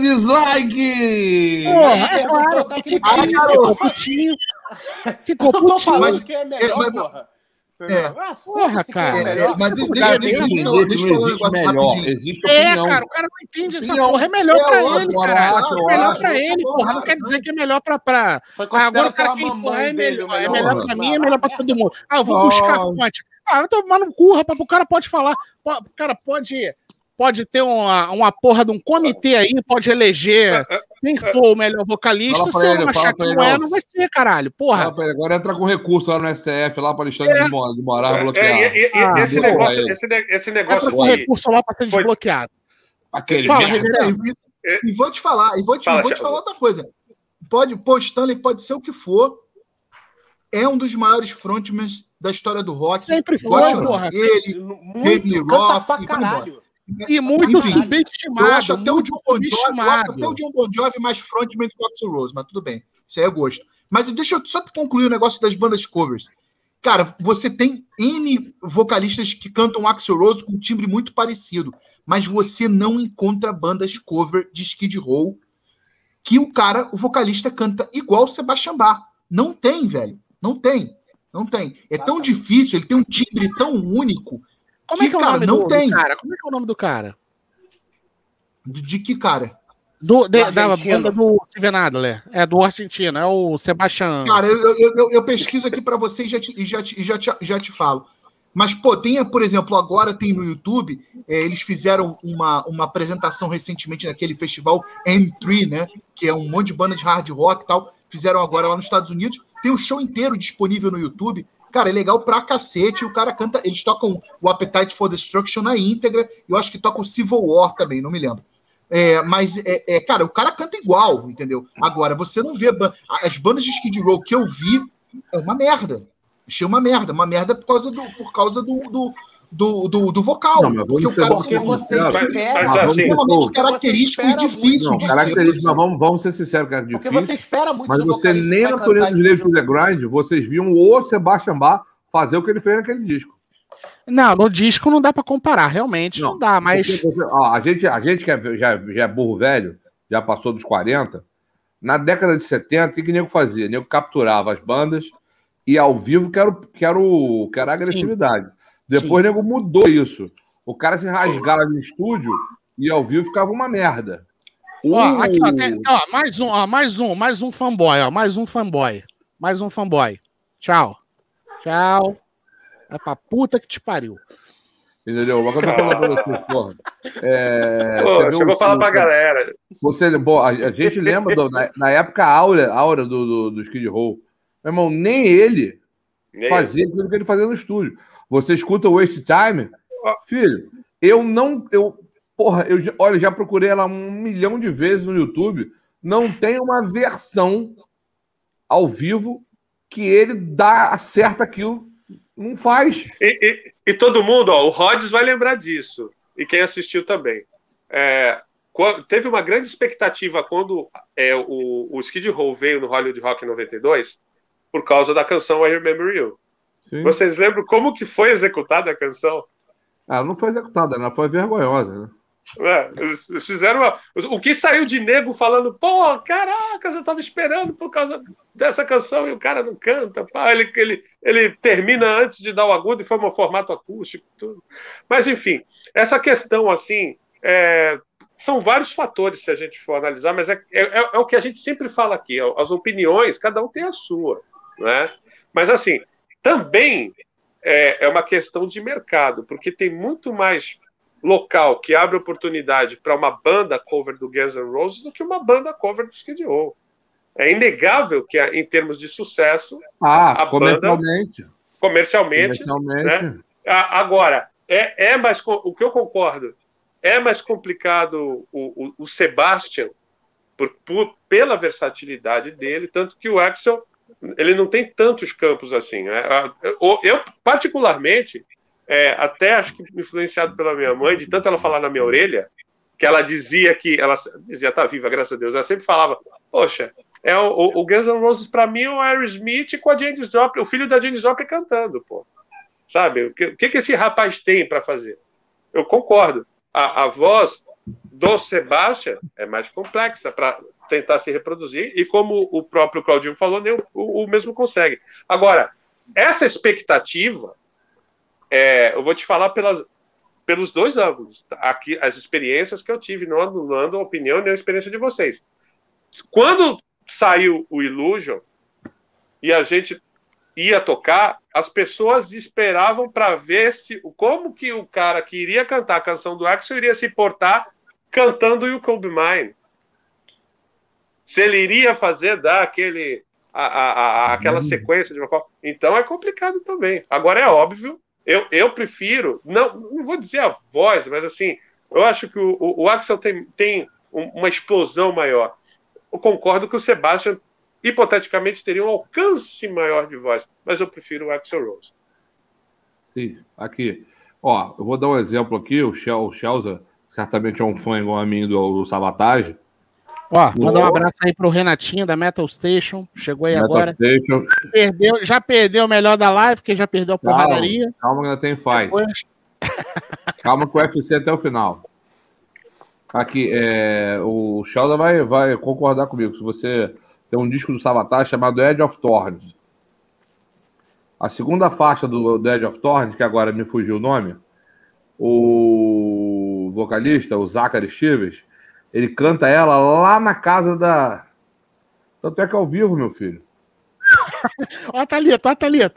G: dislike!
B: Porra, é
C: perguntou
B: claro,
C: daquele
B: ficou putinho,
D: cara,
B: ficou
D: ô,
B: putinho. Ficou
C: Eu tô
B: putinho.
C: falando
D: Mas-
C: que é melhor,
D: é, mas-
C: porra.
D: É.
C: Ah,
B: Porra,
C: foda-se que é
B: cara.
D: É,
C: melhor.
D: é, mas
B: Você
D: deixa,
B: não
D: deixa,
B: quer
D: deixa,
B: mesmo?
D: eu falar- deixa eu falar um
G: existe
D: negócio
G: melhor,
D: rapidinho.
G: existe
B: É,
G: opinião.
B: cara, o cara não entende essa
G: Opinião.
B: porra. É melhor
D: É
B: pra
D: óbvio,
B: ele,
D: eu
B: cara.
G: acho,
B: É
G: eu
B: melhor
G: acho,
B: pra
D: eu
B: ele,
D: tô
B: porra. Não
D: claro,
B: quer
D: né?
B: dizer que é melhor pra. pra...
C: Foi
B: Ah,
C: considerado
B: agora o cara
C: pela
B: quer
C: mamãe
B: empurrar, é
C: dele
B: melhor,
C: o
B: é
C: melhor.
B: melhor pra mim, é melhor pra todo mundo. Ah, eu vou
G: Oh.
B: buscar a fonte. Ah, eu tô tomando no cu, rapaz. O cara pode falar. Pô, cara, pode, pode ter uma, uma porra de um comitê aí, pode eleger quem for o melhor vocalista.
G: Fala pra
B: Se eu
G: ele,
B: não achar
G: fala
B: que
G: pra ele,
B: não é,
G: não.
B: não vai ser, caralho. Porra.
G: Fala pra ele, agora entra com recurso lá no S T F, lá para Alexandre
B: É.
G: de Mo- de Moraes
E: É,
G: bloquear.
E: e, e- e-
B: Ah,
E: esse,
G: boa,
E: negócio,
G: ele.
E: esse, ne- esse
B: Entra
E: negócio
B: com
E: de.
B: recurso lá pra ser
E: Foi-
B: desbloqueado.
G: Aquele
B: Fala,
G: merda.
B: reverendo.
D: É, e, e vou te falar, e vou te,
E: Fala,
D: vou te
E: Thiago.
D: falar outra coisa. Pode, pô, Stanley pode ser o que for. É um dos maiores frontmen da história do rock.
B: Sempre foi,
D: Gosto
B: porra.
D: Ele,
C: Muito,
D: Redley
C: canta
D: Roth,
C: pra
D: e vai
C: caralho.
B: E muito
D: Enfim,
B: subestimado.
D: eu acho até o
B: muito
D: John Bon Jovi, eu acho
B: subestimado.
D: até o John Bon Jovi mais frontman do que o Axl Rose, mas tudo bem. Isso aí é gosto. Mas deixa eu só concluir o negócio das bandas covers. Cara, você tem N vocalistas que cantam Axl Rose com um timbre muito parecido, mas você não encontra bandas cover de Skid Row que o cara, o vocalista, canta igual o Sebastian Bach. Não tem, velho. Não tem. Não tem. É tão difícil, ele tem um timbre tão único.
B: Como é
D: que,
B: que é o
D: cara,
B: nome
D: não
B: do,
D: tem.
B: do cara? Como é que é o nome do cara?
D: De, de que cara?
B: Do, de-
C: Do
B: da
C: argentino.
B: banda do Steven Adler. É do argentino, é o Sebastian.
D: Cara, eu, eu, eu, eu pesquiso aqui para você e já te, e já, te, e já, te, já te falo. Mas, pô, tem, por exemplo, agora tem no YouTube, é, eles fizeram uma, uma apresentação recentemente naquele festival M três, né? Que é um monte de banda de hard rock e tal. Fizeram agora lá nos Estados Unidos. Tem um show inteiro disponível no YouTube. Cara, é legal pra cacete. O cara canta, eles tocam o Appetite for Destruction na íntegra. Eu acho que toca o Civil War também, não me lembro. É, mas, é, é, cara, o cara canta igual, entendeu? Agora, você não vê... ban- As bandas de Skid Row que eu vi é uma merda. Achei uma merda. Uma merda por causa do, por causa do, do, do, do, do vocal.
G: Não, mas
D: porque o
G: vamos
D: cara
G: ser-
C: Porque
D: tem um-
C: você
G: Mas-
C: espera.
E: mas
G: Ah, vamos-
E: assim,
D: extremamente
G: Porque
D: característico e
C: espera
D: difícil
G: Não,
D: de
G: característica,
D: ser.
G: mas vamos, vamos ser sinceros, que é
C: Porque
G: difícil.
C: você espera muito
G: Mas
C: do
G: você
C: vocalista
G: nem
C: que
G: na
C: vai
G: turnê
C: cantar
G: dos
C: esse
G: Slaves to
C: jogo.
G: the Grind, vocês viam o Sebastian Bach fazer o que ele fez naquele disco.
B: Não, no disco não dá pra comparar, realmente não,
G: Não,
B: dá, mas
G: Porque você- ó, a gente, a gente que é- já, já é burro velho, já passou dos quarenta, na década de setenta, o que, que o nego fazia? O nego capturava as bandas e ao vivo que era, o- que era, o, que era a agressividade. Depois o nego mudou isso. O cara se rasgava no estúdio e ao vivo ficava uma merda.
B: ó,
G: O-
B: aqui, ó, tem- ó, mais um, ó, mais um, mais um fanboy, ó, mais um fanboy, mais um fanboy. Tchau, tchau. É pra puta que te pariu.
G: Entendeu? Uma coisa que eu tô falando pra vocês, porra. É,
E: Pô,
G: você vê
E: chegou
G: o-
E: a falar pra
G: o-
E: galera.
G: Você, bom, a, a gente lembra do- na, na época aura, aura do, do, do Skid Row. Meu irmão, nem ele
E: Nem
G: fazia aquilo que ele fazia no estúdio. Você escuta o Waste Time, filho, eu não. Eu, porra, eu, já- olha, já procurei ela um milhão de vezes no YouTube. Não tem uma versão ao vivo que ele dá, acerta aquilo. Não faz.
E: E, e- e todo mundo, ó, o Rhodes vai lembrar disso. E quem assistiu também. É, quan- teve uma grande expectativa quando é, o, o Skid Row veio no Hollywood Rock em noventa e dois por causa da canção I Remember You.
G: Sim.
E: Vocês lembram como que foi executada a canção?
G: Ela não foi executada, ela foi vergonhosa, né?
E: É, eles, eles fizeram uma... O que saiu de nego falando, pô, caraca, eu tava esperando por causa dessa canção e o cara não canta. Pá, ele, ele, ele termina antes de dar o agudo e foi um formato acústico, tudo. Mas, enfim, essa questão, assim, é, são vários fatores se a gente for analisar, mas é, é, é o que a gente sempre fala aqui, as opiniões, cada um tem a sua, né? Mas, assim, também é, é uma questão de mercado, porque tem muito mais local que abre oportunidade para uma banda cover do Guns N' Roses do que uma banda cover do Skid Row. É inegável que, em termos de sucesso,
G: ah,
E: a
G: comercialmente.
E: banda, comercialmente,
G: comercialmente.
E: Né? Agora, é, é mais, o que eu concordo, é mais complicado o, o, o Sebastian por, por, pela versatilidade dele, tanto que o Axl, ele não tem tantos campos assim. Né? Eu, eu particularmente, É, até acho que influenciado pela minha mãe, de tanto ela falar na minha orelha, que ela dizia que, ela dizia, tá viva, graças a Deus, ela sempre falava, poxa, é o, o, o Guns N' Roses pra mim é o Aerosmith com a Janis Joplin, o filho da Janis Joplin cantando, pô. Sabe, o que, o que que esse rapaz tem para fazer? Eu concordo, a, a voz do Sebastian é mais complexa para tentar se reproduzir, e como o próprio Claudinho falou, nem o, o, o mesmo consegue. Agora, essa expectativa, É, eu vou te falar pelas, pelos dois ângulos. Aqui, as experiências que eu tive, não anulando a opinião nem a experiência de vocês. Quando saiu o Illusion e a gente ia tocar, as pessoas esperavam para ver se, como que o cara que iria cantar a canção do Axl iria se portar cantando You Could Be Mine. Se ele iria fazer, dar aquele, a, a, a, aquela sequência de uma forma. Então é complicado também. Agora é óbvio. Eu, eu prefiro, não, não vou dizer a voz, mas assim, eu acho que o, o, o Axl tem, tem uma explosão maior. Eu concordo que o Sebastian, hipoteticamente, teria um alcance maior de voz, mas eu prefiro o Axl Rose.
G: Sim, aqui. Ó, eu vou dar um exemplo aqui, o Shelza, certamente é um fã igual a mim do, do Sabotage.
B: Ó, mandar um abraço aí pro Renatinho da Metal Station. Chegou aí
G: Metal
B: agora.
G: Station.
B: Perdeu, já perdeu o melhor da live, porque já perdeu a porradaria.
G: Calma, calma que ainda tem fight.
B: Depois...
G: Calma com o U F C até o final. Aqui, é, o Sheldon vai, vai concordar comigo. Se você tem um disco do Sabotage chamado Edge of Thorns. A segunda faixa do, do Edge of Thorns, que agora me fugiu o nome, o vocalista, o Zachary Stevens, ele canta ela lá na casa da... Tanto é que é ao vivo, meu filho.
B: Ó a Thalita, ó a Thalita.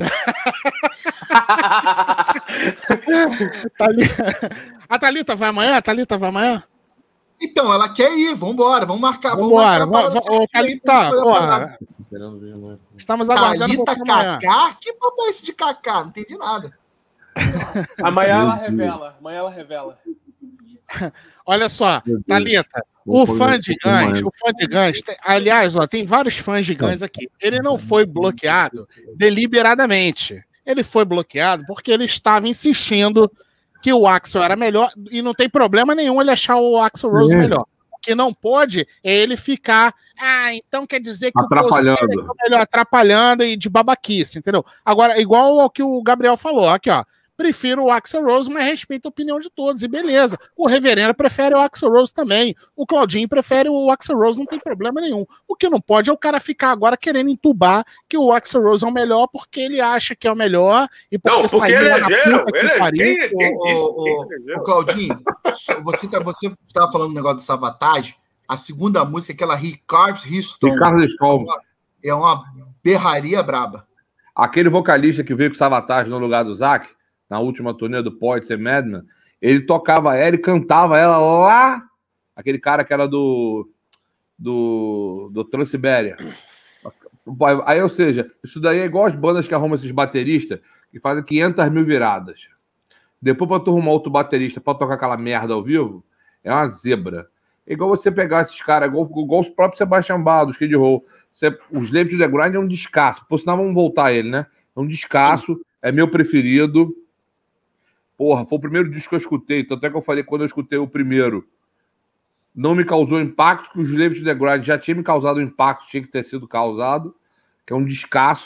B: Thalita. A Thalita vai amanhã? A Thalita vai amanhã?
D: Então, ela quer ir, vambora, vamos marcar. Vamos
B: Vambora,
D: marcar
B: vamos, ô, Thalita, porra. Estamos aguardando
D: Thalita
B: um amanhã.
D: Kaká? Que papo é esse de Kaká? Não entendi nada.
C: Amanhã ela revela, amanhã ela revela.
B: Olha só, Thalita, o fã de Guns, o fã de Guns, tem, aliás, ó, tem vários fãs de Guns aqui. Ele não foi bloqueado deliberadamente. Ele foi bloqueado porque ele estava insistindo que o Axl era melhor e não tem problema nenhum ele achar o Axl Rose é. melhor. O que não pode é ele ficar, ah, então quer dizer que
G: atrapalhando.
B: o Post é melhor, atrapalhando e de babaquice, entendeu? Agora, igual ao que o Gabriel falou, aqui, ó. Prefiro o Axl Rose, mas respeito a opinião de todos, e beleza. O Reverendo prefere o Axl Rose também. O Claudinho prefere o Axl Rose, não tem problema nenhum. O que não pode é o cara ficar agora querendo entubar que o Axl Rose é o melhor porque ele acha que é o melhor e porque,
E: não, porque
B: saiu
E: ele
B: lá
E: é
B: na
E: gero,
B: puta
E: ele
B: que
E: é
B: pariu.
E: quem, quem
D: Ô,
E: disse,
D: ô,
E: quem
D: ô,
E: elegeu?
D: ô, Claudinho, você tá, você estava falando um negócio do Sabotage, a segunda música, aquela He Carves His Stone,
G: Ricardo Stone.
D: é uma berraria braba.
G: Aquele vocalista que veio com o Sabotage no lugar do Zac, na última turnê do Poets and Madman, ele tocava ela e cantava ela lá, aquele cara que era do do, do Transibéria. Aí, ou seja, isso daí é igual as bandas que arrumam esses bateristas que fazem quinhentas mil viradas. Depois pra tu arrumar outro baterista pra tocar aquela merda ao vivo, é uma zebra. É igual você pegar esses caras, igual, igual os próprios Sebastian Bach, do Skid Row. Você, os Slave to the Grind é um descasso. Por sinal, vamos voltar a ele, né? É um descasso, é meu preferido. Porra, foi o primeiro disco que eu escutei. Tanto é que eu falei, quando eu escutei o primeiro, não me causou impacto, que os Slave to the Grind já tinha me causado impacto, tinha que ter sido causado, que é um descasso.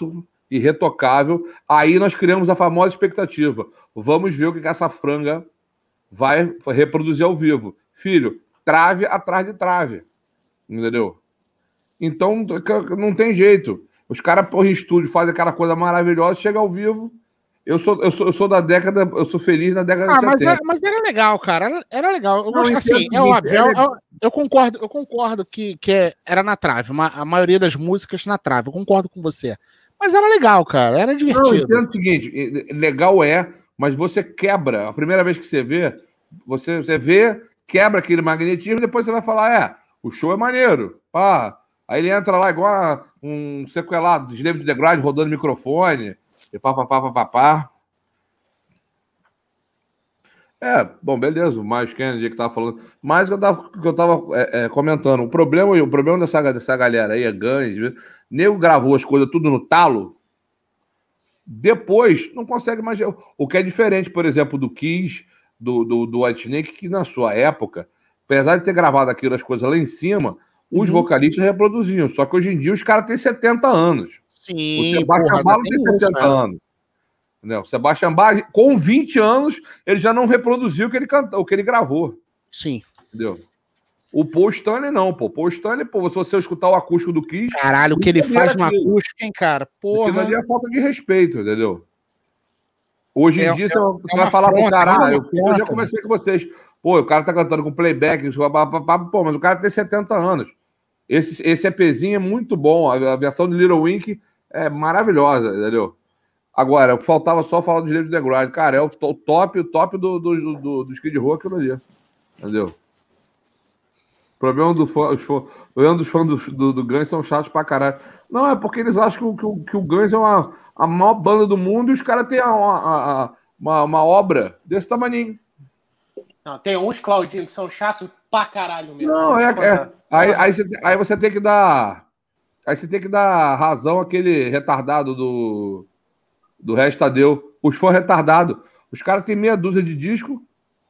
G: irretocável. Aí nós criamos a famosa expectativa. Vamos ver o que, que essa franga vai reproduzir ao vivo. Filho, trave atrás de trave. Entendeu? Então, não tem jeito. Os caras, por estúdio, fazem aquela coisa maravilhosa, chega ao vivo. Eu sou, eu sou, eu sou da década, eu sou feliz na década
B: ah,
G: de
B: mas
G: setenta.
B: era, mas era legal, cara. Era, era legal. Eu
G: Não,
B: gosto,
G: eu
B: assim,
G: entendo
B: é
G: o
B: óbvio.
G: seguinte,
B: Eu,
G: é-
B: eu, eu concordo, eu concordo que, que é- era na trave. uma- a maioria das músicas na trave. Eu concordo com você. Mas era legal, cara. Era
G: Não, eu
B: divertido.
G: entendo o seguinte, legal é, mas você quebra. A primeira vez que você vê, você, você vê, quebra aquele magnetismo, e depois você vai falar, é, o show é maneiro. Ah, aí ele entra lá igual a um sequelado dos Slave to the Grind, rodando microfone, e pá, pá, pá, pá, pá, pá. É, bom, beleza, o Miles Kennedy que tava falando. Mas o que eu tava, que eu tava é, é, comentando, o problema, o problema dessa, dessa galera aí é Guns, nego gravou as coisas tudo no talo, depois não consegue mais. O que é diferente, por exemplo, do Kiss, do, do, do White Snake, que na sua época, apesar de ter gravado aquilo, as coisas lá em cima, os
B: Uhum.
G: vocalistas reproduziam. Só que hoje em dia os caras têm setenta anos. O
B: Sim,
G: Sebastião
B: porra,
G: Bach
B: ainda
G: tem
B: tem isso,
G: setenta
B: é.
G: anos. Não, o Sebastião Bach, com vinte anos, ele já não reproduziu o que ele cantou, o que ele gravou.
B: Sim.
G: Entendeu? O Paul Stanley não, pô. Paul Stanley, pô, se você escutar o acústico do Kiss,
B: Caralho, o que ele
G: Isso
B: faz
G: era
B: no
G: aquilo.
B: acústico, hein, cara?
G: aquilo
B: Porra.
G: ali é falta de respeito, entendeu? Hoje em
B: É-
G: dia,
B: é-
G: você,
B: é
G: você
B: uma
G: vai falar pro
B: afronta,
G: cara,
B: é uma
G: ah, eu, eu já
B: afronta,
G: conversei com vocês. Pô, o cara tá cantando com playback, isso, pá, pá, pá, pô, mas o cara tem setenta anos. Esse, esse EPzinho é muito bom. A, a versão de Little Wink é maravilhosa, entendeu? Agora, faltava só falar do Slave to the Grind. Cara, é o, to- o top, o top do, do, do, do, do Skid Row aquilo ali. Entendeu? O problema, do fã, os fã, o problema dos fãs do, do, do Guns são chatos pra caralho. Não, é porque eles acham que, o- que, o- que o Guns é uma, a maior banda do mundo e os caras têm uma, uma, uma, uma obra desse tamaninho.
C: Não, tem uns, Claudinho, que são chatos pra caralho mesmo.
G: Não,
C: Vou te
G: é,
C: contar.
G: é. Aí, aí, você, aí você tem que dar. Aí você tem que dar razão àquele retardado do. Do Regis Tadeu. Os fãs retardados. Os caras têm meia dúzia de disco.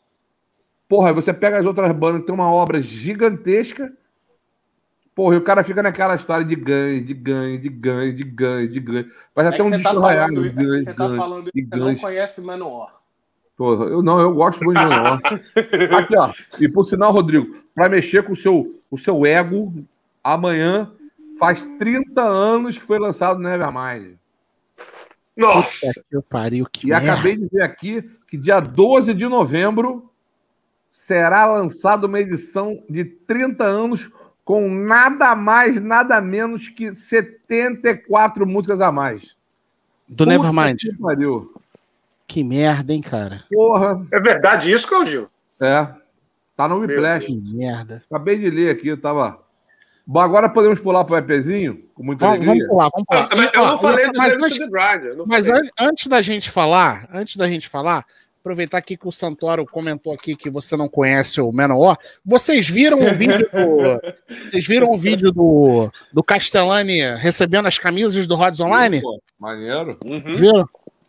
G: Porra, aí você pega as outras bandas que tem uma obra gigantesca. Porra, e o cara fica naquela história de ganho, de ganho, de ganho, de ganho, de ganho. Parece
C: É
G: até
C: que
G: um
C: você
G: disco
C: tá
G: raiado.
C: falando,
G: de ganho,
C: você tá
G: ganho,
C: falando
G: de
C: isso, você não
G: ganho.
C: conhece Manowar.
G: Porra, eu não, eu gosto muito de Manowar. Aqui, ó. E por sinal, Rodrigo, pra mexer com o seu, o seu ego, amanhã faz trinta anos que foi lançado no Nevermind.
E: Nossa!
B: Puta que pariu, que
G: E
B: merda.
G: acabei de ver aqui que dia doze de novembro será lançada uma edição de trinta anos com nada mais, nada menos que setenta e quatro músicas a mais.
B: Do
G: Puta
B: Nevermind.
G: que pariu.
B: Que merda, hein, cara?
G: Porra,
E: É verdade isso, Claudinho?
G: é. Tá no Whiplash.
B: Que merda.
G: Acabei de ler aqui, eu tava. Bom, agora podemos pular pro EPzinho? Com muita
B: Vamos,
G: alegria.
B: vamos pular, vamos pular.
E: Ah, mas eu
B: Ó,
E: não falei do
B: mas
E: Slave
B: antes-
E: to the Grind. eu não
B: Mas
E: falei.
B: an- antes da gente falar, antes da gente falar, aproveitar aqui que o Santoro comentou aqui que você não conhece o Manowar. Vocês viram o vídeo do, vocês viram o vídeo do, do Castellani recebendo as camisas do Rods Online?
G: Pô, maneiro,
E: Uhum.
B: Viram?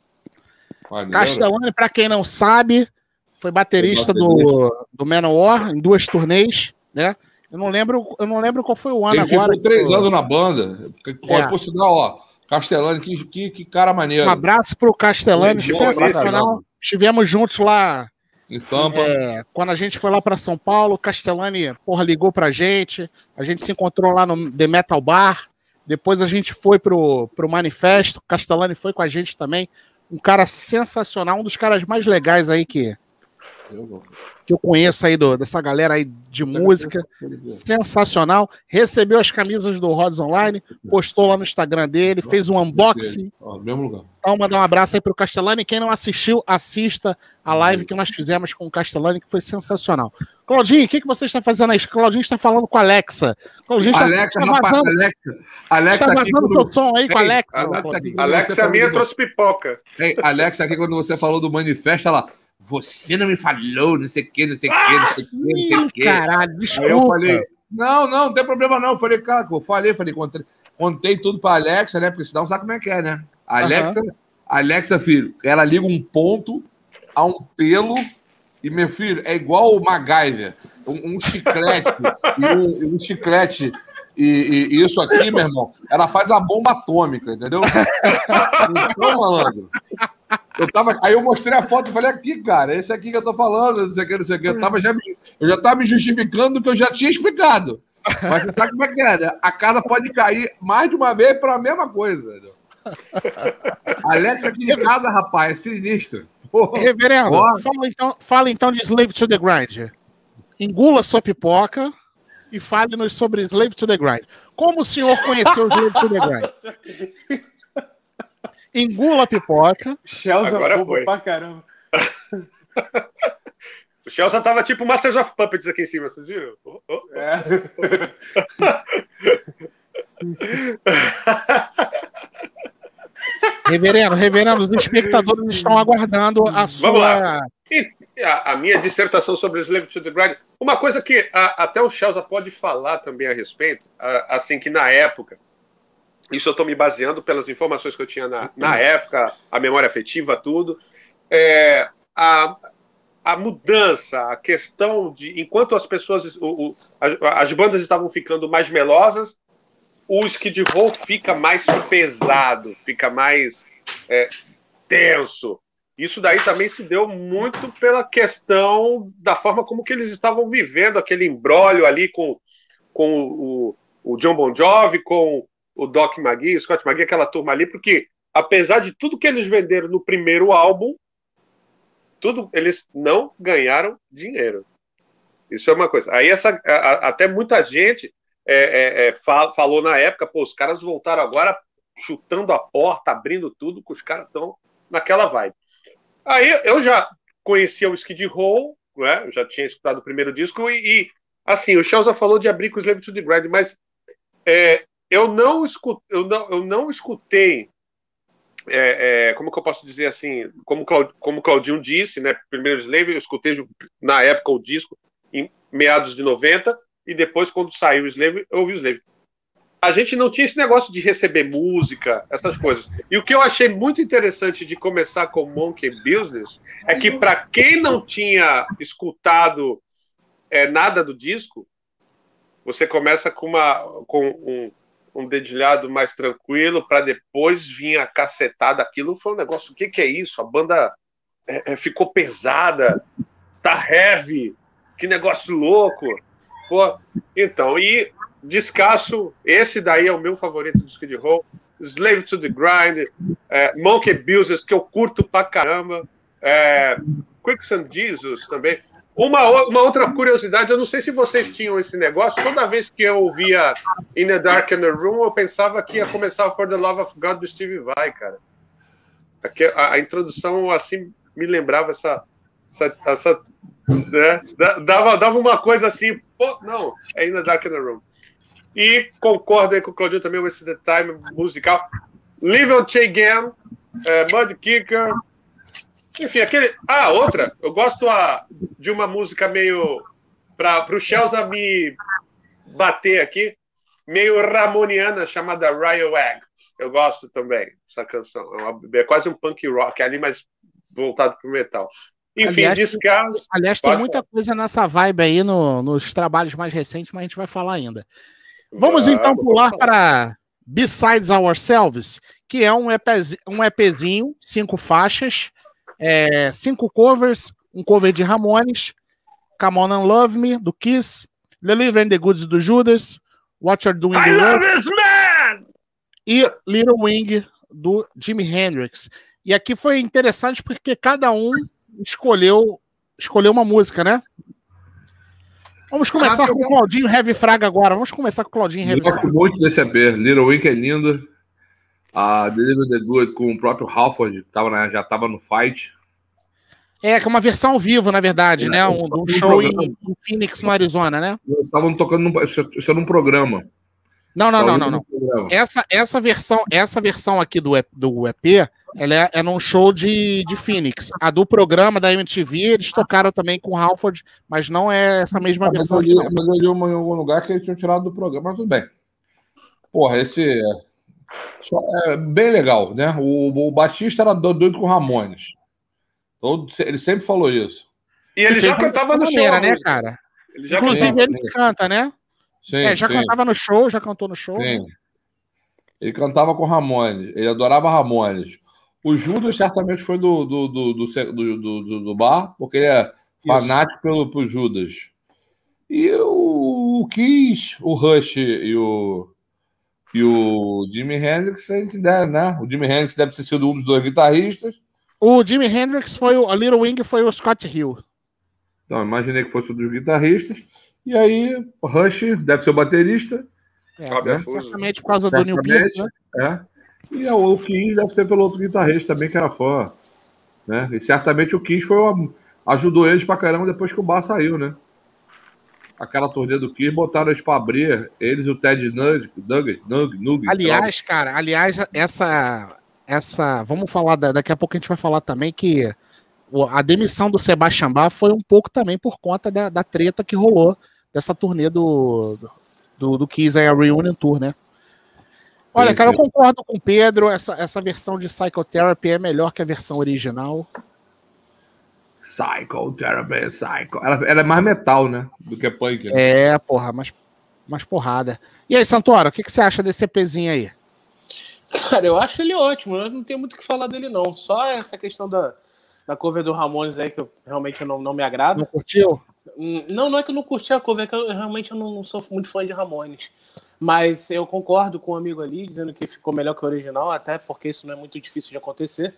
G: maneiro.
B: Castellani, pra quem não sabe, foi baterista
G: Foi
B: do, do Manowar em duas turnês, né? Eu não lembro, eu não lembro qual foi o ano
G: Ele ficou
B: agora.
G: três
B: que-
G: anos na banda. Pode,
B: É.
G: por sinal, ó. Castellani, que, que, que cara maneiro.
B: Um abraço pro Castellani,
G: Um abraço,
B: sensacional.
G: abraço.
B: Estivemos juntos lá.
G: Em Sampa.
B: É, quando a gente foi lá para São Paulo, o Castellani, porra, ligou pra gente. A gente se encontrou lá no The Metal Bar. Depois a gente foi pro, pro Manifesto. O Castellani foi com a gente também. Um cara sensacional, um dos caras mais legais aí que, que eu conheço aí do, dessa galera aí de música. Sensacional. Recebeu as camisas do Rods Online, postou lá no Instagram dele, fez um unboxing.
G: Ó, no mesmo lugar.
B: Então, mandar um abraço aí pro Castellani. Quem não assistiu, assista a live que nós fizemos com o Castellani, que foi sensacional. Claudinho, o que, que você está fazendo aí? Claudinho está falando com a Alexa. Claudinho está,
G: Alexa,
B: está
G: rapaz,
B: vazando,
G: Alexa, Alexa
B: está
G: aqui
B: vazando
G: quando-
B: seu som aí com a
G: Ei,
B: Alexa.
G: Alexa
B: Claudinho.
G: aqui.
E: Alexa
G: Você
E: minha
G: falou-
E: trouxe pipoca.
G: Ei, Alexa, aqui quando você falou do manifesto, ela. Você não me falou, não sei o que, não sei o que, não sei o que, não sei o
B: Ih,
G: que.
B: caralho,
G: Aí eu
B: desculpa.
G: falei, não, não, não tem problema não. Eu falei, cara, eu falei, falei, contei, contei tudo pra Alexa, né? Porque senão sabe como é que é, né? A Alexa, Alexa, filho, ela liga um ponto a um pelo e, meu filho, é igual o MacGyver. Um, um chiclete, e um, um chiclete E, e- e isso aqui, meu irmão, ela faz a bomba atômica, entendeu? Então, malandro. Eu tava, aí eu mostrei a foto e falei, aqui, cara, esse aqui que eu tô falando, não sei o que, não sei o que. Eu, tava já, me- eu já tava me justificando do que eu já tinha explicado. Mas você sabe como é que é, né? A casa pode cair mais de uma vez para a mesma coisa. Entendeu? Alex aqui de casa, rapaz, é sinistro. Porra.
B: Reverendo,
G: Porra.
B: fala então, fala então de Slave to the Grind. Engula sua pipoca e fale-nos sobre Slave to the Grind. Como o senhor conheceu Slave to the Grind? Engula a pipoca.
C: Chelsea
E: Agora
C: bobo
E: foi.
C: pra caramba.
E: O Chelsea tava tipo Masters of Puppets aqui em cima, vocês viram? Oh, oh.
C: É.
B: Reverendo, reverendo, os espectadores estão aguardando a
E: Vamos
B: sua.
E: lá. E a, a minha dissertação sobre Slave to the Grind, uma coisa que a- até o Chelsea pode falar também a respeito, a- assim que na época, isso eu estou me baseando pelas informações que eu tinha na, na época, a memória afetiva, tudo, é, a, a mudança, a questão de, enquanto as pessoas, o, o, as, as bandas estavam ficando mais melosas, o Skid Row fica mais pesado, fica mais é, tenso. Isso daí também se deu muito pela questão da forma como que eles estavam vivendo aquele imbróglio ali com, com o, o John Bon Jovi, com o Doc McGhee, o Scott McGhee, aquela turma ali, porque apesar de tudo que eles venderam no primeiro álbum, tudo, eles não ganharam dinheiro. Isso é uma coisa. Aí essa, a, a, até muita gente é, é, é, fal, falou na época, pô, os caras voltaram agora chutando a porta, abrindo tudo, que os caras estão naquela vibe. Aí eu já conhecia o Skid Row, né? Eu já tinha escutado o primeiro disco e, e assim, o Chelsea falou de abrir com o Slave to the Grind, mas é, eu, não escutei, eu, não, eu não escutei, é, é, como que eu posso dizer assim, como, Claud, como o Claudinho disse, né? Primeiro Slave, eu escutei na época o disco, em meados de noventa, e depois, quando saiu o Slave, eu ouvi o Slave. A gente não tinha esse negócio de receber música, essas coisas. E o que eu achei muito interessante de começar com Monkey Business é que, para quem não tinha escutado é, nada do disco, você começa com, uma, com um, um dedilhado mais tranquilo, para depois vir a cacetada. Aquilo foi um negócio, o que, que é isso? A banda é, é, ficou pesada, tá heavy, que negócio louco. Pô, então, e descasso, esse daí é o meu favorito do Skid Row, Slave to the Grind, é, Monkey Business, que eu curto pra caramba, é, Quicksand Jesus também. Uma, uma outra curiosidade, eu não sei se vocês tinham esse negócio, toda vez que eu ouvia In the Dark in the Room, eu pensava que ia começar For the Love of God do Steve Vai, cara. A, a introdução, assim, me lembrava essa... essa, essa né? dava, dava uma coisa assim, pô, não, é In the Dark in the Room. E concordo aí com o Claudio também, o Waste the Time musical. Live on Cheyenne, é, Mud Kicker. Enfim, aquele. Ah, outra. Eu gosto a, de uma música meio. Para o Chelsea me bater aqui, meio ramoniana, chamada Riot Act. Eu gosto também dessa canção. É, uma, é quase um punk rock ali, mas voltado para o metal. Enfim,
B: Aliás,
E: descaso.
B: Aliás, tem muita coisa nessa vibe aí no, nos trabalhos mais recentes, mas a gente vai falar ainda. Vamos então pular para Besides Ourselves, que é um, EPzinho, um EPzinho, cinco faixas, é, cinco covers, um cover de Ramones, Come On and Love Me, do Kiss, The Live and the Goods, do Judas, What You're Doing,
E: I
B: do
E: love
B: Love,
E: this man!
B: e Little Wing, do Jimi Hendrix. E aqui foi interessante porque cada um escolheu, escolheu uma música, né? Vamos começar ah, com o Claudinho Heavy Fraga agora. Vamos começar com o Claudinho Heavy Fraga.
G: Eu gosto muito desse E P. Little Wing é lindo. A Deliver the Good com o próprio Halford, que tava na, já estava no Fight.
B: É, que é uma versão ao vivo, na verdade, é, né? Um, um show em, em Phoenix, no Arizona, né?
G: Estavam tocando num, isso é num programa.
B: Não, não, não, não, não. Essa, essa, versão, essa versão aqui do, do E P, ela é, é num show de, de Phoenix. A do programa da M T V, eles tocaram também com Halford, mas não é essa mesma ah, versão
G: mas
B: aqui,
G: eu li, mas eu li uma, em algum lugar que eles tinham tirado do programa, mas tudo bem. Porra, esse é bem legal, né? O, o Batista era doido com o Ramones. Todo, ele sempre falou isso.
E: E ele, ele já cantava no show,
B: né, cara? Ele já Inclusive, ele canta, né?
G: Sim,
B: É, já
G: sim,
B: cantava no show, já cantou no show.
G: sim.
B: Né?
G: Ele cantava com Ramones, ele adorava Ramones. O Judas certamente foi do, do, do, do, do, do, do bar, porque ele é fanático pelo, pro Judas. E o, o Kiss, o Rush e o, e o Jimi Hendrix, a gente deve, né? O Jimi Hendrix deve ter sido um dos dois guitarristas.
B: O Jimi Hendrix foi o. A Little Wing foi o Scott Hill.
G: Então, imaginei que fosse um dos guitarristas. E aí, o Rush deve ser o baterista.
B: É,
E: Fábio
B: né?
E: Afuso.
B: Certamente por causa do New
G: Certamente,
B: Beat, né?
G: É. E o Kiss deve ser pelo outro guitarrista também, que era fã. Né? E certamente o Kiss foi uma, ajudou eles pra caramba depois que o Bar saiu, né? Aquela turnê do Kiss, botaram eles pra abrir, eles e o Ted Nugget, Nugget, Nugget, Nugget.
B: Aliás, cara, aliás, essa. essa vamos falar, da, daqui a pouco a gente vai falar também que o- a demissão do Sebastian Bach foi um pouco também por conta da, da treta que rolou dessa turnê do, do, do Kiss, aí, a Reunion Tour, né? Olha,
G: Sim,
B: cara, eu
G: sim.
B: concordo com o Pedro, essa, essa versão de Psychotherapy é melhor que a versão original.
G: Psychotherapy, Psycho. Ela, ela é mais metal, né? Do que punk. Né?
B: É, porra, mais, mais porrada. E aí, Santoro, o que, que você acha desse EPzinho aí?
C: Cara, eu acho ele ótimo. Eu não tenho muito o que falar dele, não. Só essa questão da, da cover do Ramones aí que eu, realmente não, não me agrada.
B: Não curtiu?
C: Hum, Não, não é que eu não curti a cover, é que eu realmente eu não, não sou muito fã de Ramones. Mas eu concordo com o amigo ali, dizendo que ficou melhor que o original, até porque isso não é muito difícil de acontecer.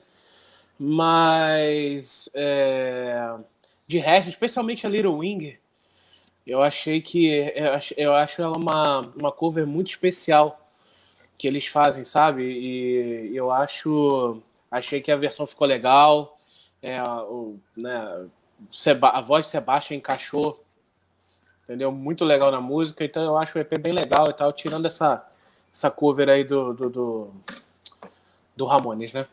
C: Mas, é, de resto, especialmente a Little Wing, eu achei que. Eu acho, eu acho ela uma, uma cover muito especial que eles fazem, sabe? E eu acho. Achei que a versão ficou legal. É, o, né, Seba- a voz de Sebastian encaixou, entendeu? Muito legal na música, então eu acho o E P bem legal e tal, tirando essa, essa cover aí do, do, do, do Ramones, né?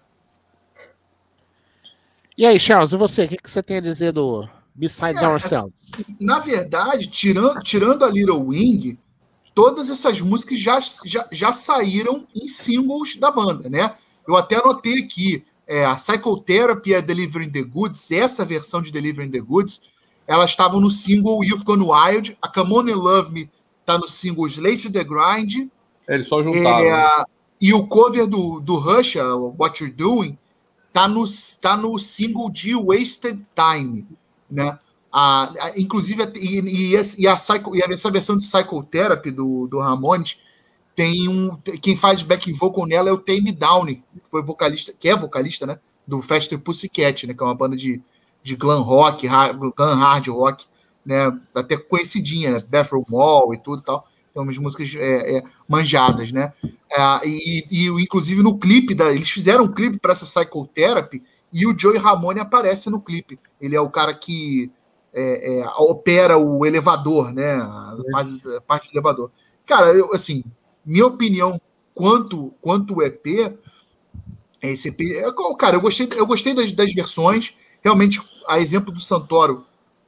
B: E aí, Charles, e você? O que, que você tem a dizer do Besides
D: É,
B: Ourselves?
D: Na verdade, tirando, tirando a Little Wing, todas essas músicas já, já, já saíram em singles da banda, né? Eu até anotei aqui, é, a Psychotherapy e a Delivering the Goods, essa versão de Delivering the Goods, elas estavam no single You've Gone Wild, a Come On and Love Me tá no single Slave to the Grind,
G: Eles só juntaram.
D: é,
G: né?
D: e o cover do, do Rush, a What You're Doing, tá no, tá no single de Wasted Time, né? A, a- inclusive, a- e, e, esse- e a psycho, e essa versão de Psychotherapy do, do Ramones tem um. Quem faz backing vocal nela é o Tame Downey, que foi vocalista, que é vocalista, né? Do Faster Pussycat, né? Que é uma banda de, de glam rock, hard, glam hard rock, né? Até conhecidinha, né? Bathroom Mall e tudo e tal. Tem umas músicas é, é, manjadas, né? É, e, e, inclusive, no clipe, da, eles fizeram um clipe para essa Psychotherapy e o Joey Ramone aparece no clipe. Ele é o cara que é, é, opera o elevador, né? A parte, a parte do elevador. Cara, eu, assim, minha opinião quanto, quanto o E P, esse E P, é, cara, eu gostei, eu gostei das, das versões. Realmente, a exemplo do Santoro,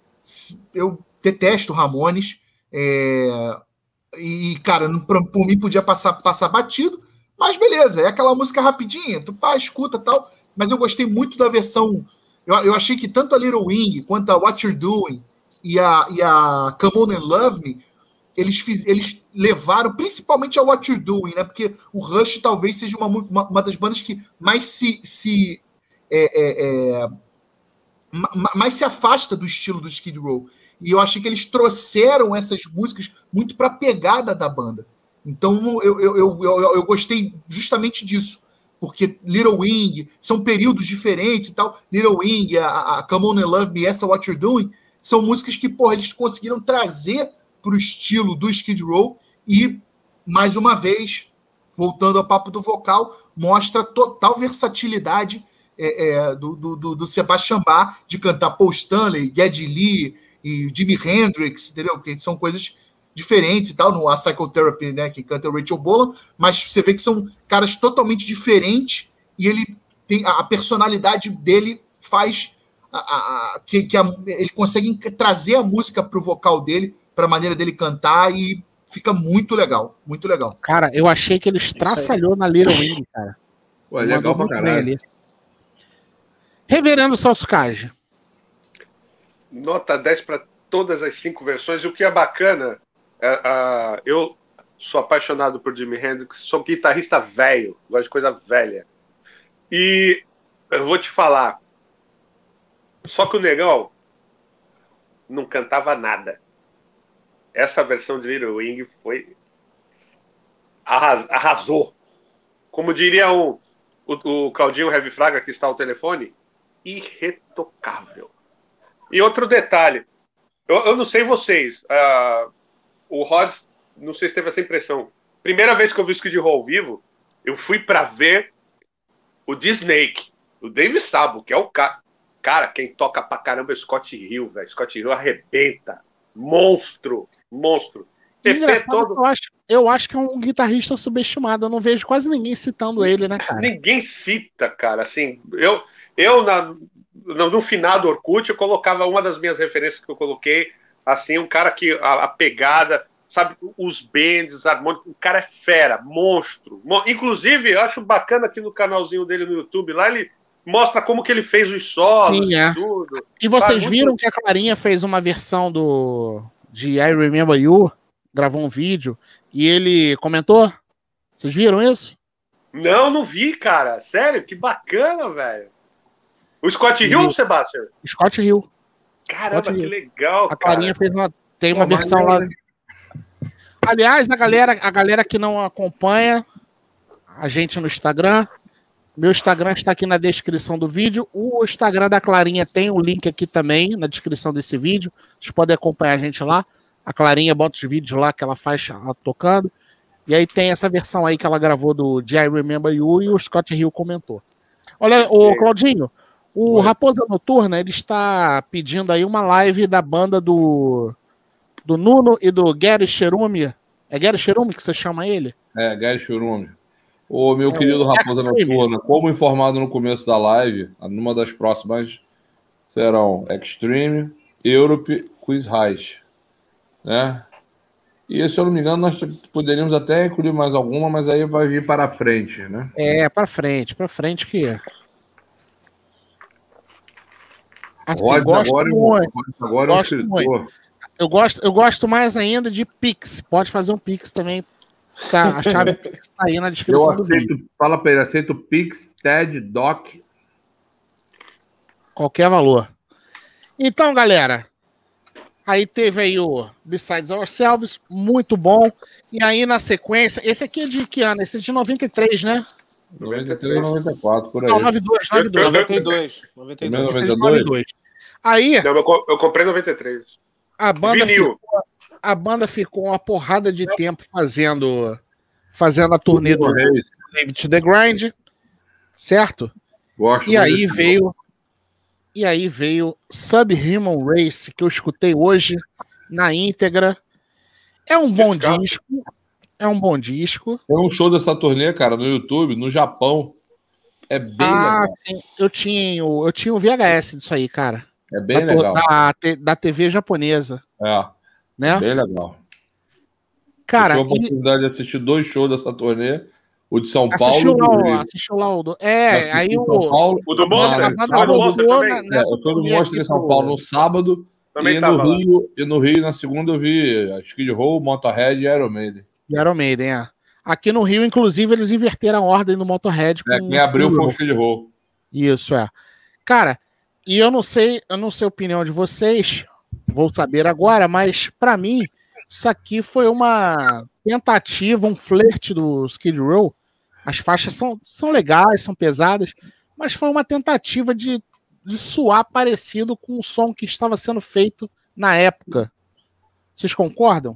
D: eu detesto Ramones. É, e, cara, por, por mim podia passar, passar batido, mas beleza, é aquela música rapidinha, tu pá, escuta e tal. Mas eu gostei muito da versão. Eu, eu achei que tanto a Little Wing quanto a What You're Doing e a, e a Come On and Love Me, eles, fiz, eles levaram principalmente a What You're Doing, né? Porque o Rush talvez seja uma, uma, uma das bandas que mais se, se é, é, é, mais se afasta do estilo do Skid Row. E eu achei que eles trouxeram essas músicas muito para a pegada da banda. Então eu, eu, eu, eu, eu gostei justamente disso. Porque Little Wing são períodos diferentes e tal. Little Wing, a, a Come On and Love Me, essa What You're Doing, são músicas que, porra, eles conseguiram trazer para o estilo do Skid Row e, mais uma vez, voltando ao papo do vocal, mostra total versatilidade é, é, do, do, do Sebastian Bach de cantar Paul Stanley, Geddy Lee e Jimi Hendrix, entendeu? Que são coisas diferentes e tal, no A Psychotherapy, né, que canta o Rachel Bolan, mas você vê que são caras totalmente diferentes e ele tem a personalidade dele faz a, a, a, que, que a, ele consegue trazer a música pro vocal dele, pra maneira dele cantar e fica muito legal, muito legal.
B: Cara, eu achei que ele estraçalhou na Little Wing, cara.
G: Pô, é legal pra caralho.
B: Reverendo Celso Cage.
E: Nota dez para todas as cinco versões. E o que é bacana É, uh, eu sou apaixonado por Jimi Hendrix, sou guitarrista velho, gosto de coisa velha. E eu vou te falar, só que o Negão não cantava nada. Essa versão de Little Wing foi... arrasou. Como diria o, o, o Claudinho Heavy Fraga, que está ao telefone, irretocável. E outro detalhe, eu, eu não sei vocês, uh, o Rods, não sei se teve essa impressão. Primeira vez que eu vi o Skid Row ao vivo, eu fui para ver o The Snake, o Dave Sabo, que é o cara. Cara, quem toca pra caramba é o Scott Hill, velho. Scott Hill arrebenta. Monstro, monstro.
B: Todo... Eu, acho, eu acho que é um guitarrista subestimado. Eu não vejo quase ninguém citando ele, né, cara?
E: Ninguém cita, cara. Assim, eu, eu na, no, no finado Orkut, eu colocava uma das minhas referências que eu coloquei, assim, um cara que a, a pegada, sabe, os bends, harmônicos, o cara é fera, monstro. Mon... Inclusive, eu acho bacana aqui no canalzinho dele no YouTube, lá ele mostra como que ele fez os solos.
B: Sim, é.
E: E tudo.
B: E vocês
E: Faz
B: viram
E: muito...
B: que a Clarinha fez uma versão do de I Remember You, gravou um vídeo, e ele comentou? Vocês viram isso?
E: Não, não vi, cara. Sério? Que bacana, velho. O Scott Hill ou o Sebastian?
B: Scott Hill.
E: Caramba,
B: Scott
E: que
B: Hill.
E: legal,
B: a Clarinha
E: cara.
B: fez uma, tem uma
F: Pô,
B: versão lá. Aliás, a galera, a galera que não acompanha a gente no Instagram, meu Instagram está aqui na descrição do vídeo. O Instagram da Clarinha tem o link aqui também na descrição desse vídeo. Vocês podem acompanhar a gente lá. A Clarinha bota os vídeos lá que ela faz ela tocando. E aí tem essa versão aí que ela gravou do I Remember You e o Scott Hill comentou. Olha, o Claudinho, o
F: Oi.
B: Raposa Noturna, ele está pedindo aí uma live da banda do, do Nuno e do Gary Cherumi. É Gary Cherumi que você chama ele?
F: É, Gary Churume. Ô, meu
B: É,
F: querido
B: o
F: Raposa
B: Extreme.
F: Noturna, como informado no começo da live, numa das próximas serão Extreme, Europe, Quiz High, né? E se eu não me engano, nós poderíamos até incluir mais alguma, mas aí vai vir para frente, né?
B: É, pra frente, pra frente que é. Assim,
F: Rods
B: gosto
F: agora,
B: muito.
F: Rods agora é um
B: Gosto
F: escritor.
B: Eu gosto, eu gosto mais ainda de Pix. Pode fazer um Pix também. Tá, a chave Pix tá aí na
F: Eu
B: descrição do vídeo.
F: aceito, fala pra ele, aceito Pix, T E D, Doc.
B: Qualquer valor. Então, galera, aí teve aí o Besides Ourselves, muito bom. E aí, na sequência, esse aqui é de que ano? Esse é de noventa e três, né?
F: noventa e três, noventa e quatro, por aí.
B: Não, noventa e dois, noventa e dois.
C: noventa e dois. noventa e dois.
B: Esse é de noventa e dois. Aí,
E: Não, eu, co- eu comprei noventa e três.
B: a banda
E: Vinil.
B: ficou, a banda ficou uma porrada de tempo fazendo, fazendo a turnê do
F: Reis.
B: David to the Grind, certo?
F: Gosto
B: E
F: muito
B: aí
F: desse
B: veio e aí veio Subhuman Race, que eu escutei hoje na íntegra. É um bom
E: Discado.
B: disco. É um bom disco.
F: Foi um show dessa turnê, cara, no YouTube, no Japão. É bem
B: Ah,
F: legal.
B: sim. Eu tinha, o- eu tinha o V H S disso aí, cara.
F: É bem
B: da, to-
F: legal.
B: da, te- da T V japonesa,
F: É,
B: né?
F: bem legal.
B: Cara,
F: eu tive a
B: e
F: oportunidade de assistir dois shows dessa turnê. O de São Paulo.
B: assistiu
F: e
B: lá,
F: do
B: o-
F: Rio.
B: assistiu lá o do... É,
F: Assisti
B: aí
F: em
B: o...
F: São Paulo.
E: O do
B: a banda-
E: Monster.
B: a banda
E: Ah, do Monster
B: rodou
E: também.
B: na-
F: É, eu fui no
B: turnê
F: Monstro em
B: aqui
F: São
B: pro-
F: Paulo no sábado.
E: Também
F: e,
E: tava
F: no
E: lá.
F: Rio, e no Rio, na segunda, eu vi a Skid Row, Motorhead e Iron Maiden.
B: E Iron Maiden, é. Aqui no Rio, inclusive, eles inverteram a ordem do Motorhead.
F: É,
B: com
F: quem
B: os
F: abriu foi o
B: Skid
F: Skid Row.
B: Isso, é. Cara, e eu não sei, eu não sei a opinião de vocês, vou saber agora, mas pra mim, isso aqui foi uma tentativa, um flerte do Skid Row. As faixas são, são legais, são pesadas, mas foi uma tentativa de, de soar parecido com o som que estava sendo feito na época. Vocês concordam?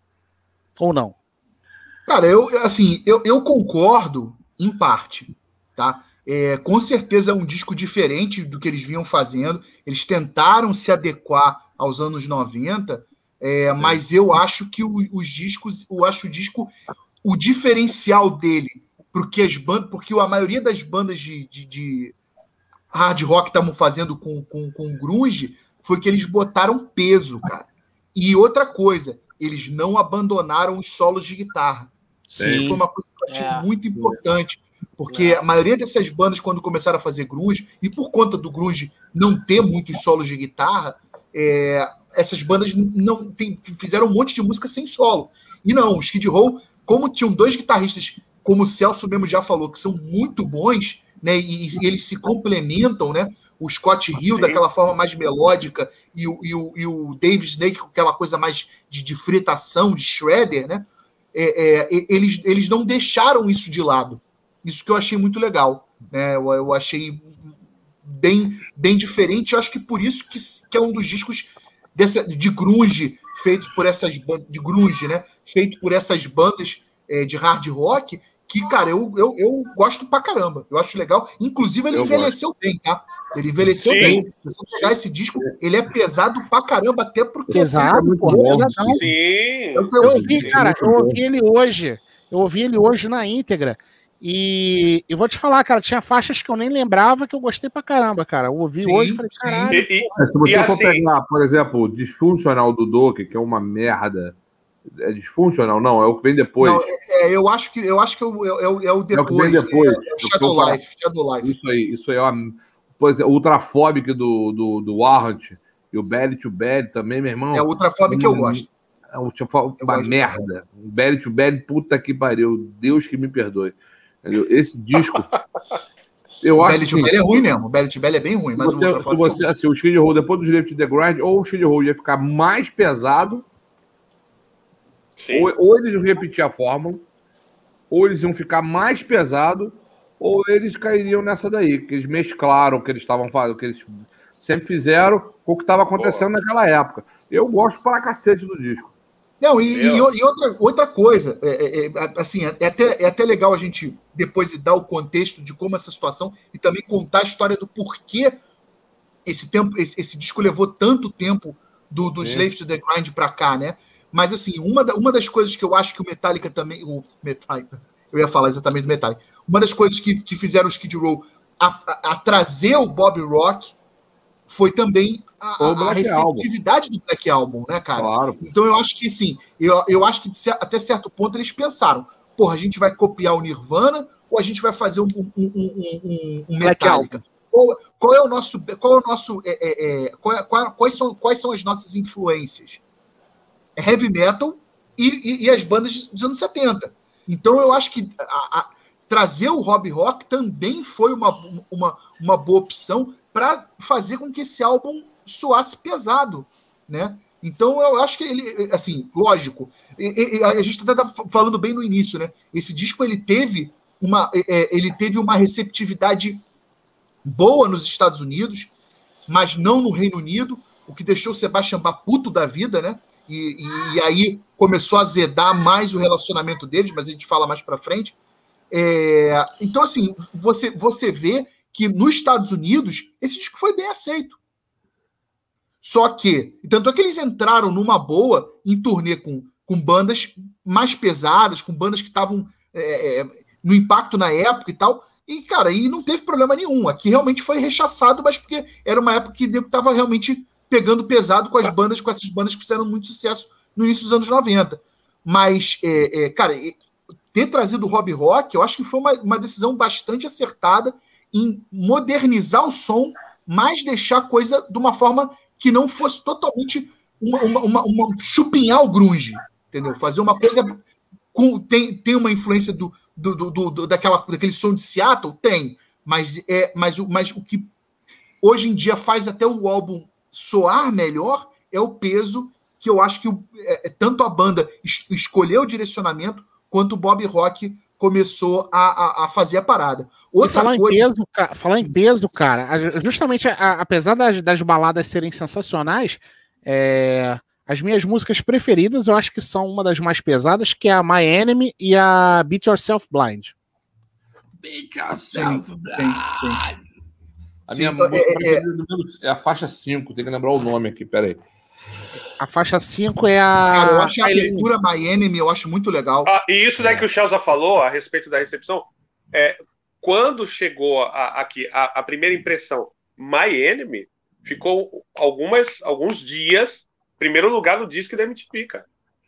B: Ou não?
D: Cara, eu, assim, eu, eu concordo em parte, tá? É, com certeza é um disco diferente do que eles vinham fazendo. Eles tentaram se adequar aos anos noventa, é, mas eu acho que o- os discos, eu acho o disco, o diferencial dele, porque as bandas, porque a maioria das bandas de, de, de hard rock estavam fazendo com, com, com grunge, foi que eles botaram peso, cara. E outra coisa, eles não abandonaram os solos de guitarra. Isso foi uma coisa que eu achei
C: É.
D: muito importante, porque a maioria dessas bandas, quando começaram a fazer grunge, e por conta do grunge não ter muitos solos de guitarra, é, essas bandas não tem, fizeram um monte de música sem solo. E não, o Skid Row, como tinham dois guitarristas, como o Celso mesmo já falou, que são muito bons, né? E, e eles se complementam, né? O Scott Hill
E: Sim.
D: daquela forma mais melódica e o, e o, e o Dave Snake com aquela coisa mais de, de fritação, de shredder, né? É, é, eles, eles não deixaram isso de lado. Isso que eu achei muito legal, né? Eu, eu achei bem, bem diferente. Eu acho que por isso que, que é um dos discos dessa, de grunge feito por essas bandas de grunge, né? Feito por essas bandas é, de hard rock. Que, cara, eu, eu, eu gosto pra caramba. Eu acho legal. Inclusive, ele
G: Eu
D: envelheceu gosto. bem, tá? Ele envelheceu
E: Sim.
D: bem. Se você pegar esse disco, ele é pesado pra caramba, até porque...
B: Pesado,
D: é muito
B: pô,
D: bom.
B: pesadão.
E: Sim.
D: Eu,
B: Eu ouvi, cara, eu ouvi ele hoje. Eu ouvi ele hoje na íntegra. E eu vou te falar, cara, tinha faixas que eu nem lembrava que eu gostei pra caramba, cara. Eu ouvi
D: Sim,
B: hoje e falei,
D: sim.
B: caralho.
E: E, e,
G: É, se você
E: E
G: for
E: assim-
G: pegar, por exemplo, o Disfuncional do Doki, que é uma merda. É Disfuncional? Não, é o que vem depois.
D: Não, é, eu acho que eu acho que é o, é o, é o
G: É o que vem
D: depois.
G: depois.
D: É, é o Shadow Life. Shadow Life.
G: Isso aí, isso aí é uma. Por exemplo, o Ultraphobic do, do, do Warrant e o Belly to Belly também, meu irmão.
D: É o Ultraphobic que eu gosto.
G: É um, tipo, uma
D: gosto de
G: merda. Um Belly to Belly, puta que pariu. Deus que me perdoe. Entendeu? Esse disco. Eu
D: O
G: acho
D: Belly to
G: que.
D: Belly é ruim mesmo. O Belly to Belly é bem ruim. Mas
G: Se você,
D: o
G: se
D: Ultraphobic
G: você, assim, o Skid Row, depois do Slave to the Grind, ou o Skid Row ia ficar mais pesado,
E: sim.
G: ou, ou eles iam repetir a fórmula, ou eles iam ficar mais pesado, ou eles cairiam nessa daí, que eles mesclaram o que eles estavam fazendo, o que eles sempre fizeram com o que estava acontecendo naquela época. Eu gosto pra cacete do disco.
D: Não, e, e,
E: Eu-
D: e outra, outra coisa, é, é, é, assim, é até, é até legal a gente depois dar o contexto de como essa situação e também contar a história do porquê esse tempo, esse, esse disco levou tanto tempo do, do
G: Sim.
D: Slave to the Grind pra cá, né? Mas assim, uma, da- uma das coisas que eu acho que o Metallica também, o Metallica, eu ia falar exatamente do Metallica, uma das coisas que, que fizeram o Skid Row a, a- a trazer o Bob Rock foi também a,
G: O
D: a, a
G: Black Album.
D: receptividade do Black Album, né, cara?
G: Claro.
D: Então eu acho que sim, eu, eu acho que de cer- até certo ponto eles pensaram, porra, a gente vai copiar o Nirvana ou a gente vai fazer um, um, um, um, um- um
B: Black
D: Metallica? Qual, qual é o nosso, qual é o nosso, é, é, é, qual é- qual- quais, são, quais são as nossas influências? É heavy metal e, e- e as bandas dos anos setenta. Então eu acho que a- a- trazer o Rob Rock também foi uma, uma, uma boa opção para fazer com que esse álbum soasse pesado, né? Então eu acho que ele, assim, lógico, e- e- a gente está falando bem no início, né? Esse disco ele teve uma, é, ele teve uma receptividade boa nos Estados Unidos, mas não no Reino Unido, o que deixou o Sebastian Bach puto da vida, né? E, e- e aí começou a azedar mais o relacionamento deles, mas a gente fala mais para frente. É, então, assim, você, você vê que nos Estados Unidos esse disco foi bem aceito. Só que, tanto é que eles entraram numa boa em turnê com, com bandas mais pesadas, com bandas que estavam é, é, no impacto na época e tal. E, cara, e não teve problema nenhum. Aqui realmente foi rechaçado, mas porque era uma época que estava realmente pegando pesado com as bandas, com essas bandas que fizeram muito sucesso no início dos anos noventa. Mas, é, é, cara, ter trazido o Rob Rock, eu acho que foi uma, uma decisão bastante acertada em modernizar o som, mas deixar a coisa de uma forma que não fosse totalmente uma, uma, uma, uma chupinhar o grunge, entendeu? Fazer uma coisa com, tem, tem uma influência do, do, do, do, daquela, daquele som de Seattle? Tem, mas, é, mas, o, mas o que hoje em dia faz até o álbum soar melhor é o peso que eu acho que o, é, tanto a banda es, escolheu o direcionamento quanto o Bob Rock começou a, a, a fazer a parada. Outra
B: falar,
D: coisa...
B: em peso, ca- falar em peso, cara, justamente a- apesar das, das baladas serem sensacionais, é, as minhas músicas preferidas eu acho que são uma das mais pesadas, que é a My Enemy e a Beat Yourself Blind.
G: Beat
D: Sim, sim, sim.
G: A minha
D: Sim,
G: música
D: é- é-
G: preferida do mundo é a faixa cinco, tem que lembrar o nome aqui, peraí.
B: A faixa cinco é a...
D: Cara, eu acho a
B: Eileen.
D: abertura My Enemy, eu acho muito legal.
E: Ah, e isso daí que o Chelsea falou a respeito da recepção, é, quando chegou a- aqui a, a primeira impressão My Enemy, ficou algumas, alguns dias primeiro lugar no disco da M T V, cara.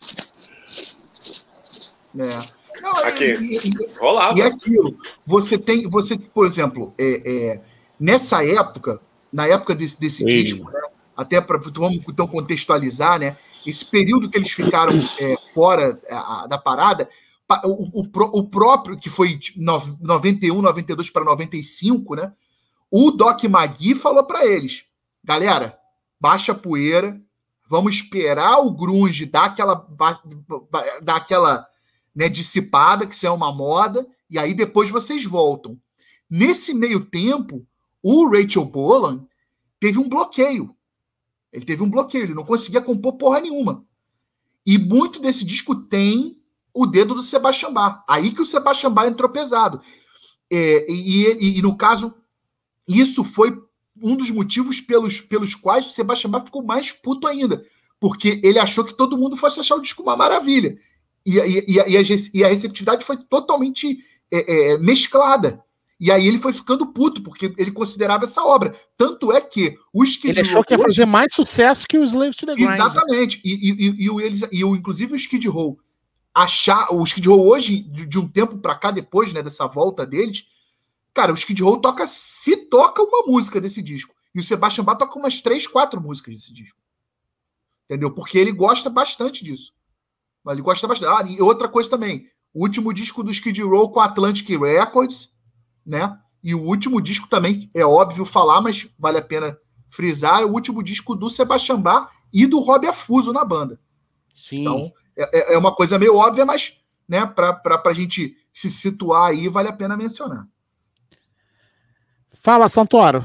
D: É. Não,
E: Aqui.
D: e, e-
E: Rolava.
D: e é aquilo, você tem, você, por exemplo, é, é, nessa época, na época desse, desse
G: Sim.
D: disco, né, até para vamos então contextualizar, né? Esse período que eles ficaram é, fora a, a, da parada, o, o, o próprio, que foi de noventa e um, noventa e dois para noventa e cinco, né? O Doc Magui falou para eles, galera, baixa a poeira, vamos esperar o grunge dar aquela, dar aquela né, dissipada, que isso é uma moda, e aí depois vocês voltam. Nesse meio tempo, o Rachel Bolan teve um bloqueio. Ele teve um bloqueio, ele não conseguia compor porra nenhuma. E muito desse disco tem o dedo do Sebastian Bach. Aí que o Sebastian Bach entrou pesado. É, e, e, e, no caso, isso foi um dos motivos pelos, pelos quais o Sebastian Bach ficou mais puto ainda. Porque ele achou que todo mundo fosse achar o disco uma maravilha. E, e, e, a, e a receptividade foi totalmente é, é, mesclada. E aí ele foi ficando puto, porque ele considerava essa obra. Tanto é que o Skid Row...
B: Ele achou que ia hoje... fazer mais sucesso que o Slave to the Grind.
D: Exatamente. E, e, e, e, o, eles, e o, inclusive o Skid Row, achar, o Skid Row hoje, de, de um tempo pra cá, depois né, dessa volta deles, cara, o Skid Row toca, se toca uma música desse disco. E o Sebastian Bach toca umas três, quatro músicas desse disco. Entendeu? Porque ele gosta bastante disso. Ele gosta bastante. Ah, e outra coisa também, o último disco do Skid Row com a Atlantic Records, né? E o último disco também, é óbvio falar, mas vale a pena frisar, é o último disco do Sebastian Bach e do Rob Affuso na banda.
B: Sim.
D: Então, é, é uma coisa meio óbvia, mas né, para a gente se situar aí, vale a pena mencionar.
B: Fala, Santoro.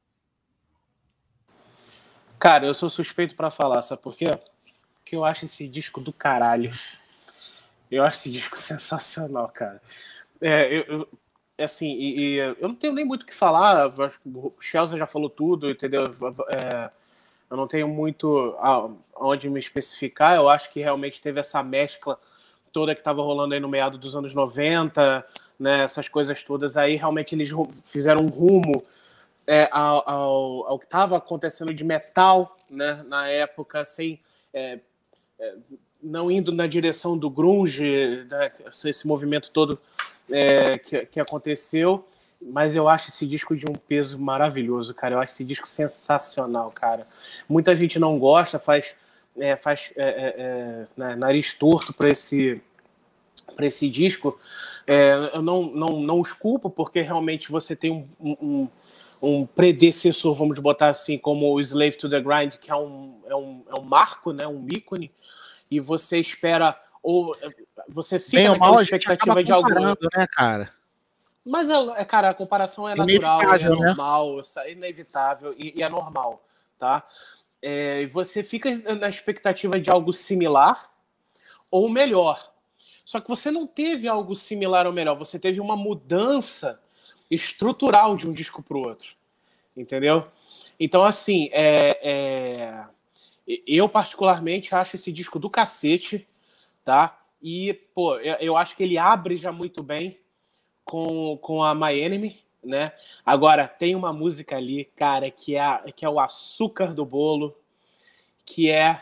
C: Cara, eu sou suspeito pra falar, sabe por quê? Porque eu acho esse disco do caralho. Eu acho esse disco sensacional, cara. É, eu, eu, assim, e, e eu não tenho nem muito o que falar, o Chelsea já falou tudo, entendeu? É, eu não tenho muito aonde me especificar, eu acho que realmente teve essa mescla toda que estava rolando aí no meado dos anos noventa, né, essas coisas todas aí, realmente eles fizeram um rumo É, ao, ao, ao que estava acontecendo de metal, né, na época, sem, é, é, não indo na direção do grunge, né, esse movimento todo é, que, que aconteceu, mas eu acho esse disco de um peso maravilhoso, cara. Eu acho esse disco sensacional, cara. Muita gente não gosta, faz, é, faz é, é, né, nariz torto para esse, para esse disco. É, eu não, não, não os culpo, porque realmente você tem um, um um predecessor, vamos botar assim, como o Slave to the Grind, que é um, é um, é um marco, né, um ícone, e você espera, ou você fica
B: Bem,
C: naquela
B: mal,
C: expectativa de algo...
B: né, cara?
C: Mas, é, cara, a comparação é natural, é normal, né? É inevitável e, e é normal, tá? É, você fica na expectativa de algo similar ou melhor. Só que você não teve algo similar ou melhor, você teve uma mudança estrutural de um disco pro outro, entendeu? Então, assim, é, é... eu particularmente acho esse disco do cacete, tá? E, pô, eu, eu acho que ele abre já muito bem com, com a My Enemy, né? Agora, tem uma música ali, cara, que é, a, que é o açúcar do bolo, que é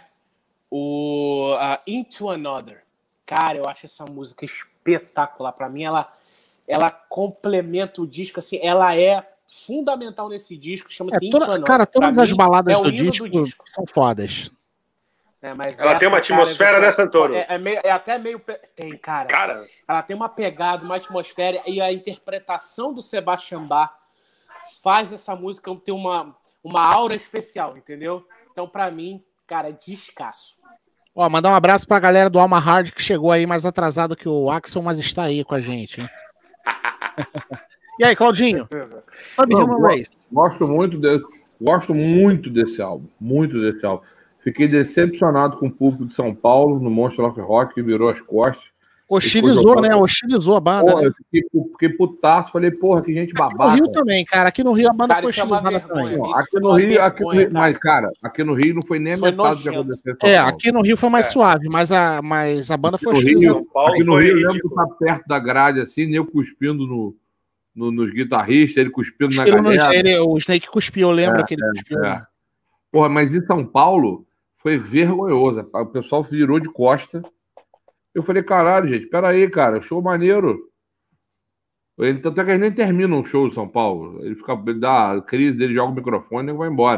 C: o uh, Into Another. Cara, eu acho essa música espetacular. Pra mim, ela ela complementa o disco, assim, ela é fundamental nesse disco, chama-se
B: é, toda, Cara, todas pra as mim, baladas é do, disco do disco são fodas.
C: É, mas
E: ela
C: essa,
E: tem uma atmosfera,
C: cara,
E: né, Santoro?
C: É, é, meio, é até meio... Tem, cara.
E: cara.
C: Ela tem uma pegada, uma atmosfera, e a interpretação do Sebastian Bach faz essa música ter uma, uma aura especial, entendeu? Então, pra mim, cara, descasso.
B: Ó, mandar um abraço pra galera do Alma Hard, que chegou aí mais atrasado que o Axel, mas está aí com a gente, hein? E aí, Claudinho? Sabe Human Race?
G: Gosto muito, de, gosto muito desse álbum. Muito desse álbum. Fiquei decepcionado com o público de São Paulo no Monster of Rock, que virou as costas.
B: Hostilizou, né? Hostilizou a banda.
G: Porra,
B: né?
G: Eu fiquei, fiquei putaço. Falei, porra, que gente babaca.
B: Aqui no Rio também, cara. Aqui no Rio a banda
C: cara,
B: foi hostilizada
C: é
B: também.
G: Não, aqui no Rio, aqui no Rio mas, cara, aqui no Rio não foi nem a
C: foi
G: metade do que
C: nojento.
G: aconteceu.
B: É, aqui no Rio foi mais é. suave, mas a, mas a banda
G: aqui
B: foi
G: no
B: hostilizada.
G: Rio, aqui no Rio, eu lembro que tá perto da grade, assim, nem eu cuspindo no, no, nos guitarristas, ele cuspindo
B: Cuspiram
G: na galera.
B: Ele, o Snake cuspiu, eu lembro
G: É,
B: que ele
G: é,
B: cuspiu.
G: É. Porra, mas em São Paulo foi vergonhoso. O pessoal virou de costa. Eu falei, caralho, gente, peraí, cara, show maneiro. Ele, tanto é que eles nem terminam o show em São Paulo. Ele fica, ele dá a crise, ele joga o microfone e vai embora.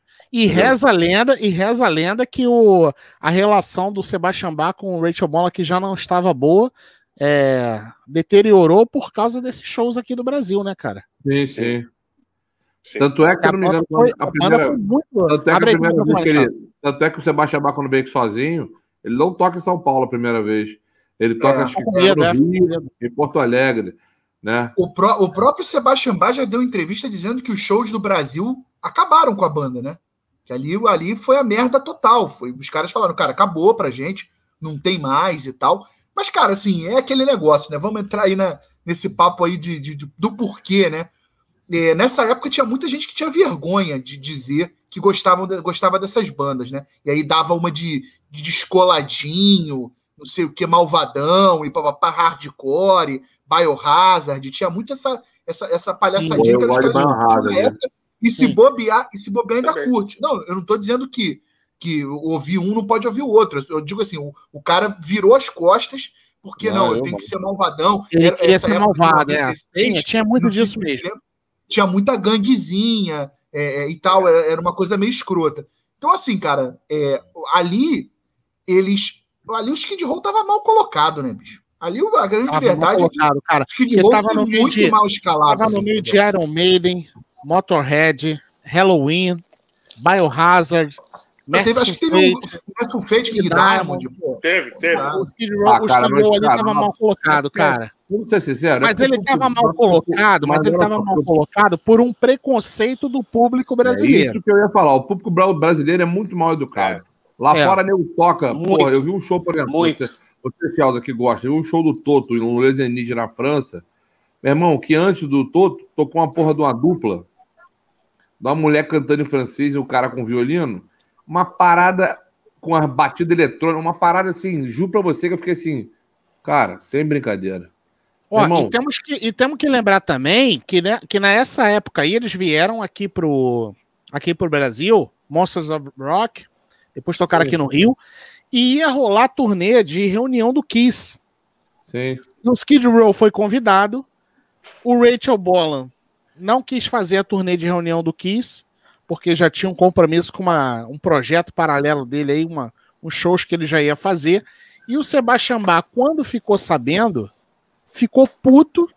B: E reza a lenda, e reza a lenda que o, a relação do Sebastian Bach com o Rachel Bola, que já não estava boa, é, deteriorou por causa desses shows aqui do Brasil, né, cara?
G: Sim, sim. sim. Tanto é que, se eu não me engano,
B: foi,
G: a primeira,
B: foi muito...
G: tanto, é que a primeira vez que ele, tanto é que o Sebastian Bach, quando veio aqui sozinho, ele não toca em São Paulo a primeira vez. Ele toca, é, acho que medo, no Rio, é. em Porto Alegre. Né?
D: O, pró o próprio Sebastian Bach já deu entrevista dizendo que os shows do Brasil acabaram com a banda, né? Que ali, ali foi a merda total. Foi, os caras falaram, cara, acabou pra gente, não tem mais e tal. Mas, cara, assim, é aquele negócio, né? Vamos entrar aí na, nesse papo aí de, de, de, do porquê, né? É, nessa época tinha muita gente que tinha vergonha de dizer que gostavam de, gostava dessas bandas, né? E aí dava uma de, de descoladinho, não sei o que, malvadão, e papapá, hardcore, Biohazard, tinha muito essa, essa, essa palhaçadinha
G: Sim,
D: que os caras
G: na né?
D: época, e se bobear, e se bobear ainda Também. curte. Não, eu não tô dizendo que, que ouvir um não pode ouvir o outro. Eu digo assim, o, o cara virou as costas, porque não, não eu tenho que ser malvadão.
B: Ele Era, queria ser malvado, é. Tinha, tinha muito disso mesmo.
D: Lembra, tinha muita ganguezinha é, é, e tal, era, era uma coisa meio escrota. Então, assim, cara, é, ali, eles... Ali o Skid Row tava mal colocado, né, bicho? Ali a grande tava verdade
B: colocado, cara.
D: O Skid Row tava no muito de, mal escalado.
B: Tava no meio de Iron Maiden, Motorhead, Halloween, Biohazard,
D: teve, acho que teve um Fate King Diamond. Diamond
E: teve, teve.
B: O Skid Row, ah, o Skid Row ali cara, tava mal colocado, cara.
G: Vamos ser sinceros.
B: Mas ele tava mal colocado, mas ele tava mal colocado por um preconceito do público brasileiro. É
G: isso que eu ia falar. O público brasileiro é muito mal educado. Lá é. fora, nego toca. Muito. Porra, eu vi um show, por exemplo. Muito. Você, você Celso, que gosta, eu vi um show do Toto no Les Enige na França. Meu irmão, que antes do Toto tocou uma porra de uma dupla. Da mulher cantando em francês e o cara com violino. Uma parada com a batida eletrônica. Uma parada assim, juro pra você que eu fiquei assim. Cara, sem brincadeira.
B: Ó, irmão, e, temos que, e temos que lembrar também que, né, que nessa época aí eles vieram aqui pro, aqui pro Brasil, Monsters of Rock. Depois tocaram Sim. aqui no Rio. E ia rolar turnê de reunião do Kiss.
G: Sim.
B: O Skid Row foi convidado. O Rachel Bolan não quis fazer a turnê de reunião do Kiss, porque já tinha um compromisso com uma, um projeto paralelo dele aí, uma, uns shows que ele já ia fazer. E o Sebastian Bach, quando ficou sabendo, ficou puto.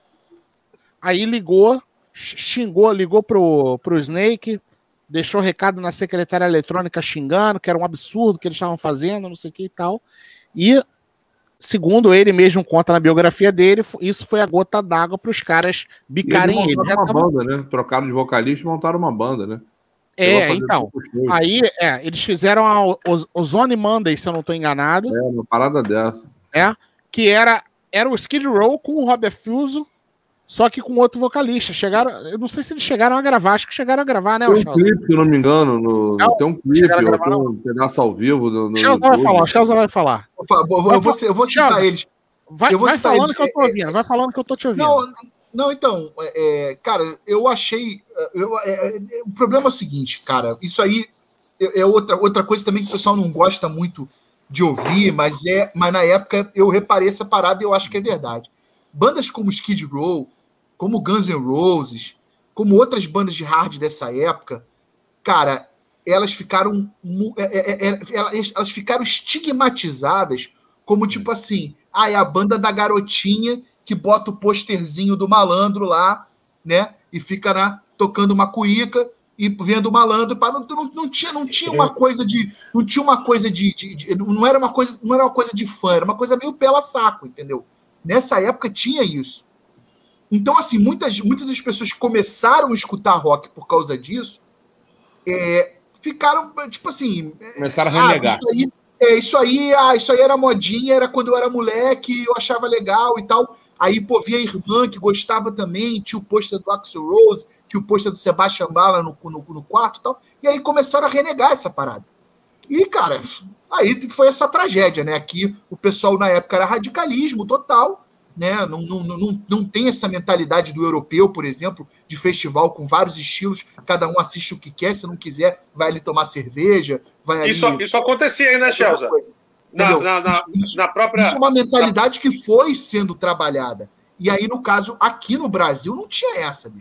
B: Aí ligou, xingou, ligou pro, pro Snake, deixou recado na secretária eletrônica xingando, que era um absurdo que eles estavam fazendo, não sei o que e tal. E, segundo ele mesmo conta na biografia dele, isso foi a gota d'água para os caras bicarem ele.
G: Já uma tava... banda, né? Trocaram de vocalista e montaram uma banda, né?
B: É, então. Aí, é, eles fizeram a, o, o Zone Monday, se eu não estou enganado.
G: É, uma parada dessa.
B: É, que era, era o Skid Row com o Robert Fuso, só que com outro vocalista. Chegaram, eu não sei se eles chegaram a gravar, acho que chegaram a gravar, né?
G: Tem um clipe, se eu não me engano, no, não, tem um clipe, gravar, tem um pedaço ao vivo. No, no
B: Chelsea vai falar, o Chelsea vai falar.
D: Eu vou, eu vou, eu vou citar
B: Chelsea,
D: eles.
B: Vai,
D: eu vou
B: vai
D: citar
B: falando
D: eles.
B: que eu tô ouvindo, vai falando que eu tô te ouvindo.
D: Não, não então, é, cara, eu achei... Eu, é, é, o problema é o seguinte, cara, isso aí é, é outra, outra coisa também que o pessoal não gosta muito de ouvir, mas, é, mas na época eu reparei essa parada e eu acho que é verdade. Bandas como Skid Row, como Guns N' Roses, como outras bandas de hard dessa época, cara, elas ficaram, é, é, é, elas ficaram estigmatizadas como tipo assim, ah, é a banda da garotinha que bota o posterzinho do malandro lá, né, e fica na, tocando uma cuíca e vendo o malandro, para não, não, não tinha não tinha uma coisa de não tinha uma coisa de, de, de não era uma coisa não era uma coisa de fã, era uma coisa meio pela saco, entendeu? Nessa época tinha isso. Então, assim, muitas, muitas das pessoas que começaram a escutar rock por causa disso é, ficaram, tipo assim...
G: Começaram a renegar.
D: Ah, isso aí, é, isso, aí, ah, isso aí era modinha, era quando eu era moleque, eu achava legal e tal. Aí, pô, via a irmã que gostava também, tinha o pôster do Axl Rose, tinha o pôster do Sebastian Bach no, no, no quarto e tal. E aí começaram a renegar essa parada. E, cara, aí foi essa tragédia, né? Aqui o pessoal na época era radicalismo total, né? Não, não, não, não tem essa mentalidade do europeu, por exemplo, de festival com vários estilos, cada um assiste o que quer, se não quiser, vai ali tomar cerveja, vai
E: isso,
D: ali...
E: Isso acontecia aí, né, Chelsea? Na, na, na,
D: isso,
E: na própria...
D: isso é uma mentalidade que foi sendo trabalhada. E aí, no caso, aqui no Brasil, não tinha essa, bicho.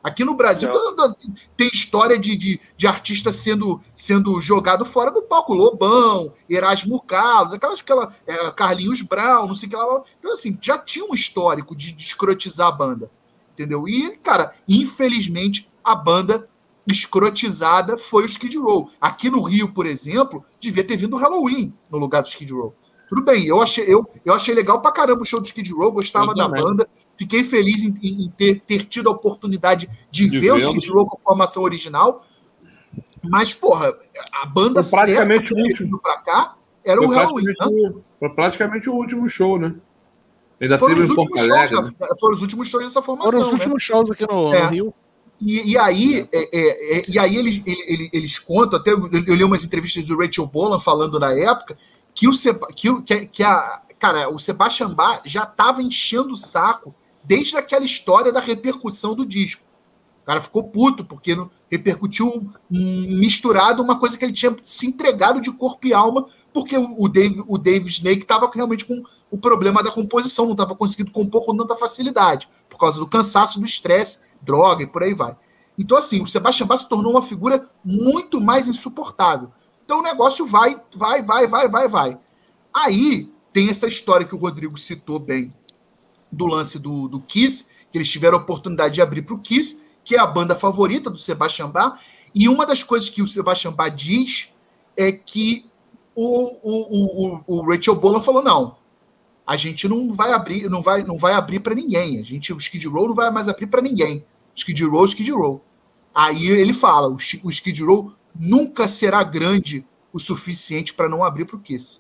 D: Aqui no Brasil tem história de, de, de artista sendo, sendo jogado fora do palco. Lobão, Erasmo Carlos, aquelas, aquela, é, Carlinhos Brown, não sei o que lá. Então, assim, já tinha um histórico de, de escrotizar a banda. Entendeu? E, cara, infelizmente, a banda escrotizada foi o Skid Row. Aqui no Rio, por exemplo, devia ter vindo o Halloween no lugar do Skid Row. Tudo bem, eu achei, eu, eu achei legal pra caramba o show do Skid Row, gostava da banda, fiquei feliz em, em ter, ter tido a oportunidade de, de ver o Skid Row com a formação original, mas, porra, a banda
G: foi praticamente o último
D: pra cá era o Halloween. Né?
G: Foi praticamente o último show, né? Ainda
D: foram,
G: teve
D: os últimos shows,
G: Alegre, né?
D: da, foram os últimos shows dessa formação.
B: Foram os últimos
D: né?
B: shows aqui no,
D: é.
B: no Rio.
D: E, e aí, é, é, é, e aí eles, eles, eles contam, até eu, eu li umas entrevistas do Rachel Bolan falando na época, que o, Seba, que, o, que, que a, cara, o Sebastian Bach já estava enchendo o saco desde aquela história da repercussão do disco. O cara ficou puto, porque não, repercutiu um, misturado uma coisa que ele tinha se entregado de corpo e alma, porque o, o, Dave, o Dave Snake estava realmente com o problema da composição, não estava conseguindo compor com tanta facilidade, por causa do cansaço, do estresse, droga e por aí vai. Então, assim, o Sebastian Bach se tornou uma figura muito mais insuportável. Então o negócio vai, vai, vai, vai, vai, vai. Aí tem essa história que o Rodrigo citou bem, do lance do, do Kiss, que eles tiveram a oportunidade de abrir para o Kiss, que é a banda favorita do Sebastian Bach, e uma das coisas que o Sebastian Bach diz é que o, o, o, o Rachel Bolan falou, não, a gente não vai abrir, não vai, não vai abrir para ninguém, a gente, o Skid Row não vai mais abrir para ninguém, Skid Row, Skid Row. Aí ele fala, o, o Skid Row nunca será grande o suficiente para não abrir para o Kiss.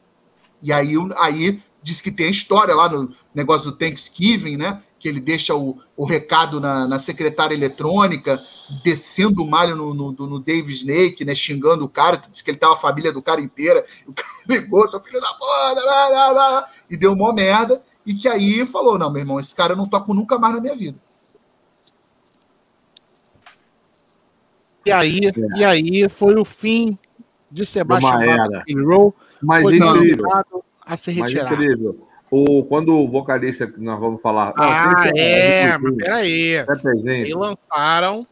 D: E aí, aí diz que tem a história lá no negócio do Thanksgiving, né? Que ele deixa o, o recado na, na secretária eletrônica, descendo o malho no, no, no Dave Snake, né? Xingando o cara, diz que ele tava a família do cara inteira, o cara ligou, seu filho da puta, blá, blá, blá, e deu uma merda, e que aí falou, não, meu irmão, esse cara eu não toco nunca mais na minha vida.
B: E aí, é. e aí foi o fim de Sebastian Bach Row.
G: Mas
B: foi
G: incrível.
B: A se retirar.
G: Mas incrível. O, quando o vocalista que nós vamos falar.
B: Ah,
G: não,
B: é, mas peraí. E lançaram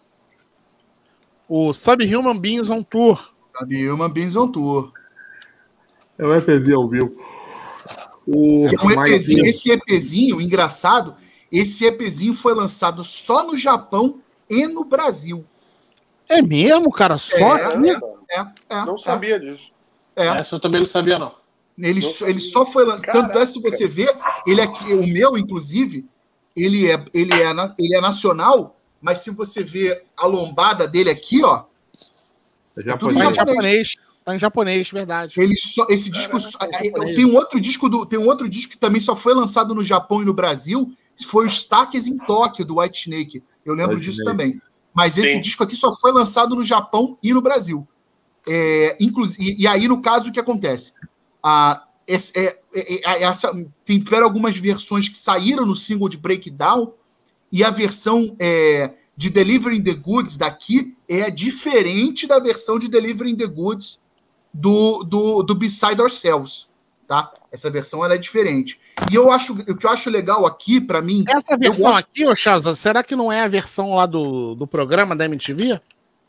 B: o Subhuman Beings on Tour.
D: Subhuman Beings on Tour.
G: É um EPzinho ao vivo. O...
D: É um EPzinho, esse EPzinho, engraçado, esse EPzinho foi lançado só no Japão e no Brasil.
B: É mesmo, cara? Só
D: é,
B: aqui?
D: É, é,
E: não
D: é,
E: sabia
D: é.
E: disso.
C: É. Essa eu também não sabia, não.
D: Ele, não ele só foi lançado. Tanto é, se você vê, ele aqui, o meu, inclusive, ele é, ele, é, ele é nacional, mas se você vê a lombada dele aqui, ó.
B: É japonês. Tá em japonês. Tá em japonês, verdade.
D: Ele só, esse disco. Caraca, tem um outro disco do, tem um outro disco que também só foi lançado no Japão e no Brasil. Foi os Staques em Tóquio, do White Snake. Eu lembro White disso Snake. também. Mas esse Sim. disco aqui só foi lançado no Japão e no Brasil. É, inclusive, e, e aí, no caso, o que acontece? Ah, esse, é, é, essa, tiveram algumas versões que saíram no single de Breakdown, e a versão é, de Delivering the Goods daqui é diferente da versão de Delivering the Goods do, do, do Beside Ourselves. Tá? Essa versão ela é diferente. E eu acho, o que eu acho legal aqui, para mim...
B: Essa versão gosto... aqui, ô Chaza, será que não é a versão lá do, do programa da M T V?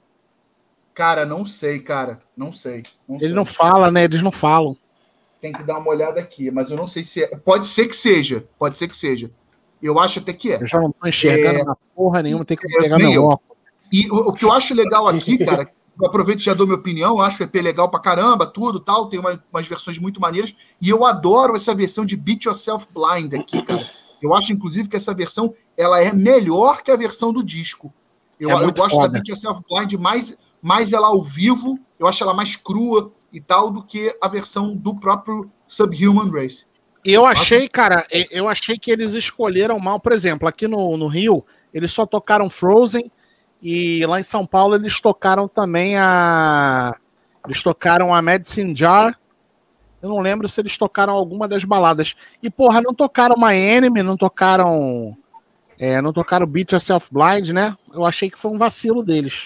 D: Cara, não sei, cara. Não sei. Não
B: Ele
D: sei.
B: não fala, né? Eles não falam.
D: Tem que dar uma olhada aqui, mas eu não sei se é... Pode ser que seja. Pode ser que seja. Eu acho até que é.
B: Eu já não tô enxergando é... na porra nenhuma, tem que pegar
D: é,
B: meu óculos.
D: E o, o que eu acho legal aqui, cara... Eu aproveito e já dou minha opinião, acho o E P legal pra caramba, tudo tal, tem uma, umas versões muito maneiras, e eu adoro essa versão de Beat Yourself Blind aqui, cara. Eu acho, inclusive, que essa versão, ela é melhor que a versão do disco. Eu, é eu gosto foda. da Beat Yourself Blind, mais, mais ela ao vivo, eu acho ela mais crua e tal, do que a versão do próprio Subhuman Race.
B: Eu achei, cara, eu achei que eles escolheram mal, por exemplo, aqui no, no Rio, eles só tocaram Frozen, e lá em São Paulo eles tocaram também a... Eles tocaram a Medicine Jar. Eu não lembro se eles tocaram alguma das baladas. E, porra, não tocaram My Enemy, não tocaram... É, não tocaram Beat Yourself Blind, né? Eu achei que foi um vacilo deles.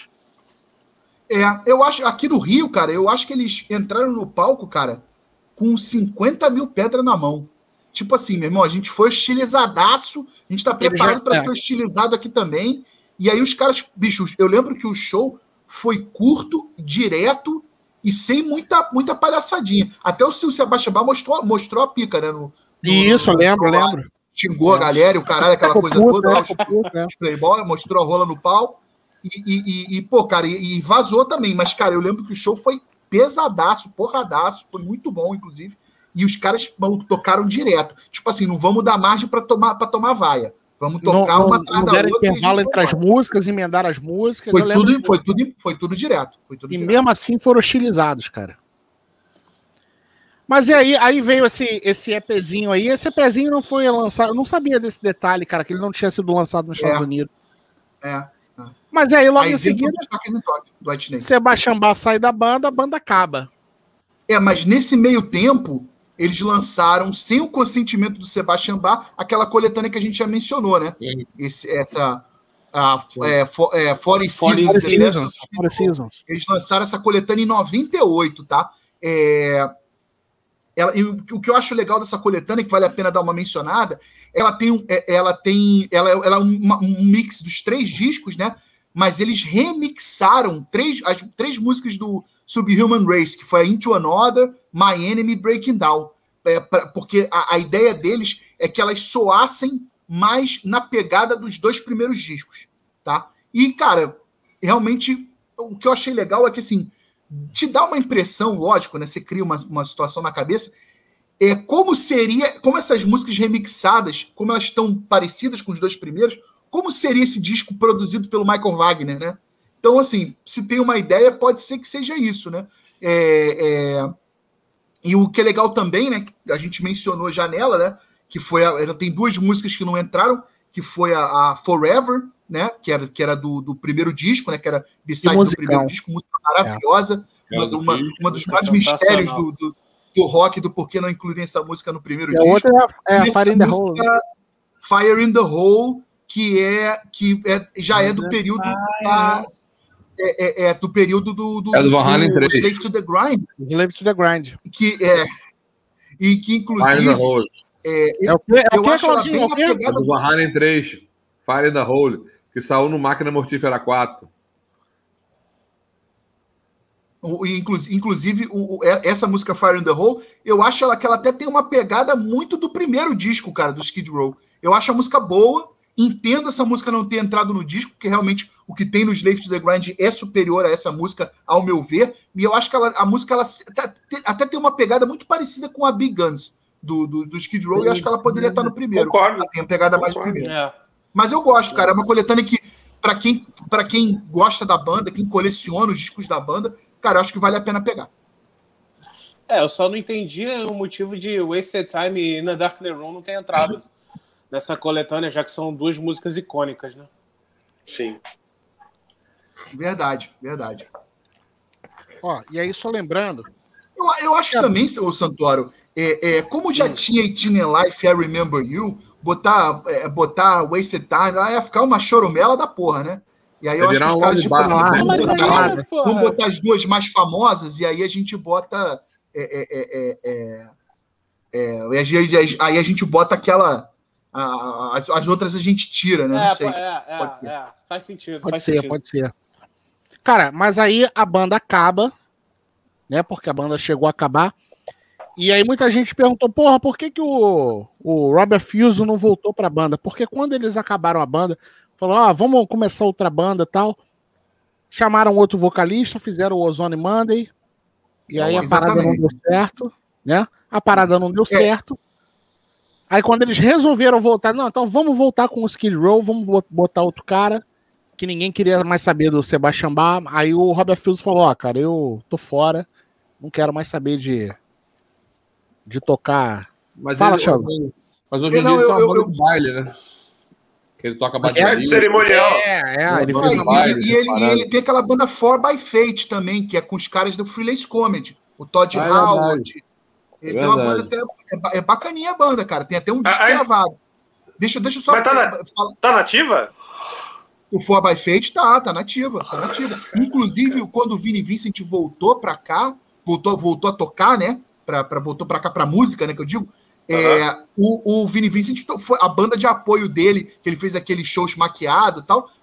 D: É, eu acho... Aqui no Rio, cara, eu acho que eles entraram no palco, cara, com cinquenta mil pedras na mão. Tipo assim, meu irmão, a gente foi estilizadaço, a gente tá preparado para é. ser estilizado aqui também. E aí os caras, bichos, eu lembro que o show foi curto, direto e sem muita, muita palhaçadinha. Até o Sebastião Bach mostrou, mostrou a pica, né? No, no,
B: Isso,
D: no,
B: eu lembro,
D: no,
B: lembro.
D: Xingou é. a galera e o caralho, aquela coisa
B: puto,
D: toda.
B: é,
D: Lá, os,
B: puto, é.
D: os playboy, mostrou a rola no pau. E, e, e, e pô, cara, e, e vazou também. Mas, cara, eu lembro que o show foi pesadaço, porradaço. Foi muito bom, inclusive. E os caras tocaram direto. Tipo assim, não vamos dar margem pra tomar, pra tomar vaia. Vamos tocar
B: não,
D: uma
B: não,
D: atrás
B: não
D: da
B: deram
D: outra.
B: intervalo entre as músicas, emendar as músicas.
D: Foi,
B: eu
D: tudo,
B: lembro
D: foi, tudo, foi tudo direto. Foi tudo
B: e
D: direto.
B: mesmo assim foram hostilizados, cara. Mas e aí, aí veio esse, esse EPzinho aí. Esse EPzinho não foi lançado. Eu não sabia desse detalhe, cara, que ele não tinha sido lançado nos
D: É.
B: Estados Unidos.
D: É. é.
B: Mas aí, logo
D: aí
B: em seguida,
D: do
B: Sebastião Bach sai da banda, a banda acaba.
D: É, mas nesse meio tempo, eles lançaram, sem o consentimento do Sebastião Bach, aquela coletânea que a gente já mencionou, né? Esse, essa. A, é, for, é, Forty Seasons.
B: Seasons, Forty Seasons.
D: Eles lançaram essa coletânea em noventa e oito, tá? É, ela, e o, o que eu acho legal dessa coletânea, que vale a pena dar uma mencionada, ela tem, um, ela tem ela, ela é uma, um mix dos três discos, né? Mas eles remixaram três, as três músicas do Subhuman Race, que foi a Into Another, My Enemy, Breaking Down. É, pra, porque a, a ideia deles é que elas soassem mais na pegada dos dois primeiros discos, tá? E, cara, realmente, o que eu achei legal é que, assim, te dá uma impressão, lógico, né? Você cria uma, uma situação na cabeça, é como seria, como essas músicas remixadas, como elas estão parecidas com os dois primeiros, como seria esse disco produzido pelo Michael Wagner, né? Então, assim, se tem uma ideia, pode ser que seja isso, né? É, é... E o que é legal também, né? Que a gente mencionou já nela, né? Que foi a... ela tem duas músicas que não entraram, que foi a, a Forever, né? Que era, que era do, do primeiro disco, né? Que era B-side do primeiro disco, música maravilhosa, é. uma, uma, uma dos mais mistérios do, do, do rock, do porquê não incluírem essa música no primeiro
B: e
D: disco.
B: A outra é a, é a Fire in the Hole.
D: Fire in the Hole, que é que é, já é do período da, é, é, é do período do, do,
G: é do,
D: Van
G: Halen três.
D: Slave to the Grind,
B: Slave to the Grind,
D: que é e que inclusive
B: é, é o que, é
D: eu
B: o que,
D: acho ela bem
B: é o que?
D: apegada
G: é do Van Halen três, Fire in the Hole, que saiu no Máquina Mortífera quatro.
D: O, inclusive, inclusive o, essa música Fire in the Hole, eu acho ela que ela até tem uma pegada muito do primeiro disco, cara, do Skid Row. Eu acho a música boa. Entendo essa música não ter entrado no disco, porque realmente o que tem no Slave to the Grind é superior a essa música, ao meu ver. E eu acho que ela, a música ela até, até tem uma pegada muito parecida com a Big Guns do, do, do Skid Row, e acho que ela poderia estar no primeiro.
E: Concordo.
D: Ela tem a pegada mais do primeiro.
C: É.
D: Mas eu gosto, cara. É uma coletânea que, para quem, pra quem gosta da banda, quem coleciona os discos da banda, cara, eu acho que vale a pena pegar.
C: É, eu só não entendi o motivo de Wasted Time e In a Darker Room não ter entrado nessa coletânea, já que são duas músicas icônicas, né?
E: Sim.
D: Verdade, verdade.
B: Ó, e aí, só lembrando...
D: Eu, eu acho é. também, ô Santoro, é, é, como já hum. tinha It in Life, I Remember You, botar, é, botar Wasted Time, ia ficar uma choromela da porra, né? E aí eu acho que os caras, tipo assim, vamos botar, vamos botar as duas mais famosas, e aí a gente bota... É, é, é, é, é, aí a gente bota aquela... A, a, as outras a gente tira, né?
C: É,
D: não sei.
C: É, é,
D: pode ser.
C: É, faz sentido.
B: Pode
C: faz
B: ser,
C: sentido.
B: pode ser. Cara, mas aí a banda acaba, né? Porque a banda chegou a acabar. E aí muita gente perguntou, porra, por que, que o, o Robert Fuso não voltou pra banda? Porque quando eles acabaram a banda, falaram, ah, vamos começar outra banda e tal. Chamaram outro vocalista, fizeram o Ozone Monday. E aí a parada não deu certo, né? A parada não deu é. certo. Aí quando eles resolveram voltar, não, então vamos voltar com o Skid Row, vamos botar outro cara, que ninguém queria mais saber do Sebastião Bach. Aí o Robert Fuso falou, ó, oh, cara, eu tô fora, não quero mais saber de, de tocar.
G: Mas
B: Fala,
G: ele,
B: Sheldon.
G: Mas hoje em dia
D: não,
G: ele
D: eu,
G: tá uma
D: eu,
G: banda
D: eu...
G: de baile, né? Que ele toca bateria.
E: É de cerimonial.
B: É, é, ele
D: fez
B: fez
D: e, baile, e, ele, e ele tem aquela banda four by Fate também, que é com os caras do Freelance Comedy. O Todd
G: ah,
D: Howard.
G: É
D: ele tem uma banda até. É, é bacaninha a banda, cara. Tem até um disco
E: ah,
D: gravado. Deixa, deixa eu só
E: Mas tá, na,
D: falar.
E: Tá nativa?
D: O four by Fate tá, tá nativa, tá nativa. Inclusive, quando o Vinnie Vincent voltou pra cá, voltou, voltou a tocar, né? Pra, pra, voltou pra cá pra música, né? Que eu digo. Uhum. É, o, o Vinnie Vincent foi a banda de apoio dele, que ele fez aqueles shows maquiados e tal,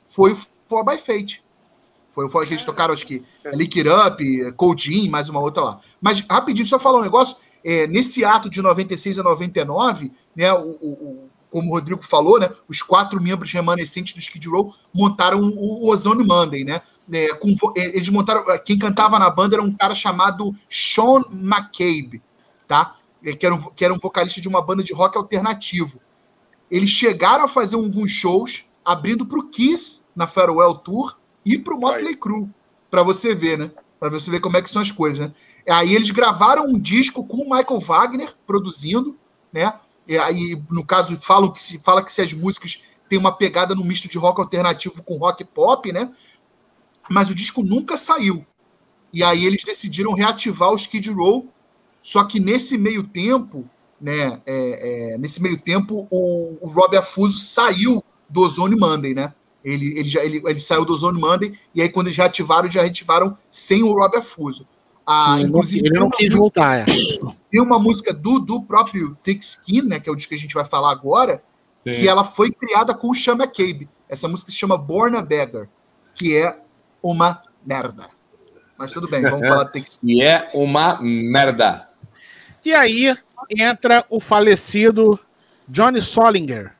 D: foi o four by Fate. Foi o four que eles tocaram, acho que Lick It Up, Cold Gin, mais uma outra lá. Mas, rapidinho, só falar um negócio. É, nesse ato de noventa e seis a noventa e nove, né, o, o, o, como o Rodrigo falou, né, os quatro membros remanescentes do Skid Row montaram o, o Ozone Monday, né? É, com, eles montaram. Quem cantava na banda era um cara chamado Sean McCabe, tá? Que era, um, que era um vocalista de uma banda de rock alternativo. Eles chegaram a fazer alguns shows abrindo para o Kiss na Farewell Tour e para o Motley Crue, para você ver, né? Para você ver como é que são as coisas, né? Aí eles gravaram um disco com o Michael Wagner produzindo, né? E aí, no caso, falam que se, fala que se as músicas têm uma pegada no misto de rock alternativo com rock pop, né? Mas o disco nunca saiu. E aí eles decidiram reativar o Skid Row, só que nesse meio tempo, né? É, é, nesse meio tempo, o, o Rob Affuso saiu do Ozone Monday, né? Ele, ele, já, ele, ele saiu do Ozone Monday, e aí quando eles reativaram, já reativaram sem o Rob Affuso. Ah,
B: Sim,
D: inclusive,
B: ele não quis
D: música,
B: voltar. É.
D: Tem uma música do, do próprio Thick Skin, né, que é o disco que a gente vai falar agora, Sim. que ela foi criada com o Sean McCabe. Essa música se chama Born a Beggar, que é uma merda. Mas tudo bem, vamos falar do Thick Skin.
G: E é uma merda.
B: E aí entra o falecido Johnny Solinger,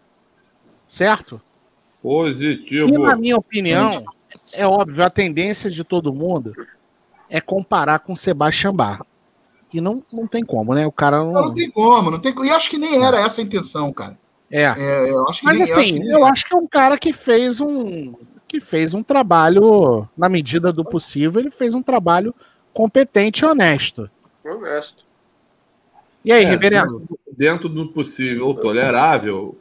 B: certo?
G: Positivo.
B: E, na minha opinião, é óbvio, a tendência de todo mundo é comparar com Sebastian Bach. E não, não tem como, né? O cara não...
D: Não, não tem como, não tem como. E acho que nem era essa a intenção, cara.
B: É.
D: é eu acho que
B: Mas
D: nem,
B: assim,
D: eu, acho que,
B: eu acho que é um cara que fez um que fez um trabalho, na medida do possível, ele fez um trabalho competente e honesto.
E: Honesto.
B: E aí,
G: é,
B: reverendo?
G: Dentro do possível, tolerável.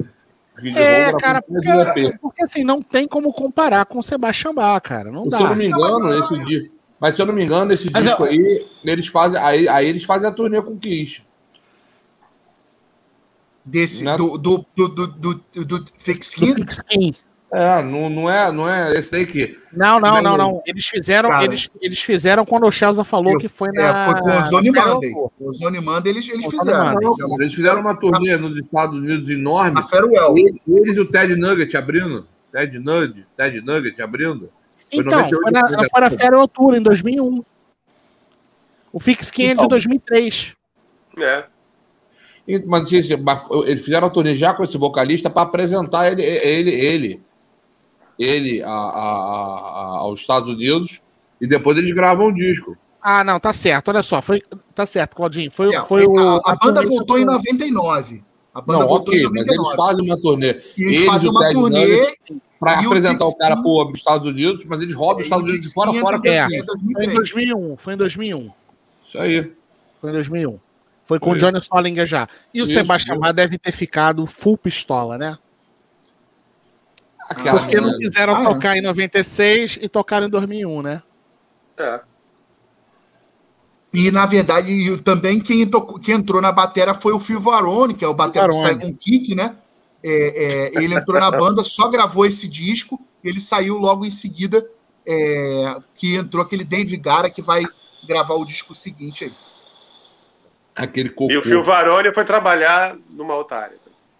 B: É, cara, porque, porque assim, não tem como comparar com o Sebastian Bach, cara. Não
G: se
B: dá.
G: Se eu não me engano, esse dia... Mas se eu não me engano, esse
I: Mas
G: disco
I: eu...
G: aí, eles fazem, aí, aí eles fazem a turnê com o Kiss.
D: Desse,
G: Não é...
D: do, do, do, do, do, do Thick Skin?
B: Do Thick Skin.
G: É, não, não é, não é esse aí que...
B: Não, não, não, não. Eles fizeram, eles, eles fizeram quando o Chelsea falou eu, que foi na...
D: É, foi com o Ozone Monday. O Ozone Monday eles, eles fizeram.
G: Não, não, eles fizeram uma turnê nos Estados Unidos enorme.
D: A Farewell.
G: Eles, eles e o Ted Nugget abrindo. Ted Nugget, Ted Nugget abrindo.
B: Foi então, foi na, foi na Farewell Tour em dois mil e um. O Thick Skin é de dois mil e três.
E: É.
G: Mas eles fizeram a turnê já com esse vocalista para apresentar ele, ele, ele, ele a, a, a, aos Estados Unidos e depois eles gravam o disco.
B: Ah, não, tá certo. Olha só, foi, tá certo, Claudinho. Foi,
D: é,
B: foi
D: a,
B: o,
D: a, a banda voltou em noventa e nove. A banda
G: não,
D: voltou
G: ok,
D: em noventa e nove.
G: Mas eles fazem uma turnê.
D: E eles, eles fazem uma turnê
G: para apresentar o cara para os Estados Unidos, mas eles roubam os Estados Unidos de fora a fora.
B: É, foi em dois mil e um. Foi em dois mil e um.
G: Isso aí.
B: Foi em dois mil e um. Foi com o Johnny Solinger já. E o isso, Sebastian Bach deve ter ficado full pistola, né?
G: Aquela
B: Porque não quiseram ah, tocar é. em noventa e seis e tocaram em dois mil e um, né?
E: É.
D: E, na verdade, também quem, tocou, quem entrou na bateria foi o Phil Varone, que é o batera que sai com kick, né? É, é, ele entrou na banda, só gravou esse disco, ele saiu logo em seguida, é, que entrou aquele Dave Gara, que vai gravar o disco seguinte aí.
G: Aquele cocô.
E: E o Phil Varone foi trabalhar numa outra área.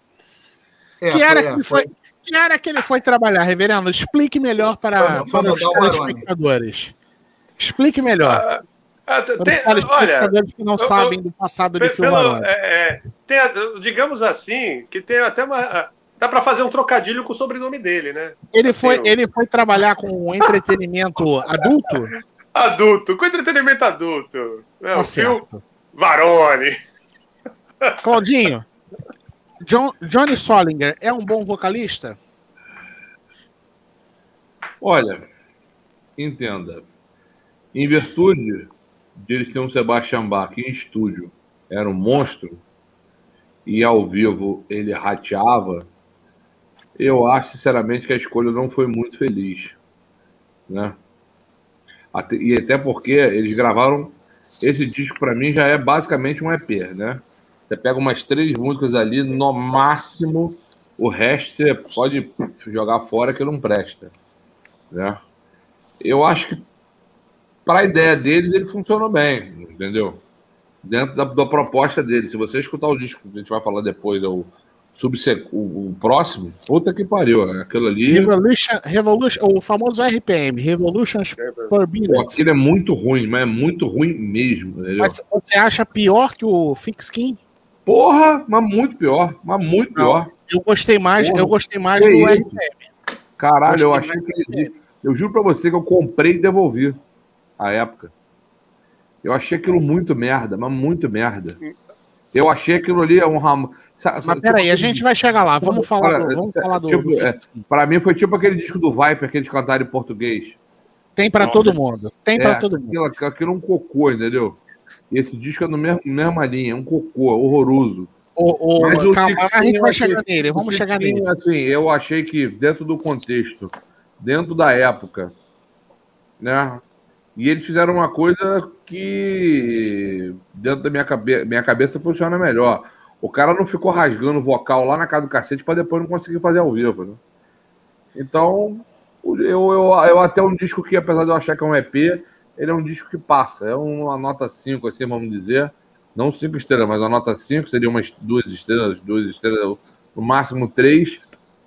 B: É, que, área foi, que, foi, foi... que área que ele foi trabalhar, reverendo? Explique melhor para,
D: foi, foi
B: para os telespectadores. Explique melhor.
E: Ah, ah, tem,
B: para os telespectadores que não
E: eu,
B: sabem
E: eu,
B: do passado
E: pelo,
B: de Phil Varone.
E: É, é, tem, digamos assim, que tem até uma... Dá para fazer um trocadilho com o sobrenome dele, né?
B: Ele,
E: assim,
B: foi,
E: eu...
B: ele foi trabalhar com entretenimento adulto?
E: Adulto, com entretenimento adulto. Não,
B: tá
E: Phil
B: certo.
E: Varone.
B: Claudinho, John, Johnny Solinger é um bom vocalista?
G: Olha, entenda. Em virtude de eles terem um Sebastian Bach que em estúdio era um monstro e ao vivo ele rateava, eu acho sinceramente que a escolha não foi muito feliz, né? Até, e até porque eles gravaram esse disco, para mim já é basicamente um E P, né? Você pega umas três músicas ali, no máximo o resto você pode jogar fora que não presta, né? Eu acho que para a ideia deles ele funcionou bem, entendeu? Dentro da, da proposta deles. Se você escutar o disco, a gente vai falar depois, é o subsequ... o, o próximo, puta que pariu. Aquilo ali.
B: Revolution, Revolution, o famoso R P M, Revolution per Minute.
G: Pô, aquilo é muito ruim, mas é muito ruim mesmo. Entendeu?
B: Mas você acha pior que o Fix Skin?
G: Porra, mas muito pior. Mas muito pior.
B: Não, eu gostei mais,
G: Porra,
B: eu gostei mais
G: que
B: do
G: isso?
B: R P M.
G: Caralho, eu
B: Gostei
G: achei
B: mais
G: que ele. Eu juro pra você que eu comprei e devolvi a época. Eu achei aquilo muito merda, mas muito merda. Eu achei aquilo ali um ramo.
B: Mas peraí, a gente vai chegar lá. Vamos falar do. Vamos falar do,
G: tipo,
B: do
G: é, pra mim foi tipo aquele disco do Viper que eles cantaram em português.
B: Tem pra
G: Nossa.
B: todo mundo. Tem
G: É,
B: pra todo mundo.
G: Aquilo, aquilo é um cocô, entendeu? E esse disco é na mesma, mesma linha, é um cocô, é horroroso.
B: O, o,
G: Mas o
B: calma,
G: Fix
B: a gente
G: Skin,
B: vai
G: eu
B: chegar
G: achei-
B: nele. Vamos
G: o
B: chegar
G: Fix Skin,
B: nele.
G: Assim, eu achei que dentro do contexto, dentro da época, né? E eles fizeram uma coisa que dentro da minha, cabe minha cabeça funciona melhor. O cara não ficou rasgando vocal lá na casa do cacete para depois não conseguir fazer ao vivo, né? Então, eu, eu, eu até um disco que, apesar de eu achar que é um E P, ele é um disco que passa. É uma nota cinco, assim, vamos dizer. Não cinco estrelas, mas uma nota cinco, seria umas duas estrelas, duas estrelas, no máximo três.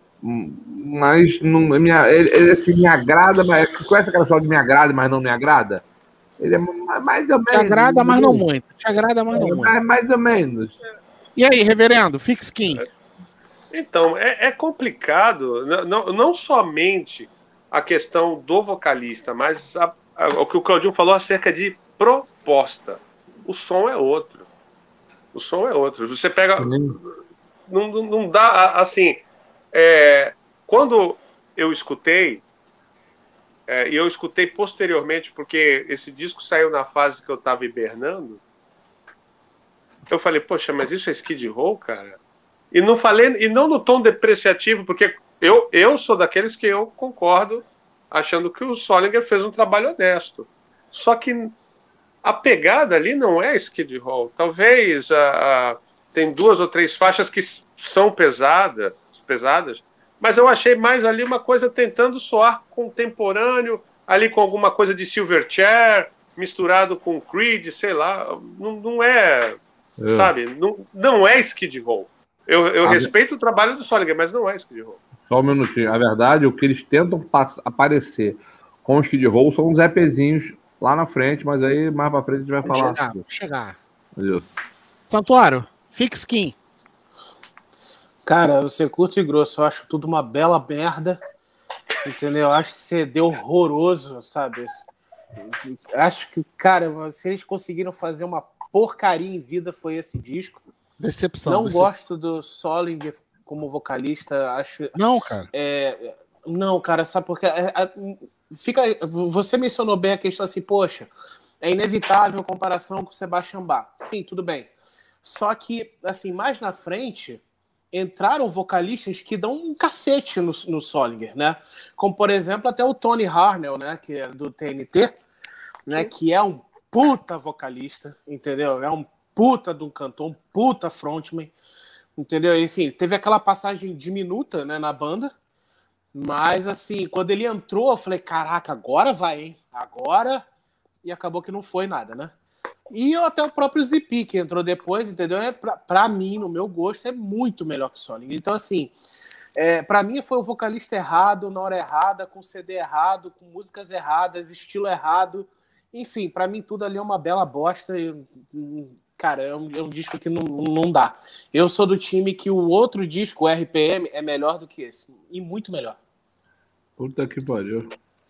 G: Mas não, me, ele, ele assim, me agrada, mas conhece aquela história de me agrada, mas não me agrada? Ele é mais ou menos.
B: Te agrada, mas não muito. Te agrada, mas não
G: É,
B: muito.
G: mais, mais ou menos.
B: E aí, reverendo, Fix Skin?
E: Então, é, é complicado, não, não, não somente a questão do vocalista, mas a, a, o que o Claudinho falou acerca de proposta. O som é outro. O som é outro. Você pega. Não, não, não dá. Assim. É, quando eu escutei, é, e eu escutei posteriormente, porque esse disco saiu na fase que eu estava hibernando, eu falei, poxa, mas isso é Skid Row, cara? E não falei, e não no tom depreciativo, porque eu, eu sou daqueles que eu concordo, achando que o Solinger fez um trabalho honesto. Só que a pegada ali não é Skid Row. Talvez a, a, tem duas ou três faixas que são pesadas, pesadas, mas eu achei mais ali uma coisa tentando soar contemporâneo, ali com alguma coisa de Silverchair, misturado com Creed, sei lá, não, não é, é. sabe, não, não é Skid Row. Eu, eu respeito o trabalho do Solinger, mas não é Skid Row.
G: Só um minutinho, a verdade, o que eles tentam aparecer com o Skid Row são uns EPzinhos lá na frente, mas aí mais pra frente a gente vai
B: Vamos
G: falar.
B: chegar, vamos chegar.
G: Isso.
B: Santuário, Fix Skin.
C: Cara, você curto e grosso, eu acho tudo uma bela merda, entendeu? Eu acho que C D horroroso, sabe? Acho que, cara, se eles conseguiram fazer uma porcaria em vida, foi esse disco.
B: Decepção.
C: Não
B: decepção.
C: gosto do Solinger como vocalista, acho...
B: Não, cara.
C: É, não, cara, sabe porque... É, é, fica, você mencionou bem a questão assim, poxa, é inevitável a comparação com o Sebastian Bach. Sim, tudo bem. Só que, assim, mais na frente... entraram vocalistas que dão um cacete no, no Solinger, né? Como, por exemplo, até o Tony Harnell, né? Que é do T N T, né? Que é um puta vocalista, entendeu? É um puta de um cantor, um puta frontman, entendeu? E, assim, teve aquela passagem diminuta, né, na banda, mas, assim, quando ele entrou, eu falei, caraca, agora vai, hein? Agora... E acabou que não foi nada, né? E até o próprio Zippy, que entrou depois, entendeu? É, pra, pra mim, no meu gosto, é muito melhor que o Solinger. Então, assim, é, pra mim foi o vocalista errado, na hora errada, com C D errado, com músicas erradas, estilo errado. Enfim, pra mim tudo ali é uma bela bosta. E, cara, é um, é um disco que não, não dá. Eu sou do time que o outro disco, o R P M, é melhor do que esse. E muito melhor.
G: Puta que pariu.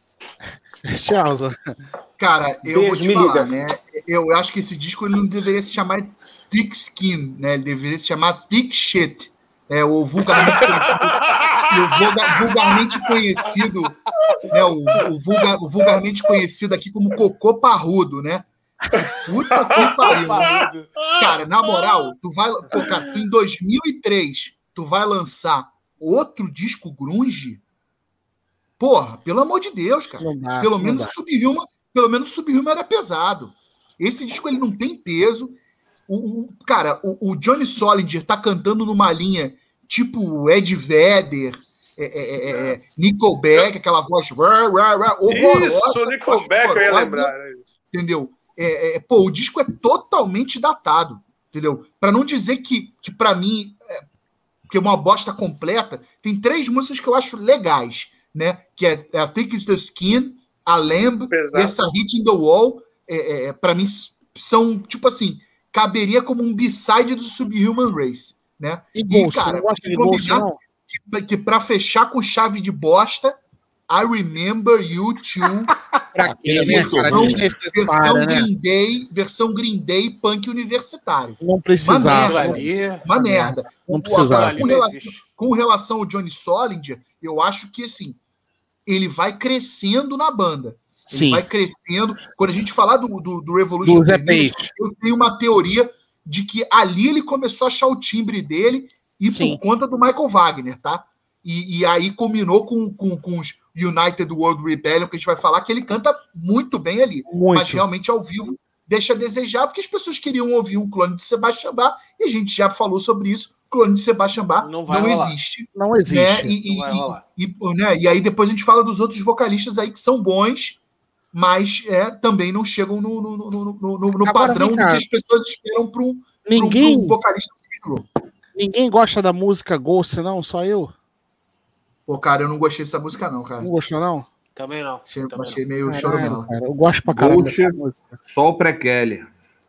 B: Chelsea.
D: Cara, eu
C: Beijo,
D: vou te
C: me
D: falar,
C: liga.
D: né? Eu acho que esse disco ele não deveria se chamar Thick Skin, né? Ele deveria se chamar Thick Shit. É, o vulgarmente conhecido, o vulga, vulgarmente conhecido, né? O, o, vulga, o vulgarmente conhecido aqui como cocô parrudo, né? Puta que pariu. Né? Cara, na moral, tu vai, pô, cara, tu em dois mil e três tu vai lançar outro disco grunge? Porra, pelo amor de Deus, cara.
B: Não dá,
D: pelo
B: não
D: menos
B: dá.
D: Subhuman, pelo menos Subhuman era pesado. Esse disco ele não tem peso. O, o cara, o, o Johnny Solinger tá cantando numa linha tipo Ed Vedder, é, é, é, Nickelback, aquela voz rá, rá, rá, horrorosa.
E: Isso, Nickelback eu ia lembrar.
D: Entendeu? É, é, pô, o disco é totalmente datado, entendeu? Para não dizer que, que para mim, é, porque uma bosta completa, tem três músicas que eu acho legais, né? Que é, é I Think It's the Skin, a Lamb e essa Hit in the Wall, é, é, para mim são, tipo assim, caberia como um B-side do Subhuman Race, né?
B: E,
D: e
B: Ghost,
D: cara,
B: não gosta de Ghost, não?
D: que, que para fechar com chave de bosta, I Remember You Too,
B: Pra quê, né,
D: versão,
B: cara?
D: versão
B: né?
D: Green Day, versão Green Day punk universitário.
B: Não precisava.
D: Uma merda. Uma merda.
B: Não precisava.
D: Agora, com, relação, com relação ao Johnny Solinger, eu acho que assim, ele vai crescendo na banda. Ele
B: Sim.
D: vai crescendo. Quando a gente falar do, do, do Revolution
B: Do Zé
D: Terminate,
B: Page.
D: eu tenho uma teoria de que ali ele começou a achar o timbre dele e
B: Sim.
D: por conta do Michael Wagner, tá? E, e aí combinou com, com, com os United World Rebellion, que a gente vai falar, que ele canta muito bem ali.
B: Muito.
D: Mas realmente ao vivo deixa a desejar, porque as pessoas queriam ouvir um clone de Sebastian Bach, e a gente já falou sobre isso. Clone de Sebastian Bach
C: Não
D: não,
C: vai rolar.
D: existe.
B: Não existe.
D: Né? E,
C: Não vai
D: e-
C: rolar.
D: e- e, né? E aí depois a gente fala dos outros vocalistas aí que são bons, mas é, também não chegam no, no, no, no, no- no
B: Agora,
D: padrão
B: vem
D: do
B: cá.
D: que as pessoas esperam para um, pra um-
B: Ninguém,
D: pra um vocalista do Skid Row.
B: ninguém gosta da música Ghost, não? Só eu?
D: Pô, cara, eu não gostei dessa música, não, cara.
B: Não gostou, não?
C: Também não.
D: Achei,
C: Também
D: achei meio
B: Caralho,
D: choromela.
B: cara, eu gosto pra caralho
G: Ghost.
B: dessa música.
G: Só o pré-Kelly.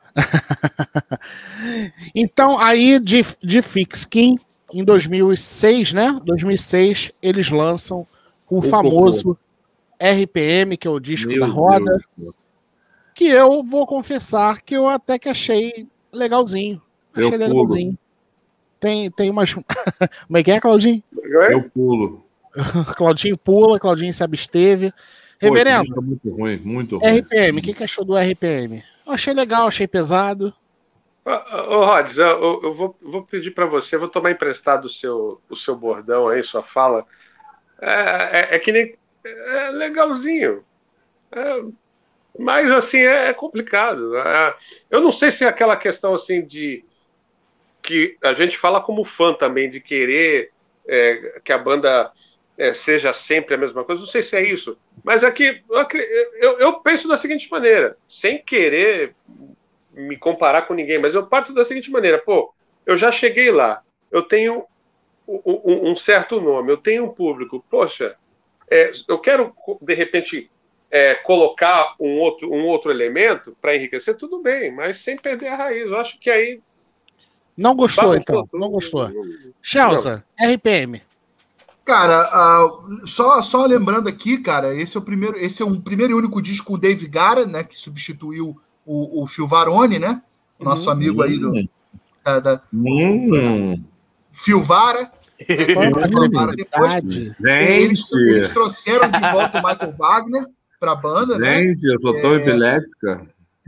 B: Então, aí, de, de Fixkin, em dois mil e seis, né? dois mil e seis, eles lançam o,
G: O
B: famoso R P M, que é o disco
G: Meu
B: da roda,
G: Deus.
B: que eu vou confessar que eu até que achei legalzinho.
G: Eu
B: Achei
G: pulo.
B: legalzinho. Tem, tem umas... Como é que é, Claudinho?
G: Eu pulo.
B: Claudinho pula, Claudinho se absteve.
G: Pô, esse
B: Reverendo,
G: disco é muito ruim, muito ruim.
B: R P M, o que, que achou do R P M? Eu achei legal, achei pesado.
E: Ô, ô, Rods, eu, eu- eu vou, vou pedir para você, eu vou tomar emprestado o seu, o seu bordão aí, sua fala. É, é- é que nem. É legalzinho. É, mas, assim, é, é complicado. É, eu não sei se é aquela questão, assim, de. Que a gente fala como fã também, de querer é, que a banda é, seja sempre a mesma coisa. Não sei se é isso. Mas é que eu, acre- eu, eu penso da seguinte maneira, sem querer me comparar com ninguém, mas eu parto da seguinte maneira, pô, eu já cheguei lá, eu tenho um, um- um certo nome, eu tenho um público, poxa, é, eu quero, de repente, é, colocar um outro, um outro elemento para enriquecer, tudo bem, mas sem perder a raiz. Eu acho que aí...
B: Não gostou,
E: bagunçou
B: então.
E: tudo.
B: Não gostou. Chelsea, R P M.
D: Cara, ah, só, só lembrando aqui, cara, esse é o primeiro, esse é um primeiro e único disco com o Dave Gara, né, que substituiu o, o Phil Varone, né, nosso amigo aí do da, da
G: Hum,
D: Phil Vara.
B: Qual é a
D: Phil Vara depois.
B: necessidade?
D: Eles,
G: gente,
D: eles trouxeram de volta o Michael Wagner para a banda, né?
G: gente, eu sou tão epilética.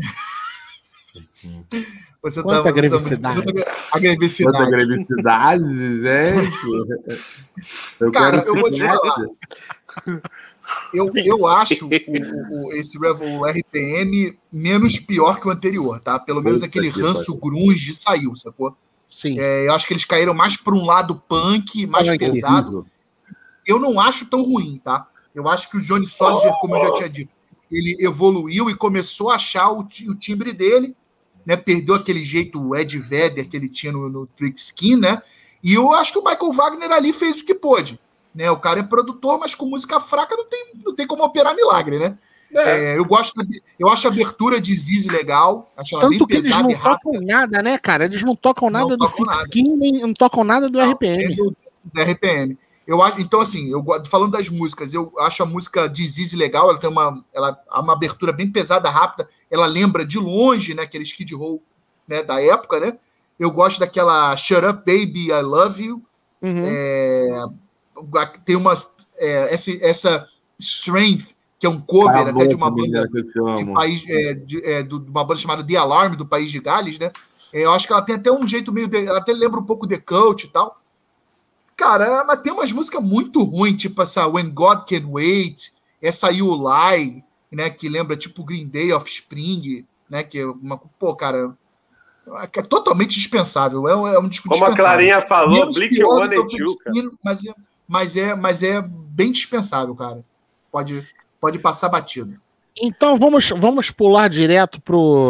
D: Você
B: Quanta
D: tá-
B: agressividade.
D: Quanta
G: Quanta
D: agressividade.
G: agressividade, gente. Eu
D: Cara,
G: quero
D: eu vou te
G: chiclete.
D: falar. Eu, eu acho o, o- o- esse Revo- o R P M menos pior que o anterior, tá? Pelo menos
G: Puta
D: aquele
G: que
D: ranço grunge saiu, sacou?
B: Sim.
D: É, eu acho que eles caíram mais para um lado punk, mais
B: Punk.
D: pesado. Eu não acho tão ruim, tá? Eu acho que o Johnny Solinger, como eu já tinha dito, ele evoluiu e começou a achar o, ti- o timbre dele, né? Perdeu aquele jeito Ed Vedder que ele tinha no, no Trick Skin, né? E eu acho que o Michael Wagner ali fez o que pôde. Né? O cara é produtor, mas com música fraca não tem, não tem como operar milagre, né?
E: É,
D: É, eu gosto, da- eu acho a abertura de Zizi legal, acho ela
B: Tanto
D: bem
B: que eles
D: pesada
B: não
D: e rápida.
B: tocam nada, né, cara? Eles não tocam
D: Não
B: nada do
D: tocam nada.
B: Fixkin, nem não tocam nada do
D: Não,
B: R P M.
D: é do, do R P M. Eu acho, então, assim, eu go- falando das músicas, eu acho a música de Zizi legal, ela tem uma, ela, há uma abertura bem pesada, rápida, ela lembra de longe, né, aquele Skid Row, né, da época, né? Eu gosto daquela Shut Up Baby, I Love You.
B: Uhum.
D: É, tem uma é, essa, essa Strength, que é um cover
G: Tá
D: até de
G: bom,
D: uma
G: menina,
D: banda
G: que eu te
D: de
G: amo.
D: país, é, de, é, do- de uma banda chamada The Alarm, do país de Gales, né? É, eu acho que ela tem até um jeito meio. De, ela até lembra um pouco The Cult e tal. Cara, mas tem umas músicas muito ruins, tipo essa When God Can Wait, essa You Lie, né? Que lembra tipo Green Day, Offspring, né? Que é uma. Pô, cara. É totalmente dispensável. É um, é um disco
E: como a
D: dispensável.
E: Clarinha falou,
D: Menos
E: Blink
D: pior
E: One
D: do
E: and
D: que o
E: Two, cara.
D: Fixkin, mas, é, mas, é, mas é bem dispensável, cara. Pode, pode passar batido.
B: Então vamos, vamos pular direto pro,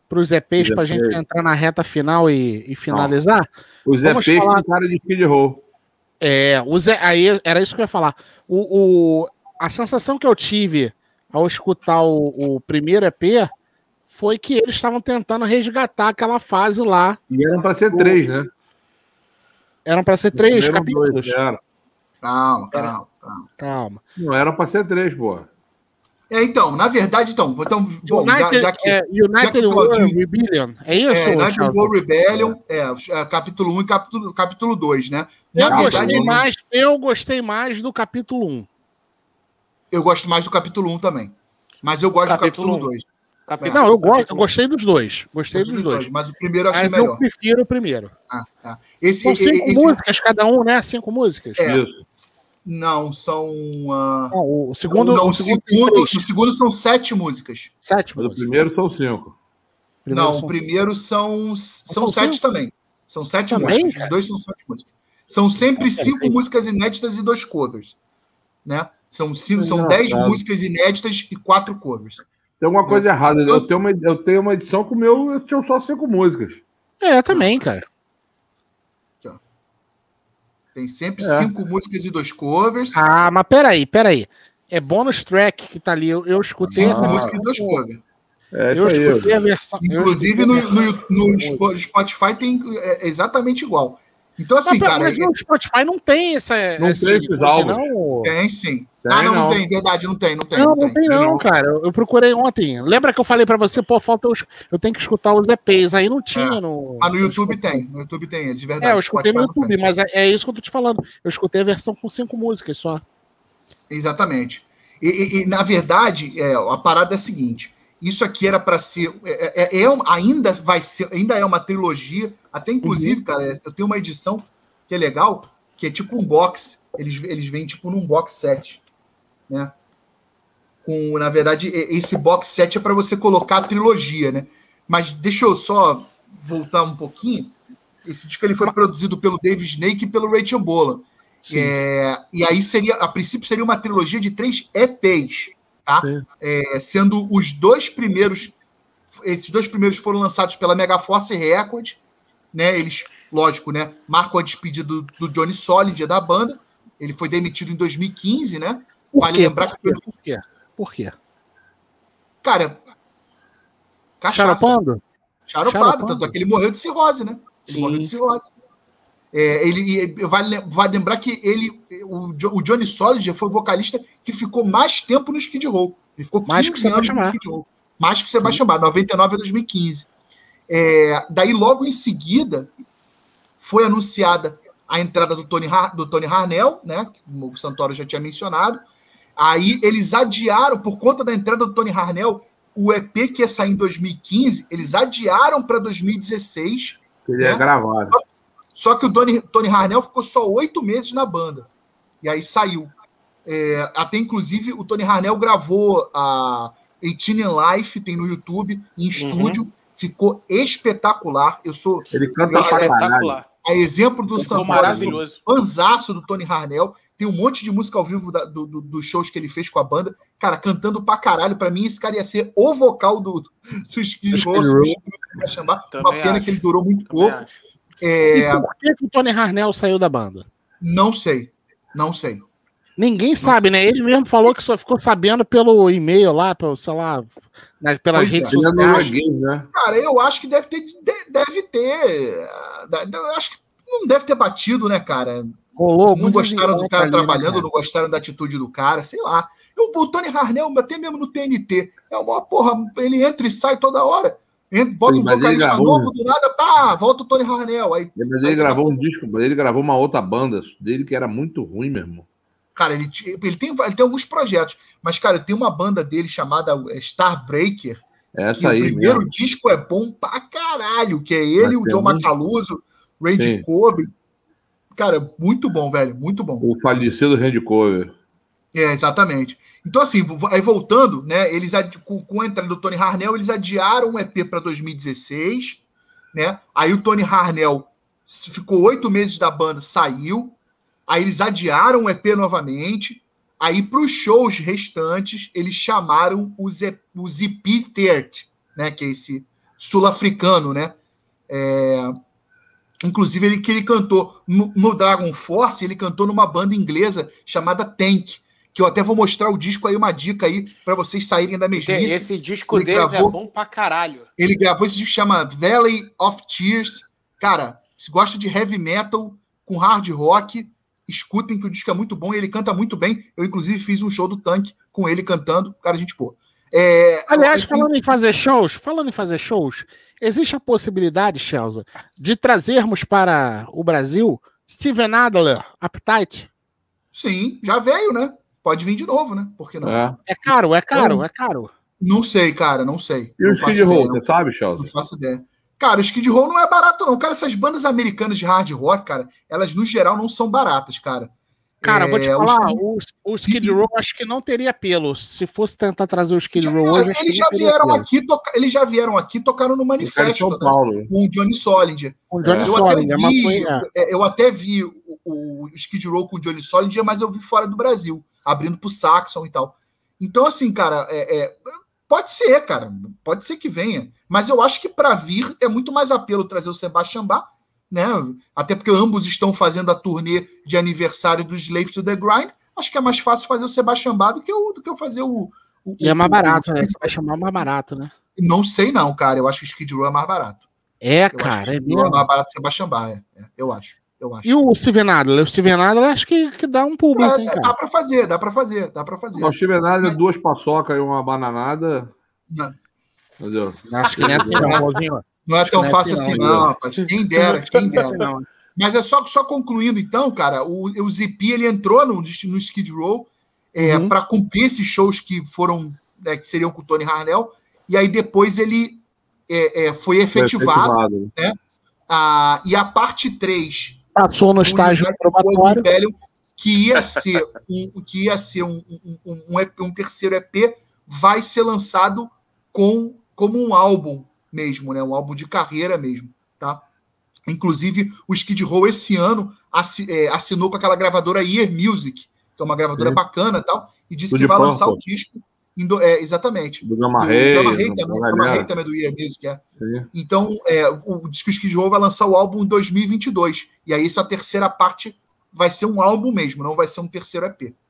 B: pros E Ps pra gente entrar na reta final e, e finalizar?
G: Os
B: Vamos
G: E Ps
B: falar-
G: com cara de Skid Row.
B: É, os, E- aí era isso que eu ia falar. O, o- a sensação que eu tive ao escutar o, o primeiro E P foi que eles estavam tentando resgatar aquela fase lá.
G: E eram pra ser três, né?
B: Eram para ser três
G: Eram
B: capítulos.
G: dois, era.
D: Calma, calma, calma.
B: Calma.
G: Não eram pra ser três, pô.
D: É, então, na verdade, então, então bom, já,
B: United,
D: já que,
B: é, United
D: já que o
B: World
D: Claudinho-
B: Rebellion. É isso,
D: é, United
B: Thiago?
D: World Rebellion, é, é, capítulo um e capítulo, capítulo dois, né?
B: Eu
D: Na
B: gostei,
D: verdade,
B: mais, eu gostei mais do capítulo um.
D: eu gosto mais do capítulo um também. Mas eu gosto
C: Capítulo
D: do
C: um.
D: capítulo dois.
C: Capítulo-
B: Não, eu, gosto, eu
C: capítulo-
B: gostei dos dois. Gostei dos dois.
D: Mas o primeiro eu achei
B: Mas eu
D: melhor.
B: prefiro o primeiro.
D: Ah, tá. Esse,
B: São cinco
D: esse-
B: músicas cada um, né? Cinco músicas.
D: É.
G: Isso.
D: Não, são. ah,
B: Não, o segundo,
D: não,
B: o
D: o
B: segundo,
D: segundo,
B: tem
D: no
B: três.
D: segundo são sete músicas.
B: Sete
G: Mas o
B: músicas.
G: primeiro são cinco.
B: Primeiro
D: não,
B: são-
D: o primeiro são, são,
B: são
D: sete
B: cinco?
D: também. São sete
B: Também,
D: músicas.
B: cara?
D: Os dois são sete músicas. São sempre cinco
B: tem-
D: músicas inéditas e dois covers. Né? São, cinco, são
G: Engraçado.
D: dez músicas inéditas e quatro covers.
G: Tem alguma coisa errada.
D: Então,
G: Eu tenho, uma, eu tenho uma edição que o meu eu tinha só cinco músicas.
B: É, também, cara.
D: Tem sempre
G: É.
D: cinco músicas e dois covers.
B: Ah, mas peraí, peraí. É bônus track que tá ali. Eu, eu escutei
D: cinco
B: essa
D: músicas
B: versão.
D: e dois covers.
G: É
B: Eu
G: isso aí.
B: escutei a versão. eu
D: Inclusive,
B: escutei
D: no,
B: a versão-
D: no, no Spotify tem é exatamente igual. Então, assim,
B: Mas,
D: cara.
B: mas
D: é-
B: no Spotify não tem essa.
G: Não
B: esse
G: tem esses
B: coisa,
G: álbuns.
B: não.
D: Tem sim.
G: Tem,
D: ah, não, não,
G: não.
D: tem, verdade, não tem, não tem.
B: Não, não tem não,
G: não.
B: cara. Eu, eu procurei ontem. Lembra que eu falei pra você, pô, falta os, eu tenho que escutar os E Ps. Aí não tinha
D: É.
B: no.
D: Ah, no YouTube
B: Spotify.
D: tem. No YouTube tem, de verdade.
B: É, eu escutei no
D: Spotify não
B: YouTube, mas é, é isso que eu tô te falando. Eu escutei a versão com cinco músicas só.
D: tem. Exatamente. E, e- e, na verdade, é, a parada é a seguinte: isso aqui era para ser. É, é- é um- ainda vai ser, ainda é uma trilogia. Até
B: Uhum.
D: inclusive, cara, eu tenho uma edição que é legal, que é tipo um box. Eles, eles vêm tipo num box set, né? Com, na verdade, e- esse box set é para você colocar a trilogia, né? Mas deixa eu só voltar um pouquinho. Esse disco ele foi produzido pelo Dave Snake e pelo Ray Chambola. É, e aí seria, a princípio, seria uma trilogia de três E Ps, tá?
G: Sim.
D: É, sendo os dois primeiros, esses dois primeiros foram lançados pela Megaforce Records, né? Eles, lógico, né? Marcam a despedida do, do Johnny Solinger da banda. Ele foi demitido em dois mil e quinze, né?
B: Por
D: Vale
B: quê?
D: lembrar
B: Por
D: que
B: quê?
D: foi-
B: Por quê? Por quê?
D: Cara, cachaça.
B: Charopando?
D: Charopado,
B: Charopando.
D: tanto é que ele morreu de cirrose, né? Ele
B: Sim.
D: morreu de cirrose. É, ele, e- vale, lem- vale lembrar que ele, o, Jo- o Johnny Solinger foi o vocalista que ficou mais tempo no Skid Row. Ele ficou
B: Mais que o
D: quinze anos no
B: Sebastian
D: Skid Row. Mais que o Sebastian Bach, noventa e nove a dois mil e quinze. É, daí, logo em seguida, foi anunciada a entrada do Tony, Har- do Tony Harnell, né? Como o Santoro já tinha mencionado. Aí eles adiaram, por conta da entrada do Tony Harnell, o E P que ia sair em dois mil e quinze, eles adiaram para dois mil e dezesseis.
G: Ele é
D: né?
G: gravado.
D: Só que o Tony, Tony Harnell ficou só oito meses na banda. E aí saiu. É, até, inclusive, o Tony Harnell gravou a eighteen in Life, tem no YouTube, em estúdio. Ficou espetacular. Eu sou,
G: Ele canta
D: Eu-
G: pra caralho.
C: Espetacular.
D: a exemplo do
C: Ficou
D: Santoro,
C: maravilhoso.
D: fanzaço do Tony Harnell. Tem um monte de música ao vivo da- do- do- dos shows que ele fez com a banda. Cara, cantando pra caralho. Pra mim, esse cara ia ser o vocal do, do Skid Row. substituindo o Sebastian Bach. Uma
C: Também
D: pena
C: acho.
D: que ele durou muito
C: Também
D: pouco.
C: acho.
D: É,
B: E por que, que o Tony Harnell saiu da banda?
D: não sei. Não sei.
B: Ninguém sabe, né? Ele mesmo falou que só ficou sabendo pelo e-mail lá, pelo, sei lá, nas, pelas
D: Pois é.
B: redes
G: Ele é
B: sociais.
G: norueguês, né?
D: Cara, eu acho que deve ter. de- Deve ter. Eu acho que não deve ter batido, né, cara?
B: Rolou
D: Não
B: muito
D: gostaram do
B: desencontro
D: cara
B: ali, né,
D: trabalhando,
B: cara?
D: não gostaram da atitude do cara, sei lá. Eu, o Tony Harnell, até mesmo no T N T, é uma porra, ele entra e sai toda hora. Entra, bota
G: Sim,
D: um
G: mas ele
D: vocalista
G: gravou,
D: novo, do nada, pá, volta o Tony Harnell. Aí,
G: Mas ele gravou um disco, ele gravou uma outra banda dele que era muito ruim, meu irmão.
D: cara, ele, t- ele, tem, ele tem alguns projetos, mas, cara, tem uma banda dele chamada Starbreaker, que
G: Essa
D: o
G: aí
D: primeiro
G: mesmo.
D: disco é bom pra caralho, que é ele,
G: Mas
D: o
G: tem
D: John
G: alguns-
D: Macaluso, Randy
G: Sim.
D: Coven. Cara, muito bom, velho, muito bom.
G: O falecido Randy Cover.
D: É, exatamente. Então, assim, vo- aí voltando, né? Eles adi- com, com a entrada do Tony Harnell, eles adiaram o E P para dois mil e dezesseis, né? Aí o Tony Harnell s- ficou oito meses da banda, saiu. Aí eles adiaram o E P novamente. Aí, para os shows restantes, eles chamaram os, E- os E P trinta, né? Que é esse sul-africano, né? É, inclusive, ele que ele cantou no, no Dragon Force, ele cantou numa banda inglesa chamada Tank, que eu até vou mostrar o disco aí, uma dica aí, para vocês saírem da mesmice.
C: Esse disco
D: ele
C: deles
D: gravou,
C: é bom pra caralho.
D: Ele gravou esse disco que chama Valley of Tears. Cara, se gosta de heavy metal com hard rock, escutem que o disco é muito bom e ele canta muito bem. Eu, inclusive, fiz um show do Tank com ele cantando. Cara, gente, pô. É,
B: Aliás,
D: enfim,
B: falando em fazer shows, falando em fazer shows, existe a possibilidade, Chelsea, de trazermos para o Brasil Steven Adler, Appetite?
D: sim, já veio, né? Pode vir de novo, né? Por que não?
G: É.
B: É caro, é caro,
D: Então,
B: é caro.
D: Não sei, cara, não sei.
G: E o
D: Não faço
G: Skid Row,
D: ideia,
G: você
D: não.
G: sabe,
D: Não
G: Chelsea?
D: faço ideia. Cara, o Skid Row não é barato, não. Cara, essas bandas americanas de hard rock, cara, elas no geral não são baratas, cara.
B: Cara, vou te
D: É, os-
B: falar, o, o Skid Row acho que não teria apelo. Se fosse tentar trazer o Skid Row hoje, acho
D: eles
B: que
D: já
B: não teria
D: vieram
B: apelo.
D: aqui, toca... eles já vieram aqui, tocaram no
G: Eu quero em
D: Manifesto,
G: São
D: né?
G: Paulo.
D: Com o Johnny Solinger.
B: Com o Johnny
G: É.
D: Eu até
B: Solinger, mas
D: vi,
B: foi... é.
D: é, eu até vi o, o Skid Row com o Johnny Solinger, mas eu vi fora do Brasil, abrindo pro Saxon e tal. Então, assim, cara, é, é, pode ser, cara, pode ser que venha, mas eu acho que para vir é muito mais apelo trazer o Sebastian Bach, né? Até porque ambos estão fazendo a turnê de aniversário do Slave to the Grind. Acho que é mais fácil fazer o Sebastian Bach do que eu, do que eu fazer o. o
B: E é mais
D: o-
B: barato,
D: o-
B: né? Você vai chamar mais barato, né?
D: Não sei, não, cara. Eu acho que o Skid Row é mais barato.
B: É,
D: Eu acho que
B: cara,
D: o
B: é
D: Skid Row é
B: mesmo.
D: mais barato que o Sebastian Bach. É. É, eu acho. Eu acho.
B: E o Steven Adler? O Steven Adler acho que, que dá um público, hein,
D: É, dá
B: cara?
D: pra fazer, dá pra fazer, dá pra fazer.
G: O Steven Adler, duas paçocas e uma bananada.
D: Não,
G: Entendeu?
B: Acho que não é assim, não, Paulinho.
D: não é tão
B: não é
D: fácil
B: assim,
D: assim,
B: não,
D: não, rapaz. Quem dera, quem dera.
B: Não.
D: Mas é só, só concluindo, então, cara, o, o Z P ele entrou no, no Skid Row é,
B: Uhum.
D: para cumprir esses shows que foram, né, que seriam com o Tony Harnell, e aí depois ele é, é, foi efetivado,
G: Efetivado.
D: a, e a parte três
B: Passou no estágio probatório.
D: Imperium, que ia ser um, que ia ser um, um, um, um, E P, um terceiro E P, vai ser lançado com, como um álbum mesmo, né? Um álbum de carreira mesmo, tá? Inclusive, o Skid Row esse ano assi- é, assinou com aquela gravadora Ear Music, que é uma gravadora
G: Sim.
D: bacana e tal, e disse
G: Do
D: que
G: de
D: vai lançar o
G: Purple.
D: disco. em do- é, exatamente.
G: Do Gamma
D: Do
G: Ray.
D: Gamma Ray
G: da
D: também,
G: galera.
D: Gamma Ray também do Ear Music, é.
G: Sim.
D: Então, é, o disco Skid Row vai lançar o álbum em dois mil e vinte e dois. E aí, essa terceira parte vai ser um álbum mesmo, não vai ser um terceiro E P.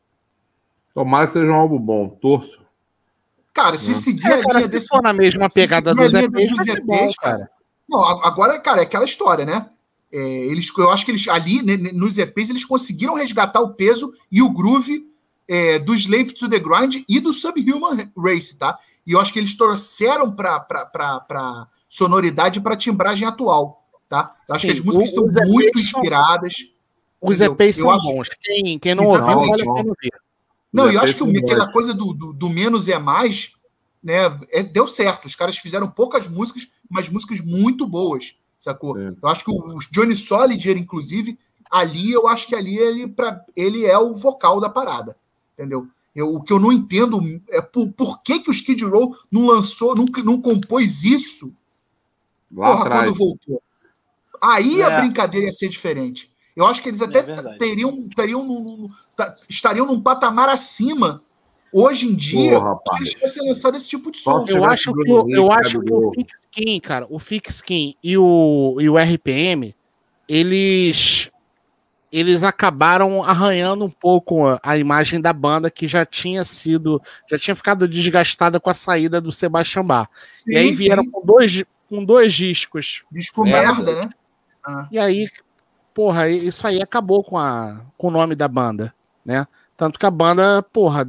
G: Tomara que seja um álbum bom. Torço.
D: Cara, se
G: Hum.
D: seguir
B: É,
D: a
B: cara,
D: linha
B: se
D: desse.
B: for na mesma pegada
D: seguir a
B: dos
D: linha
B: E Ps,
D: dos
B: vai ser
D: E
B: bom,
D: Ps,
B: cara.
D: Não, a- agora, cara, é aquela história, né? É, eles, eu acho que eles ali, né, nos E Ps, eles conseguiram resgatar o peso e o groove é, do Slave to the Grind e do Subhuman Race, tá? E eu acho que eles trouxeram para sonoridade e para timbragem atual, tá? Eu acho
B: Sim,
D: que as músicas
B: o-
D: são
B: os E Ps
D: muito
B: são-
D: inspiradas.
B: Os
D: entendeu?
B: E Ps
D: Eu
B: são
D: acho-
B: bons. Quem, quem não
D: Exatamente.
B: ouviu, vale a pena ouvir.
D: Não,
G: Os
D: eu
G: E
D: acho
G: Ps
D: que o-
G: são
D: aquela
G: bons.
D: coisa do, do, do menos é mais, né? É, deu certo. Os caras fizeram poucas músicas, mas músicas muito boas, sacou?
G: É.
D: Eu acho que o Johnny Solinger, inclusive, ali, eu acho que ali ele, pra, ele é o vocal da parada, entendeu? Eu, o que eu não entendo é por, por que, que o Skid Row não lançou, não, não compôs isso,
G: Lá
D: porra,
G: atrás.
D: quando voltou. Aí a
C: É.
D: brincadeira ia ser diferente. Eu acho que eles até
C: É verdade.
D: teriam, teriam num- num- ta- estariam num patamar acima hoje em dia
G: Porra, rapaz.
D: se eles tivessem lançado esse tipo de
G: Só
D: som.
G: se
B: Eu
G: tivesse
B: acho que,
G: Bruno
B: o- eu
G: Henrique,
B: acho
G: né,
B: que
G: do
B: o
G: Globo.
B: Fix Skin, cara, o Fix Skin e o, e o R P M, eles eles acabaram arranhando um pouco a, a imagem da banda que já tinha sido, já tinha ficado desgastada com a saída do Sebastian Bach. E aí
D: Sim,
B: vieram
D: sim,
B: com dois, com dois discos.
D: disco
B: É.
D: merda, né? Ah,
B: E aí, porra, isso aí acabou com, a, com o nome da banda, né? Tanto que a banda, porra,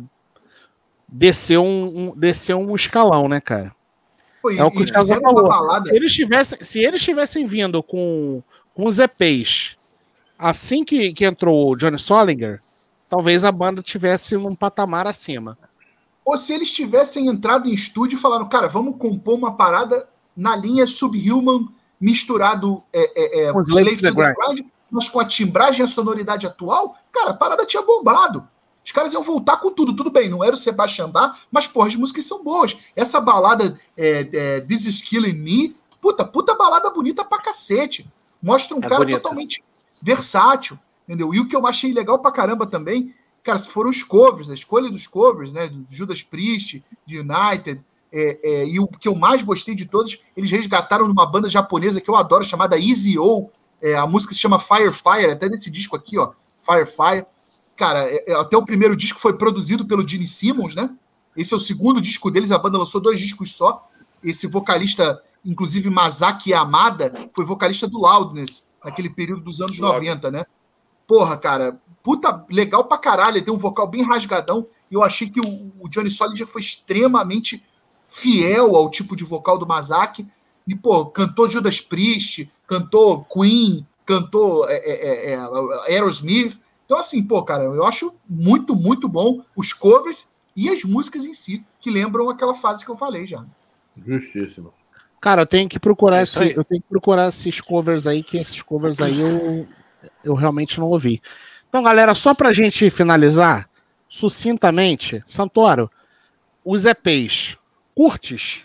B: desceu um, um- desceu um escalão, né, cara?
D: pô, e-
B: É o que
D: e
B: o Thiago
D: fizeram uma
B: falou.
D: balada.
B: Se eles tivessem, se eles tivessem vindo com, com os E Ps assim que, que entrou o Johnny Solinger, talvez a banda tivesse num patamar acima.
D: Ou se eles tivessem entrado em estúdio e falando, cara, vamos compor uma parada na linha Subhuman misturado é, é, é,
B: Com Slave to the
D: Grind, mas com a timbragem e a sonoridade atual, cara, a parada tinha bombado. Os caras iam voltar com tudo. Tudo bem, não era o Sebastian Bach, mas, porra, as músicas são boas. Essa balada, é, é, This Is Killing Me, puta, puta balada bonita pra cacete. Mostra um
C: É
D: cara
C: bonita.
D: totalmente versátil, entendeu? E o que eu achei legal pra caramba também, cara, foram os covers, a escolha dos covers, né, do Judas Priest, de United, É, é, e o que eu mais gostei de todos, eles resgataram numa banda japonesa que eu adoro, chamada Easy-O. É, a música se chama Fire Fire, até desse disco aqui, ó, Fire Fire. Cara, é, é, até o primeiro disco foi produzido pelo Gene Simmons, né? Esse é o segundo disco deles, a banda lançou dois discos só. Esse vocalista, inclusive Masaki Yamada, foi vocalista do Loudness, naquele período dos anos noventa, né? Porra, cara, puta, legal pra caralho, ele tem um vocal bem rasgadão, e eu achei que o, o Johnny Solinger foi extremamente fiel ao tipo de vocal do Masaki, e, pô, cantou Judas Priest, cantou Queen, cantou é, é, é, Aerosmith. Então, assim, pô, cara, eu acho muito, muito bom os covers e as músicas em si, que lembram aquela fase que eu falei já.
G: Justíssimo.
B: Cara, eu tenho que procurar
C: É
B: esse,
C: isso aí.
B: eu tenho que procurar esses covers aí, que esses covers aí eu, eu realmente não ouvi. Então, galera, só pra gente finalizar, sucintamente, Santoro, os E Ps, curtes?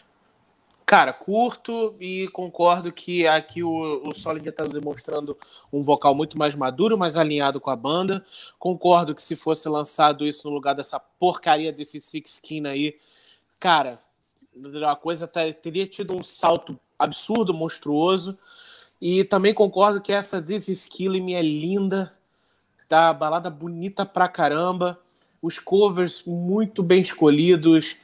C: Cara, curto e concordo que aqui o, o Solinger está demonstrando um vocal muito mais maduro, mais alinhado com a banda. Concordo que se fosse lançado isso no lugar dessa porcaria desse Six Skin aí, cara, a coisa tá- teria tido um salto absurdo, monstruoso. E também concordo que essa This Is Killing Me é linda, tá? Balada bonita pra caramba, os covers muito bem escolhidos.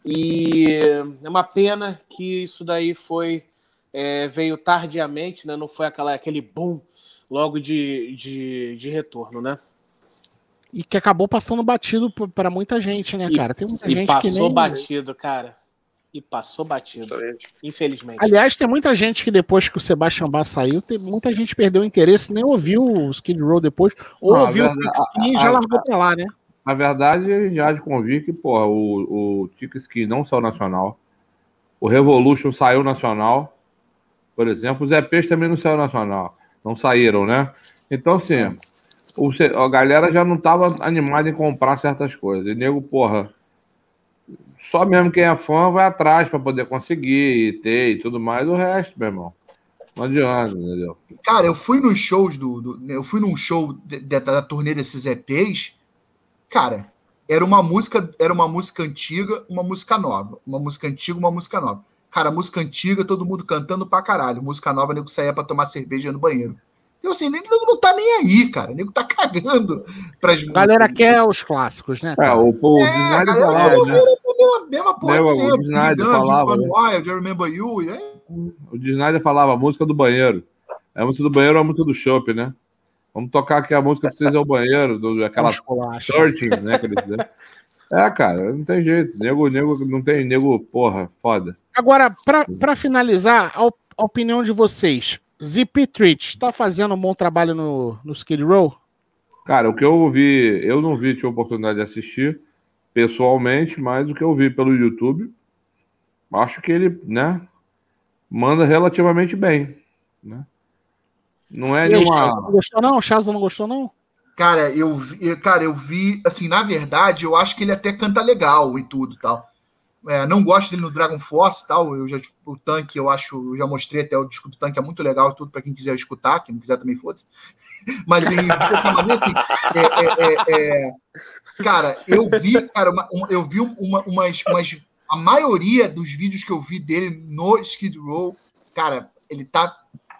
C: E é uma pena que isso daí foi é, veio tardiamente, né? Não foi aquela, aquele boom logo de, de, de retorno, né?
B: E que acabou passando batido p- pra muita gente, né,
C: E-
B: cara? Tem muita
C: E
B: gente que
C: passou
B: nem...
C: batido, cara. E passou batido,
E: Exatamente.
C: infelizmente.
B: Aliás, tem muita gente que depois que o Sebastian Bach saiu, tem muita gente que perdeu o interesse, nem ouviu o Skid Row depois, ou
G: Não, a
B: ouviu o
G: verdade-
B: Six Skin e
G: a-
B: já
G: a-
B: largou pra lá, né?
G: Na verdade, já de convir que, porra, o, o Tic Ski não saiu nacional. O Revolution saiu nacional. Por exemplo, os E Ps também não saiu nacional. Não saíram, né? Então, assim, o, ce- a galera já não tava animada em comprar certas coisas. E nego, porra, só mesmo quem é fã vai atrás pra poder conseguir e ter e tudo mais. O resto, meu irmão, não adianta, entendeu?
D: Cara, eu fui nos shows do. do- eu fui num show de- de- da turnê desses E Ps. Cara, era uma música, era uma música antiga, uma música nova. Uma música antiga, uma música nova. Cara, música antiga, todo mundo cantando pra caralho. Música nova, nego saía pra tomar cerveja no banheiro. Então, assim, nego não tá nem aí, cara. Nego tá cagando pras
B: A
D: músicas.
B: galera quer os clássicos, né,
G: É,
B: cara?
G: o, o
D: É, a
G: Snyder
D: galera
G: falava,
D: quer
G: né?
D: ouvir a mesma, mesma porra
G: Nego,
D: de
G: o
D: sempre.
G: Snyder
D: Guns,
G: falava,
D: Run
G: né?
D: Wild, I Remember You. E é
G: O Snyder falava a música do banheiro. É a música do banheiro ou a música do shopping, né? Vamos tocar aqui a música Precisa ir ao banheiro, do, aquela
B: Os colachos.
G: searching, né? Que eles dizem. É, cara, não tem jeito. Nego, nego, não tem nego, porra, foda.
B: Agora, pra, pra finalizar, a, op- a opinião de vocês. Z P Treat tá fazendo um bom trabalho no, no Skid Row?
G: Cara, o que eu vi, eu não vi, tive a oportunidade de assistir pessoalmente, mas o que eu vi pelo YouTube, acho que ele, né, manda relativamente bem, né? Não é
B: E aí, Charles,
G: nenhuma...
B: não gostou não? Charles não gostou não?
D: Cara, eu vi, cara, eu vi, assim, na verdade, eu acho que ele até canta legal e tudo, tal. É, não gosto dele no Dragon Force, tal. Eu já o Tanque, eu acho, eu já mostrei até o disco do Tanque, é muito legal e tudo para quem quiser escutar, quem não quiser também foda-se. Mas em, de qualquer maneira, assim, é, é, é, é, cara, eu vi, cara, uma, um, eu vi uma, umas, umas, a maioria dos vídeos que eu vi dele no Skid Row, cara, ele tá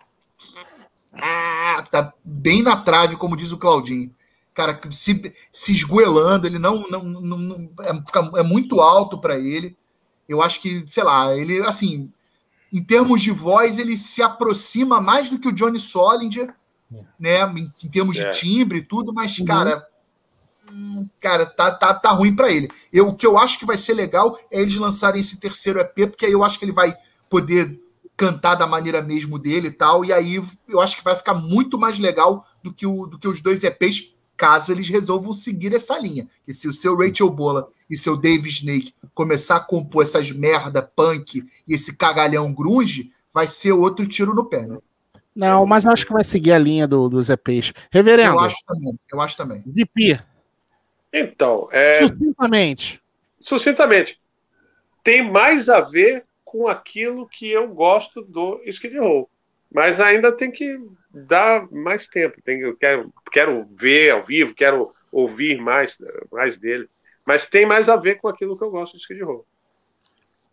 D: Ah, tá bem na trave, como diz o Claudinho. Cara, se, se esgoelando, ele não, não, não, não é, é muito alto para ele. Eu acho que, sei lá, ele, assim, em termos de voz, ele se aproxima mais do que o Johnny Solinger, né? Em, em termos
E: É.
D: de timbre e tudo, mas,
B: Uhum.
D: cara, hum, cara, tá, tá, tá ruim para ele. Eu, o que eu acho que vai ser legal é eles lançarem esse terceiro E P, porque aí eu acho que ele vai poder cantar da maneira mesmo dele e tal, e aí eu acho que vai ficar muito mais legal do que, o, do que os dois E Ps, caso eles resolvam seguir essa linha. E se o seu Rachel Bola e seu Dave Snake começar a compor essas merda punk e esse cagalhão grunge, vai ser outro tiro no pé, né?
B: Não, mas eu acho que vai seguir a linha do, dos E Ps. Reverendo,
D: Eu acho também, eu acho também.
B: Z P,
E: Então, é,
B: sucintamente.
E: sucintamente, tem mais a ver com aquilo que eu gosto do Skid Row. Mas ainda tem que dar mais tempo. Tem, eu quero, quero ver ao vivo, quero ouvir mais, mais dele. Mas tem mais a ver com aquilo que eu gosto do Skid Row.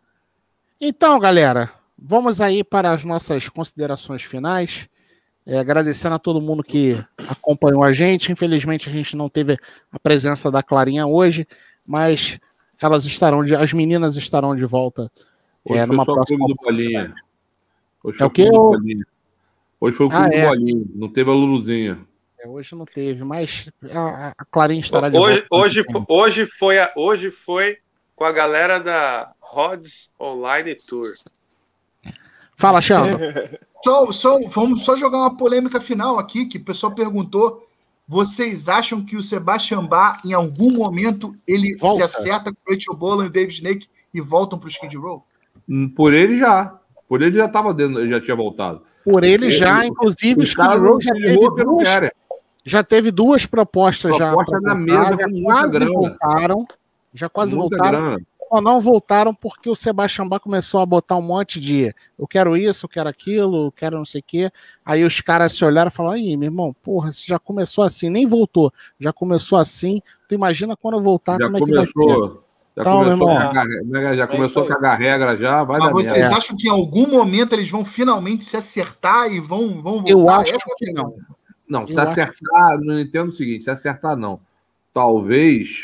B: Então, galera, vamos aí para as nossas considerações finais. É, agradecendo a todo mundo que acompanhou a gente. Infelizmente, a gente não teve a presença da Clarinha hoje, mas elas estarão de, as meninas estarão de volta
G: Hoje
B: é,
G: foi
B: numa
G: só
B: próxima
G: clube do Bolinha. Hoje
B: É
G: foi
B: o quê?
G: clube do
B: Eu-
G: Bolinha. Hoje foi o
B: Ah,
G: clube
B: é.
G: do Bolinha. Não teve a Luluzinha.
B: É, hoje não teve, mas a, a Clarinha estará de
E: Hoje,
B: volta.
E: hoje, hoje, foi a, hoje foi com a galera da Rods Online Tour.
B: Fala, Chelsea.
D: Só, só, vamos só jogar uma polêmica final aqui, que o pessoal perguntou. Vocês acham que o Sebastian Bach, em algum momento, ele
B: Volta.
D: se acerta com o Rachel Bolan e o David Snake e voltam para o Skid Row?
G: Hum, Por ele já. Por ele já tava dentro, já tinha voltado.
B: Por ele
G: Ele-
B: já, inclusive, o
G: Os
B: Skid
G: caras
B: Row
G: não
B: já
G: se
B: teve
G: ligou que não
B: duas,
G: querem.
B: já teve duas propostas já.
G: Proposta
B: pra
G: na
B: voltar,
G: mesa
B: já
G: com muita
B: quase
G: grana.
B: voltaram. Já quase
G: Muita
B: voltaram.
G: grana.
B: Só não voltaram porque o Sebastian Bach começou a botar um monte de eu quero isso, eu quero aquilo, eu quero não sei o quê. Aí os caras se olharam e falaram, aí, meu irmão, porra, você já começou assim, nem voltou, já começou assim, tu imagina quando eu voltar,
G: Já
B: como é que vai ser?
G: começou. Já
B: Então,
G: começou,
B: meu
G: a
B: irmão,
G: cagar, né, já
C: é
G: começou a
C: isso aí.
G: cagar regra já, vai
D: Mas
G: dar
D: vocês
G: merda.
D: acham que em algum momento eles vão finalmente se acertar e vão, vão voltar?
B: Eu acho
D: Essa é a
B: que não.
D: pergunta.
G: Não, se
B: Eu acho
G: acertar, não entendo o seguinte, se acertar não. Talvez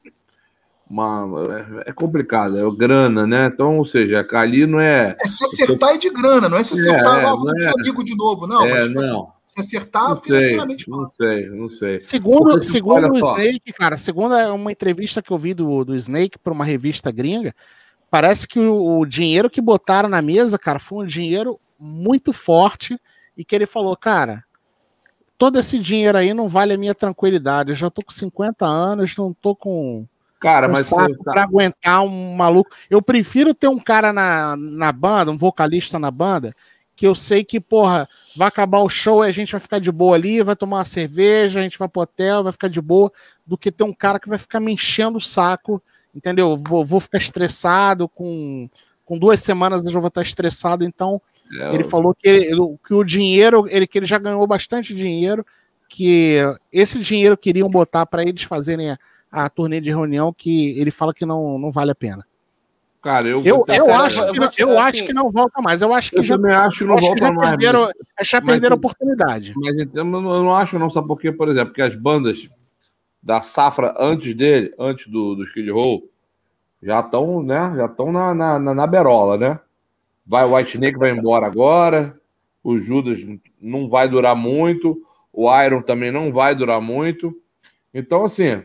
G: uma, é é complicado, é o grana, né? Então, ou seja, ali não é.
D: É se acertar é de grana, não é se
G: É,
D: acertar,
G: é,
D: ah,
G: não
D: vamos
G: é-
D: ser amigo de novo, não.
G: é,
D: mas tipo assim,
G: não.
D: se acertar
G: Não sei,
D: financeiramente
G: não
D: falando.
G: sei, não sei.
B: Segundo,
G: Porque,
B: segundo
G: olha
B: o
G: só.
B: Snake, cara, segundo uma entrevista que eu vi do, do Snake para uma revista gringa, parece que o, o dinheiro que botaram na mesa, cara, foi um dinheiro muito forte e que ele falou, cara, todo esse dinheiro aí não vale a minha tranquilidade. Eu já tô com cinquenta anos, não tô com
G: Cara,
B: um
G: mas
B: saco
G: você tá-
B: pra aguentar um maluco. Eu prefiro ter um cara na, na banda, um vocalista na banda, que eu sei que, porra, vai acabar o show e a gente vai ficar de boa ali, vai tomar uma cerveja, a gente vai pro hotel, vai ficar de boa, do que ter um cara que vai ficar me enchendo o saco, entendeu? Vou, vou ficar estressado, com, com duas semanas eu já vou estar estressado, então
G: é,
B: ele falou que, ele- que o dinheiro, ele, que ele já ganhou bastante dinheiro, que esse dinheiro queriam botar para eles fazerem a, a turnê de reunião, que ele fala que não, não vale a pena.
G: cara, eu,
B: Eu,
G: vou ser
B: eu,
C: cara,
B: acho,
C: eu
B: que,
C: vou
B: não-
C: te-
B: eu
C: assim,
B: acho que não volta mais. Eu acho que
G: eu
B: já,
G: também acho que não
B: acho que
G: volta
B: já
G: mais.
B: perderam,
G: mas-
B: já
G: mas
B: perderam a
G: tu-
B: oportunidade.
G: Mas então, eu não eu não acho, não, sabe por quê? Por exemplo, porque as bandas da safra antes dele, antes do, do Skid Row, já estão, né? Já estão na, na, na, na berola, né? Vai, o White Snake vai embora agora, o Judas não vai durar muito, o Iron também não vai durar muito. Então, assim,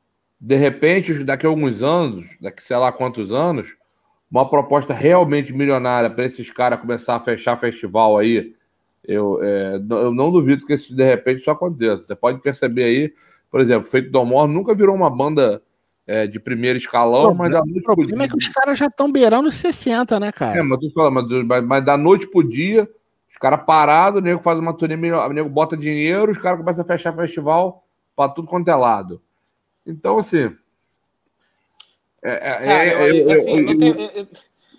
G: de repente, daqui a alguns anos, daqui sei lá quantos anos, uma proposta realmente milionária para esses caras começar a fechar festival aí, eu, é, eu não duvido que isso de repente isso aconteça. Você pode perceber aí, por exemplo, Feito do More nunca virou uma banda é, de primeiro escalão,
B: O
G: mas da
B: problema,
G: noite
B: o
G: pro
B: problema é que
G: dia.
B: os caras já estão beirando os sessenta, né, cara?
G: É, mas tu fala, mas, mas, mas da noite pro dia, os caras parados, o nego faz uma turnê melhor, o nego bota dinheiro, os caras começam a fechar festival pra tudo quanto é lado. Então, assim. É, é,
C: Cara,
G: é,
C: eu,
G: eu-
C: assim,
G: eu-
C: não
G: eu-
C: tem- eu- eu-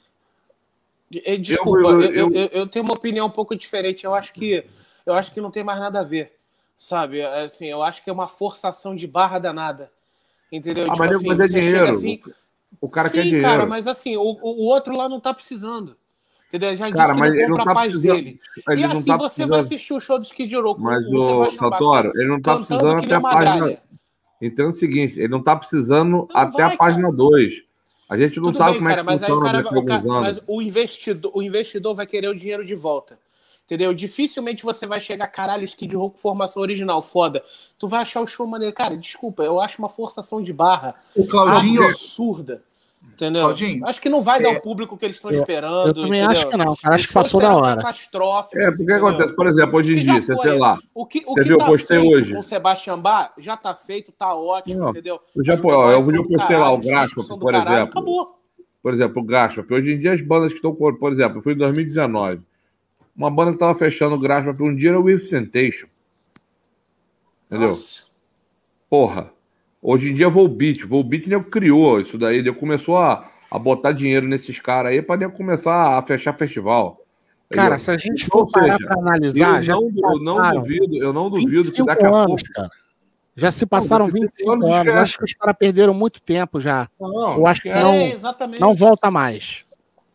C: eu- Desculpa,
G: eu-
C: eu,
G: eu-
C: eu- eu tenho uma opinião um pouco diferente. Eu acho que eu acho que não tem mais nada a ver, sabe? Assim, eu acho que é uma forçação de barra danada, entendeu?
G: Ah,
C: Tipo
G: mas nego,
C: assim,
G: mas é
C: você
G: dinheiro.
C: chega assim,
G: O cara
C: sim,
G: quer dinheiro.
C: cara, mas assim, o, o outro lá não tá precisando, entendeu? Ele já
G: Cara,
C: disse que
G: mas
C: não
G: ele
C: compra
G: não tá
C: a paz
G: precisando-
C: dele.
G: ele
C: E
G: não
C: assim,
G: tá
C: você vai
G: precisando-
C: assistir o show do Skid Row com
G: Mas
C: o
G: o
C: Sebastian Bach
G: Santoro, ele não tá
C: cantando
G: precisando
C: que
G: até
C: nem
G: a
C: uma
G: página.
C: galha.
G: Entendo o seguinte, ele não tá precisando
C: Não
G: até
C: vai,
G: a página
C: cara.
G: dois. A gente não
C: Tudo
G: sabe
C: bem,
G: como é
C: cara,
G: que
C: mas aí o
G: funciona
C: cara,
G: daqui a
C: o cara-
G: alguns anos.
C: mas o investidor, o investidor vai querer o dinheiro de volta. Entendeu? Dificilmente você vai chegar, caralho, Skid Row com formação original, foda. Tu vai achar o show maneiro. Cara, desculpa, eu acho uma forçação de barra
D: O Claudinho,
C: absurda. Entendeu?
D: Claudinho,
C: Acho que não vai dar
D: é,
C: o público que eles estão
B: eu-
C: esperando.
B: Eu também
C: entendeu?
B: acho que não, cara. Acho
C: Os
B: que
C: shows
B: passou da
C: serão
B: hora.
C: catastróficos,
G: É, porque
C: entendeu?
G: acontece, por exemplo, hoje em
C: Porque já
G: dia, você
C: foi.
G: sei lá,
C: O que, o
G: Você
C: que
G: viu,
C: tá
G: eu postei
C: feito
G: hoje.
C: com o Sebastian Bach já tá feito, tá ótimo,
G: Não,
C: entendeu?
G: eu já,
C: Os
G: pô, ó,
C: negócios
G: eu
C: são
G: já
C: do
G: postei lá
C: caralho,
G: o
C: os discos
G: Graspop,
C: são do
G: por
C: caralho,
G: exemplo.
C: acabou.
G: Por exemplo, o Graspop. Hoje em dia as bandas que estão, por exemplo, eu fui em dois mil e dezenove. Uma banda que estava fechando o Graspop um dia era o With Temptation. Entendeu?
C: Nossa.
G: Porra. Hoje em dia Volbeat. Volbeat nego criou isso daí. Nego começou a, a botar dinheiro nesses caras aí para nego começar a fechar festival.
B: Cara,
G: Entendeu?
B: se a gente
G: Então,
B: for parar
G: seja,
B: pra analisar,
G: eu
B: já
G: não,
B: se
G: eu não
B: passaram
G: duvido, eu não duvido que
B: vinte e cinco
G: daqui a
B: anos,
G: pouco.
B: cara. Já se passaram
G: daqui a
B: vinte e cinco
G: anos,
B: anos.
G: esquece.
B: Acho que os caras perderam muito tempo já.
G: Não,
B: Eu acho que
G: esquece.
B: não,
C: É, exatamente.
B: não volta mais.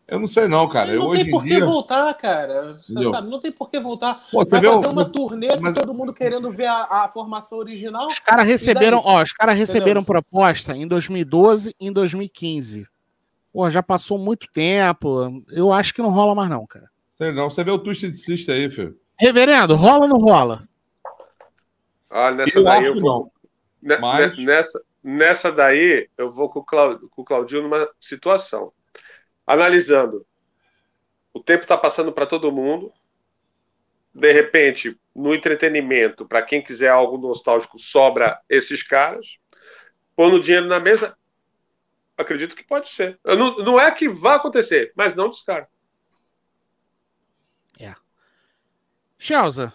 G: Eu não sei não, cara. Eu,
C: não
G: hoje
C: tem por
G: em
C: que
G: dia...
C: voltar, cara. Você
G: Entendeu?
C: sabe, não tem por que voltar.
G: Pô, você
C: Vai
G: vê
C: fazer
G: o-
C: uma
G: mas-
C: turnê com
G: mas-
C: todo mundo querendo ver a, a formação original.
B: Os caras receberam,
C: E daí?
B: ó, os caras receberam
C: Entendeu?
B: proposta em dois mil e doze e em dois mil e quinze. Pô, já passou muito tempo. Eu acho que não rola mais não, cara.
G: Sei não. Você vê o Twisted Sister aí, filho.
B: Reverendo, rola ou não rola?
E: Ah, nessa
G: Eu
E: daí
G: acho
E: eu
G: que
E: vou.
G: não.
E: Ne-
G: Mas-
E: ne- Nessa, nessa daí, eu vou com o, Clau- com o Claudinho numa situação. Analisando. O tempo está passando para todo mundo. De repente, no entretenimento, para quem quiser algo nostálgico, sobra esses caras. Pondo dinheiro na mesa, acredito que pode ser. Eu não, não é que vai acontecer, mas não descarto.
B: Chelsea,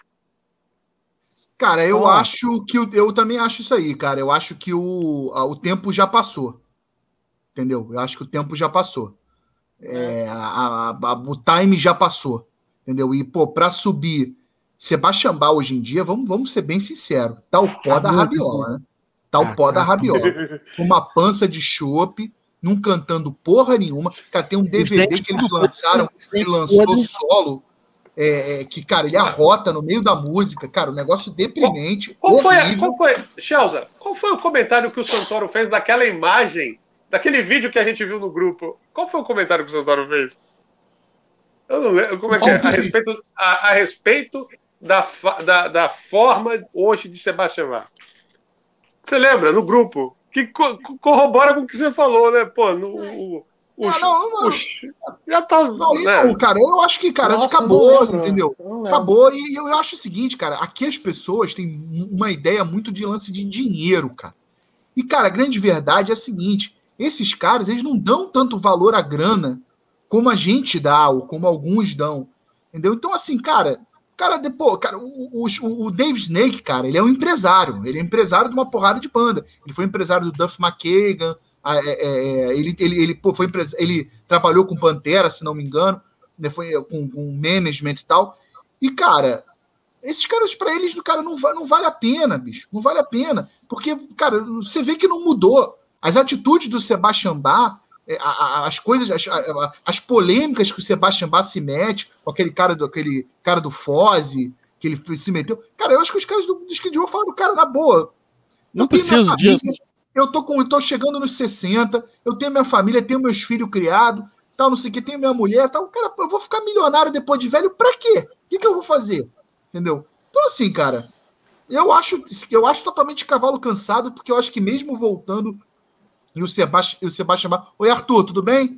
D: Cara, eu
B: Ó.
D: acho que o- eu também acho isso aí, cara. Eu acho que o, a- o tempo já passou. Entendeu? Eu acho que o tempo já passou. É, a- a- a- o time já passou. Entendeu? E, pô, pra subir Sebastião Bach hoje em dia, vamos, vamos ser bem sinceros, tá o pó da rabiola, né? Tá o
B: Ah,
D: pó da
B: cara.
D: rabiola. Uma pança de chope, não cantando porra nenhuma. Cara, tem um D V D
B: dentes
D: que eles lançaram, ele lançou solo, é, é, que, cara, ele arrota no meio da música. Cara, um negócio deprimente,
E: Qual foi, a-
D: horrível.
E: qual foi, Shelza, qual foi o comentário que o Santoro fez daquela imagem, daquele vídeo que a gente viu no grupo? Qual foi o comentário que o Santoro fez? Eu não lembro. Como é que é? A respeito, a, a respeito da, fa- da, da forma hoje de Sebastião Bach. Você lembra? No grupo. Que co- corrobora com o que você falou, né? Pô, no, o, o,
D: Ah, não, não.
E: o- já tá.
D: Não,
E: né?
D: não, cara, eu acho que, cara,
C: Nossa,
D: acabou,
C: não lembro.
D: entendeu?
C: Não lembro.
D: Acabou, e eu, eu acho o seguinte, cara, aqui as pessoas têm uma ideia muito de lance de dinheiro, cara. E, cara, a grande verdade é a seguinte, esses caras, eles não dão tanto valor à grana como a gente dá, ou como alguns dão, entendeu? Então, assim, cara, cara, depois, cara, o, o, o Dave Snake, cara, ele é um empresário, ele é empresário de uma porrada de banda, ele foi empresário do Duff McKagan, ah, é, é, ele, ele, ele, pô, foi empresa, ele trabalhou com Pantera, se não me engano, né, foi com, com management e tal. E, cara, esses caras, para eles, cara, não, va- não vale a pena, bicho. Não vale a pena. Porque, cara, você vê que não mudou. As atitudes do Sebastião Bach, é, a- a- as coisas, as, a- as polêmicas que o Sebastião Bach se mete, com aquele cara do, aquele cara do Foze, que ele se meteu. Cara, eu acho que os caras do, do Skid Row falaram, cara, na boa.
B: Não
D: eu tenho minha
B: preciso
D: família,
B: disso.
D: Eu tô, com, eu tô chegando nos sessenta, eu tenho minha família, tenho meus filhos criados, tal, não sei o que, tenho minha mulher, tal. Cara, eu vou ficar milionário depois de velho, pra quê? O que, que eu vou fazer? Entendeu? Então, assim, cara, eu acho, eu acho totalmente cavalo cansado, porque eu acho que mesmo voltando, e o Sebastião, o Sebastião Bach... Oi, Arthur, tudo bem?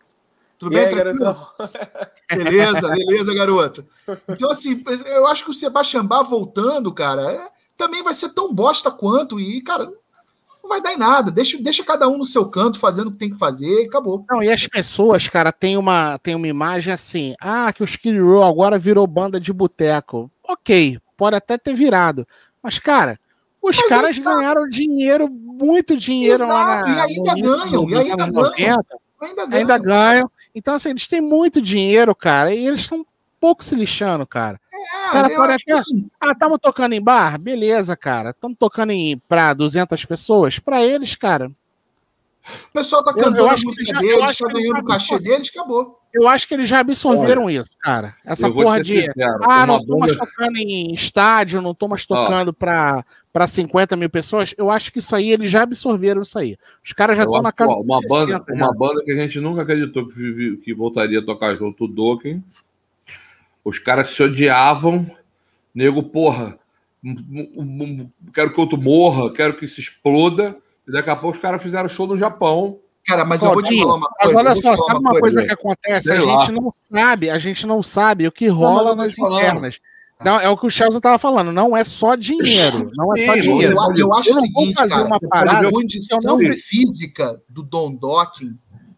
D: Tudo
C: E
D: bem,
C: aí,
D: tranquilo?
C: garotão?
D: Beleza, beleza, garoto. Então, assim, eu acho que o Sebastião Bach voltando, cara, é- também vai ser tão bosta quanto, e, cara, não vai dar em nada. Deixa, deixa cada um no seu canto, fazendo o que tem que fazer, e acabou.
B: Não, e as pessoas, cara, tem uma, tem uma imagem assim, ah, que o Skid Row agora virou banda de boteco. Ok, pode até ter virado. Mas, cara, os
D: Mas
B: caras
D: aí tá.
B: ganharam dinheiro, muito dinheiro lá
D: Exato,
B: na,
D: e ainda
B: no início
D: ganham,
B: dos
D: e ainda
B: anos
D: ganham.
B: noventa,
D: Ainda ganha.
B: ainda ganham. Então, assim, eles têm muito dinheiro, cara, e eles estão um pouco se lixando, cara.
D: É,
B: cara
D: eu
B: pode
D: acho que,
B: até-
D: assim,
B: Ah, estamos tocando em bar? Beleza, cara. Estamos tocando em para duzentas pessoas? Para eles, cara,
D: o pessoal tá
B: Eu-
D: cantando
B: eu
D: a
B: acho
D: música
B: que já- eu
D: deles,
B: acho
D: tá
B: que ele
D: ganhando
B: já
D: o cachê
B: absorve-
D: deles, acabou.
B: eu acho que eles já absorveram isso, cara. Essa
G: eu vou
B: porra
G: ser
B: de.
G: sincero,
B: Ah,
G: uma
B: não tô mais
G: banda-
B: tocando em estádio, não tô mais tocando pra, pra cinquenta mil pessoas. Eu acho que isso aí, eles já absorveram isso aí. Os caras já
G: Eu
B: estão
G: acho
B: na
G: que,
B: casa
G: ó, uma
B: dos
G: banda,
B: sessenta,
G: uma
B: já.
G: banda que a gente nunca acreditou que, vive- que voltaria a tocar junto, o Dokken. Os caras se odiavam. Nego, porra, m- m- m- quero que outro morra, quero que se exploda. E daqui a pouco os caras fizeram show no Japão.
D: Cara, mas eu vou te
B: Claudinho,
D: falar uma
B: Mas
D: coisa. eu
B: olha
D: vou te
B: só,
D: falar
B: sabe uma coisa que acontece?
G: Sei
B: A
G: lá.
B: gente não sabe, a gente não sabe o que
G: mas
B: rola
G: eu tô
B: nas
G: te falando.
B: internas. Não, é o que o Chelsea estava falando, não é só dinheiro. Não é só
G: Sim,
B: dinheiro.
D: Eu, eu acho
B: Eu
D: o
B: não vou
D: seguinte,
B: fazer
D: cara,
B: uma
D: a
B: parada.
D: condição
B: eu não-
D: física do Don Docking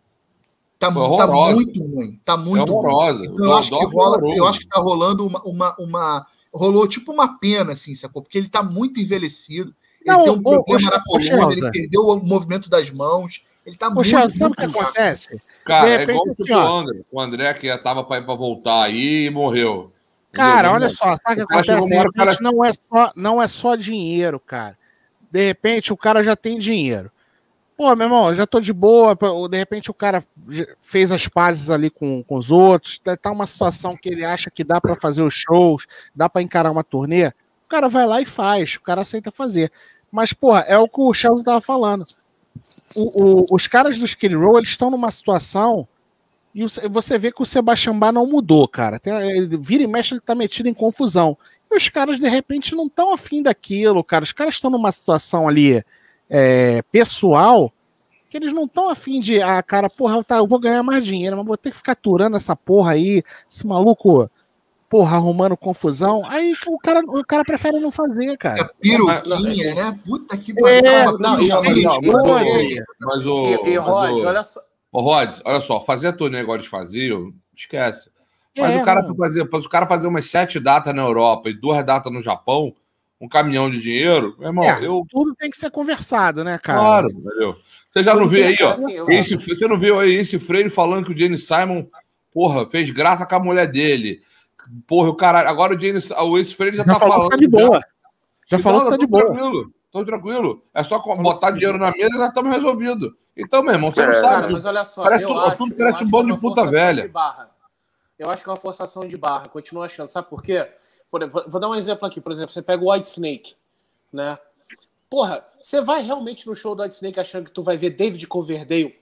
D: tá,
G: Foi
D: tá
G: horrorosa.
D: muito ruim. Tá muito
G: É horrorosa.
D: ruim.
G: O
D: Então, eu
G: Don
D: acho que
G: Docking é
D: rola,
G: horroroso.
D: eu acho que tá rolando uma, uma, uma- rolou tipo uma pena, assim, sacou? Porque ele tá muito envelhecido. Ele
B: Não,
D: tem um
B: ô,
D: problema
B: ô,
D: na
B: ô,
D: coluna,
B: Chelsea.
D: ele perdeu o movimento das mãos. Ele tá
B: Ô,
D: muito,
B: Chelsea, sabe o que
D: muito ruim.
B: acontece?
G: Cara,
B: De
G: é
B: repente,
G: igual
B: assim,
G: tipo,
B: ó.
G: o André. O André que já tava pra ir pra voltar aí e morreu.
B: Cara,
G: Entendeu?
B: olha só, sabe o
G: O
B: que
G: cara chegou
B: acontece? De
G: uma hora, o cara-
B: repente não é, só, não é só dinheiro, cara. De repente o cara já tem dinheiro. Pô, meu irmão, eu já tô de boa. De repente o cara fez as pazes ali com, com os outros. Tá uma situação que ele acha que dá pra fazer os shows, dá pra encarar uma turnê. O cara vai lá e faz, o cara aceita fazer. Mas, porra, é o que o Chelsea tava falando. O, o, os caras do Skid Row, eles estão numa situação e você vê que o Sebastian Bach não mudou, cara. Tem, ele, vira e mexe, ele tá metido em confusão. E os caras, de repente, não estão afim daquilo, cara. Os caras estão numa situação ali é, pessoal que eles não estão afim de, ah, cara, porra, tá, eu vou ganhar mais dinheiro, mas vou ter que ficar aturando essa porra aí, esse maluco, porra, arrumando confusão. Aí o cara, o cara prefere não fazer, cara.
D: Essa piruquinha, né? Puta que
B: pariu.
G: Mas o. E, Rods, olha só. Ô, Rods, olha só, fazer a turnê agora eles faziam, esquece. Mas é, o cara fazer, o cara fazer umas sete datas na Europa e duas datas no Japão, um caminhão de dinheiro, meu irmão,
B: é,
G: eu.
B: Tudo tem que ser conversado, né, cara?
G: Claro, entendeu? Você já tudo não viu aí, ó? Assim, esse, você não viu aí esse Freire falando que o Gene Simon, porra, fez graça com a mulher dele. Porra, o cara. Agora o James, o Ace Freire já, já tá falando.
B: Que tá de boa. Já, já falou
G: não,
B: que tá de boa.
G: Tranquilo, tô tranquilo. É só botar dinheiro na mesa e já estamos resolvidos. Então, meu irmão, você é, não sabe. Cara,
C: mas olha só,
G: parece
C: eu
G: tudo,
C: acho,
G: tudo parece um bando de puta velha.
C: De eu acho que é uma forçação de barra. Continuo achando. Sabe por quê? Por exemplo, vou dar um exemplo aqui. Por exemplo, você pega o White Snake, né? Porra, você vai realmente no show do White Snake achando que tu vai ver David Coverdale?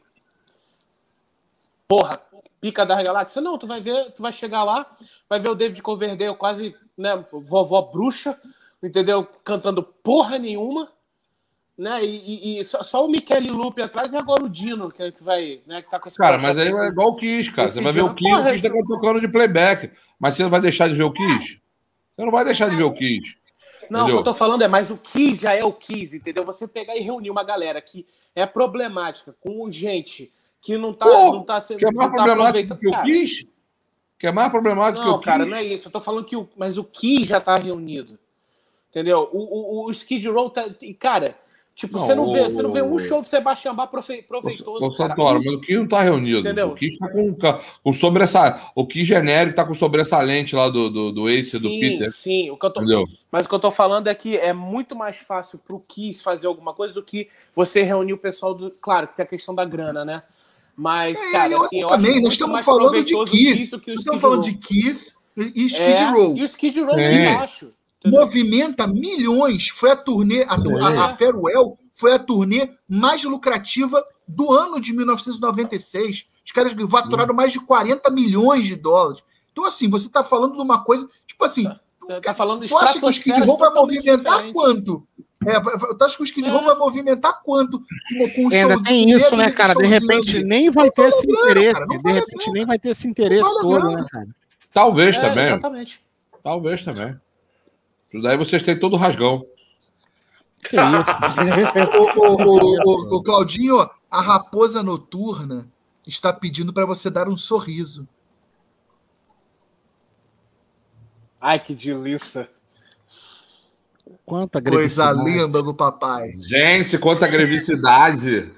C: Porra, pica das galáxias? Não, tu vai ver, tu vai chegar lá, vai ver o David Coverdale quase, né, vovó bruxa, entendeu? Cantando porra nenhuma, né? E, e, e só, só o Michele Lupe atrás e agora o Dino, que, que vai, né, que tá com esse
G: cara, mas aí é igual o Kiss, cara. Você vai ver o Kiss, porra, o Kiss tá tocando de playback. Mas você não vai deixar de ver o Kiss? Você não vai deixar de ver o Kiss.
C: Não, entendeu? O que eu tô falando é, mas o Kiss já é o Kiss, entendeu? Você pegar e reunir uma galera que é problemática, com gente que não tá,
G: Pô,
C: não tá sendo.
G: Que é mais
C: não tá
G: problemático que o Kiss? Que é mais problemático
C: não,
G: que o
C: cara,
G: Kiss?
C: não é isso. Eu tô falando que o. Mas o Kiss já tá reunido. Entendeu? O, o, o Skid Row tá. Cara, tipo, não, você, não vê, o... você não vê um show do Sebastião Bach proveitoso.
G: O Santoro, mas o Kiss não tá reunido. Entendeu? O Kiss tá com, com sobressa... O Kiss genérico tá com sobressalente lá do, do, do Ace e do Peter.
C: Sim, sim. O que eu tô... Mas o que eu tô falando é que é muito mais fácil pro Kiss fazer alguma coisa do que você reunir o pessoal do. Claro, que tem a questão da grana, né? Mas, é, cara, assim, eu
D: também,
C: acho
D: nós estamos falando de Kiss. Nós estamos falando de Kiss e Skid
C: é,
D: Row.
C: E o Skid Row é. de baixo.
D: Movimenta milhões. Foi a turnê, a, a, a Farewell foi a turnê mais lucrativa do ano de mil novecentos e noventa e seis. Os caras faturaram mais de quarenta milhões de dólares. Então, assim, você está falando de uma coisa, tipo assim,
C: tá, tá falando
D: tu acha que o Skid Row vai movimentar diferente. quanto? É, tu acha que o Skid Row é. vai movimentar quanto? Com, com
B: Ainda tem isso, né, cara? De repente ali. nem vai ter esse grana, interesse. Cara, de repente grana. nem vai ter esse interesse todo, grana. né, cara?
G: Talvez
C: é,
G: também.
C: Exatamente.
G: Talvez também. Daí vocês têm todo o rasgão.
B: Que isso?
D: o, o, o, o, o Claudinho, a raposa noturna está pedindo para você dar um sorriso.
C: Ai, que delícia.
B: Quanta
D: coisa linda do papai.
G: Gente, quanta grevicidade.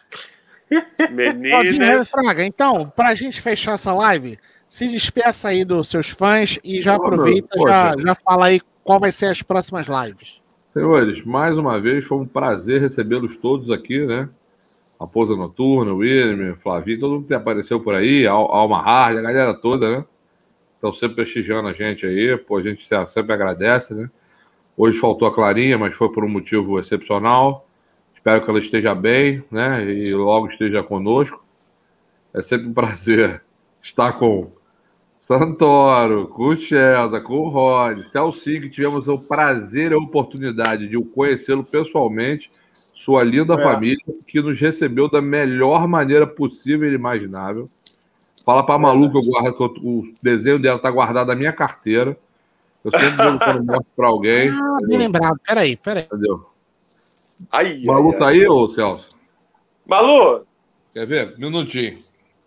B: Menina. Fraga, então, pra gente fechar essa live, se despeça aí dos seus fãs e já aproveita, oh, já, já fala aí qual vai ser as próximas lives.
G: Senhores, mais uma vez foi um prazer recebê-los todos aqui, né? Raposa Noturna, William, Flavinho, todo mundo que apareceu por aí, Alma Hard, a galera toda, né? Estão sempre prestigiando a gente aí, pô, a gente sempre agradece, né? Hoje faltou a Clarinha, mas foi por um motivo excepcional. Espero que ela esteja bem, né? E logo esteja conosco. É sempre um prazer estar com Santoro, com o Chelsea, com o Rod, Celcinho, que tivemos o prazer e a oportunidade de o conhecê-lo pessoalmente, sua linda é. família, que nos recebeu da melhor maneira possível e imaginável. Fala pra Malu que eu guardo, que o desenho dela tá guardado na minha carteira. Eu sempre vou quando mostro pra alguém.
B: Ah, bem lembrado. Peraí, peraí.
G: Entendeu?
E: Ai,
G: Malu
E: ai,
G: tá aí, ô Celso?
E: Malu!
G: Quer ver? Minutinho.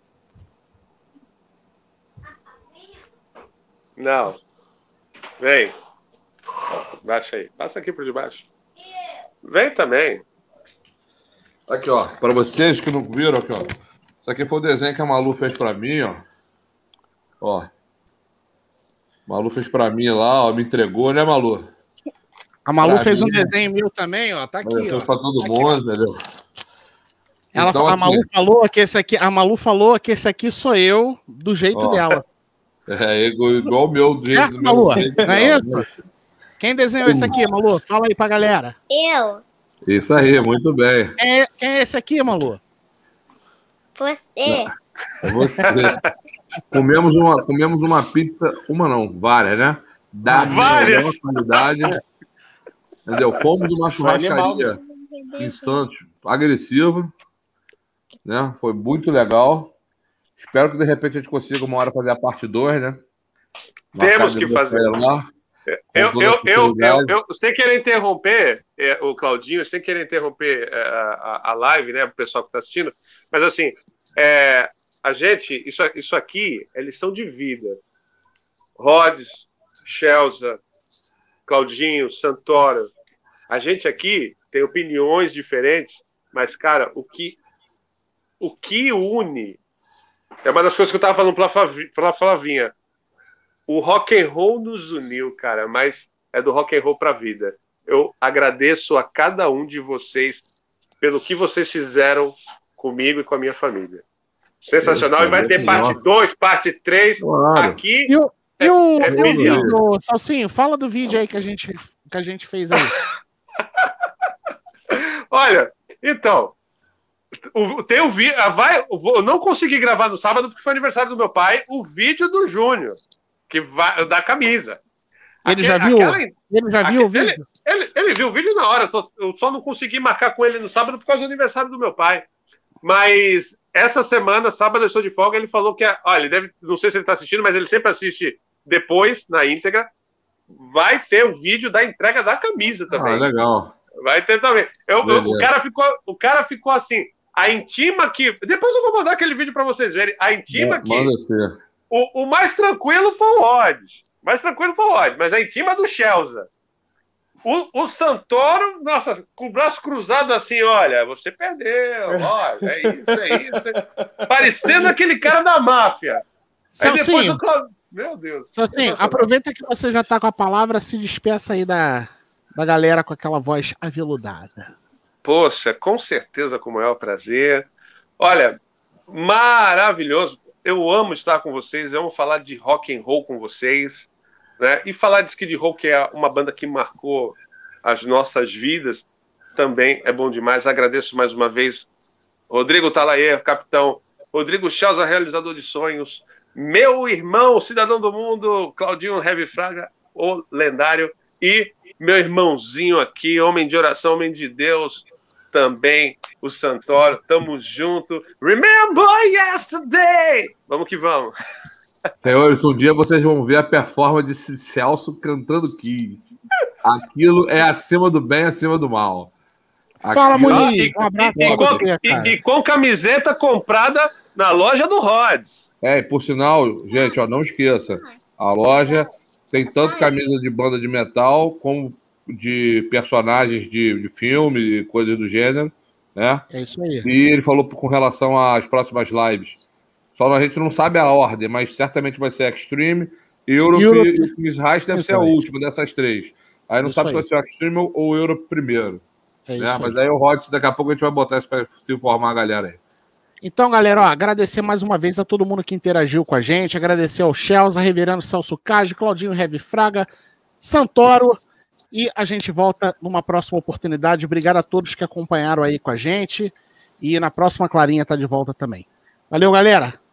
E: Não. Vem. Baixa aí. Passa aqui por debaixo. Vem também.
G: Aqui, ó. Pra vocês que não viram, aqui, ó. Isso aqui foi o desenho que a Malu fez pra mim, ó. Ó. Malu fez pra mim lá, ó. Me entregou, né, Malu?
B: A Malu pra fez mim. um desenho meu também, ó. Tá aqui, ó.
G: Pra todo
B: tá
G: mundo,
B: aqui,
G: entendeu?
B: Ela,
G: Então,
B: a
G: assim,
B: Malu falou que esse aqui, a Malu falou que esse aqui sou eu, do jeito
G: Ó,
B: dela.
G: É igual, igual o meu, do jeito
B: Certo,
G: do meu
B: Malu?
G: jeito
B: Não é
G: dela.
B: isso? Quem desenhou esse aqui, Malu? Fala aí pra galera.
I: Eu,
G: Isso aí, muito bem.
B: Quem é, quem é esse aqui, Malu?
I: você,
G: É você. comemos, uma, comemos uma pizza, uma não, várias, né? Da
E: Várias.
G: melhor qualidade. Entendeu? Fomos numa
C: Foi animal.
G: churrascaria em Santos, agressiva, né? Foi muito legal. Espero que de repente a gente consiga uma hora fazer a parte dois, né?
E: Temos que
G: Marcar de
E: fazer.
G: lá, com
E: Eu,
G: toda a
E: eu, eu, eu,
G: sinceridade.
E: eu, sem querer interromper, é, o Claudinho, sem querer interromper é, a, a live, né, o pessoal que está assistindo, mas assim, é, a gente, isso, isso aqui é lição de vida. Rhodes, Chelsea, Claudinho, Santoro, a gente aqui tem opiniões diferentes, mas, cara, o que, o que une é uma das coisas que eu estava falando para a Flavinha. O rock and roll nos uniu, cara, mas é do rock and roll para a vida. Eu agradeço a cada um de vocês pelo que vocês fizeram comigo e com a minha família. Sensacional. E vai ter parte dois, parte três
G: Claro.
E: aqui.
B: E o, e o,
E: É- é
B: e o
E: vídeo.
B: vídeo, Salsinho, fala do vídeo aí que a gente, que a gente fez aí.
E: Olha, então, o, tem o vídeo. Vai, eu não consegui gravar no sábado porque foi aniversário do meu pai. O vídeo do Júnior, que vai da camisa.
B: Ele
E: Aque-
B: já viu?
E: aquela-
B: Ele já viu o
E: Ele,
B: vídeo?
E: ele, ele viu o vídeo na hora, eu tô- eu só não consegui marcar com ele no sábado por causa do aniversário do meu pai. Mas essa semana, sábado, eu estou de folga. Ele falou que, olha, ele deve, não sei se ele está assistindo, mas ele sempre assiste depois, na íntegra. Vai ter o vídeo da entrega da camisa
G: Ah,
E: também.
G: legal.
E: Vai ter também. Eu- eu-
G: Beleza.
E: o, cara ficou, o cara ficou assim. A intima que. Depois eu vou mandar aquele vídeo para vocês verem. A intima que.
G: Manda ser.
E: O, o mais tranquilo foi o Rhodes. O mais tranquilo foi o Rhodes, mas a intima do Chelsea. O, o Santoro, nossa, com o braço cruzado assim, olha, você perdeu, olha, é isso, é isso. Parecendo aquele cara da máfia. Aí depois
B: Salsinho,
E: o Claudio... Meu Deus.
B: Salsinho, aproveita que você já tá com a palavra, se despeça aí da, da galera com aquela voz aveludada.
E: Poxa, com certeza, com o maior prazer. Olha, maravilhoso. Eu amo estar com vocês, eu amo falar de rock and roll com vocês, né? E falar de Skid Row, que é uma banda que marcou as nossas vidas, também é bom demais. Agradeço mais uma vez Rodrigo Talaer, capitão, Rodrigo Chelsea, realizador de sonhos, meu irmão, cidadão do mundo, Claudinho Heavy Fraga, o lendário, e meu irmãozinho aqui, homem de oração, homem de Deus, também, o Santoro. Tamo junto. Remember yesterday! Vamos que vamos.
G: Senhores, um dia vocês vão ver a performance de Celso cantando Kiss. Aquilo é acima do bem, acima do mal.
B: Fala,
G: Aquilo-
E: Ah,
B: Muniz.
E: e,
B: Um abraço
E: e- e
B: pra
E: com,
B: você,
E: e-
B: cara.
E: e com camiseta comprada na loja do Rhodes.
G: É, e por sinal, gente, ó, não esqueça, a loja tem tanto camisa de banda de metal como de personagens de, de filme e coisas do gênero, né?
B: É isso aí.
G: E ele falou com relação às próximas lives. Só a gente não sabe a ordem, mas certamente vai ser Extreme, Europe,
B: Europe.
G: e o Chris Reis deve ser a
B: Exatamente.
G: última dessas três. Aí não
B: Isso
G: sabe
B: aí.
G: se vai ser o Extreme ou o Europe primeiro.
B: É
G: Né?
B: isso aí.
G: Mas aí o Rhodes, daqui a pouco a gente vai botar isso para se informar a galera aí.
B: Então, galera, ó, agradecer mais uma vez a todo mundo que interagiu com a gente, agradecer ao Chelsea, Reverendo Celso Cage, Claudinho Heavy Fraga, Santoro, e a gente volta numa próxima oportunidade. Obrigado a todos que acompanharam aí com a gente, e na próxima Clarinha tá de volta também. Valeu, galera!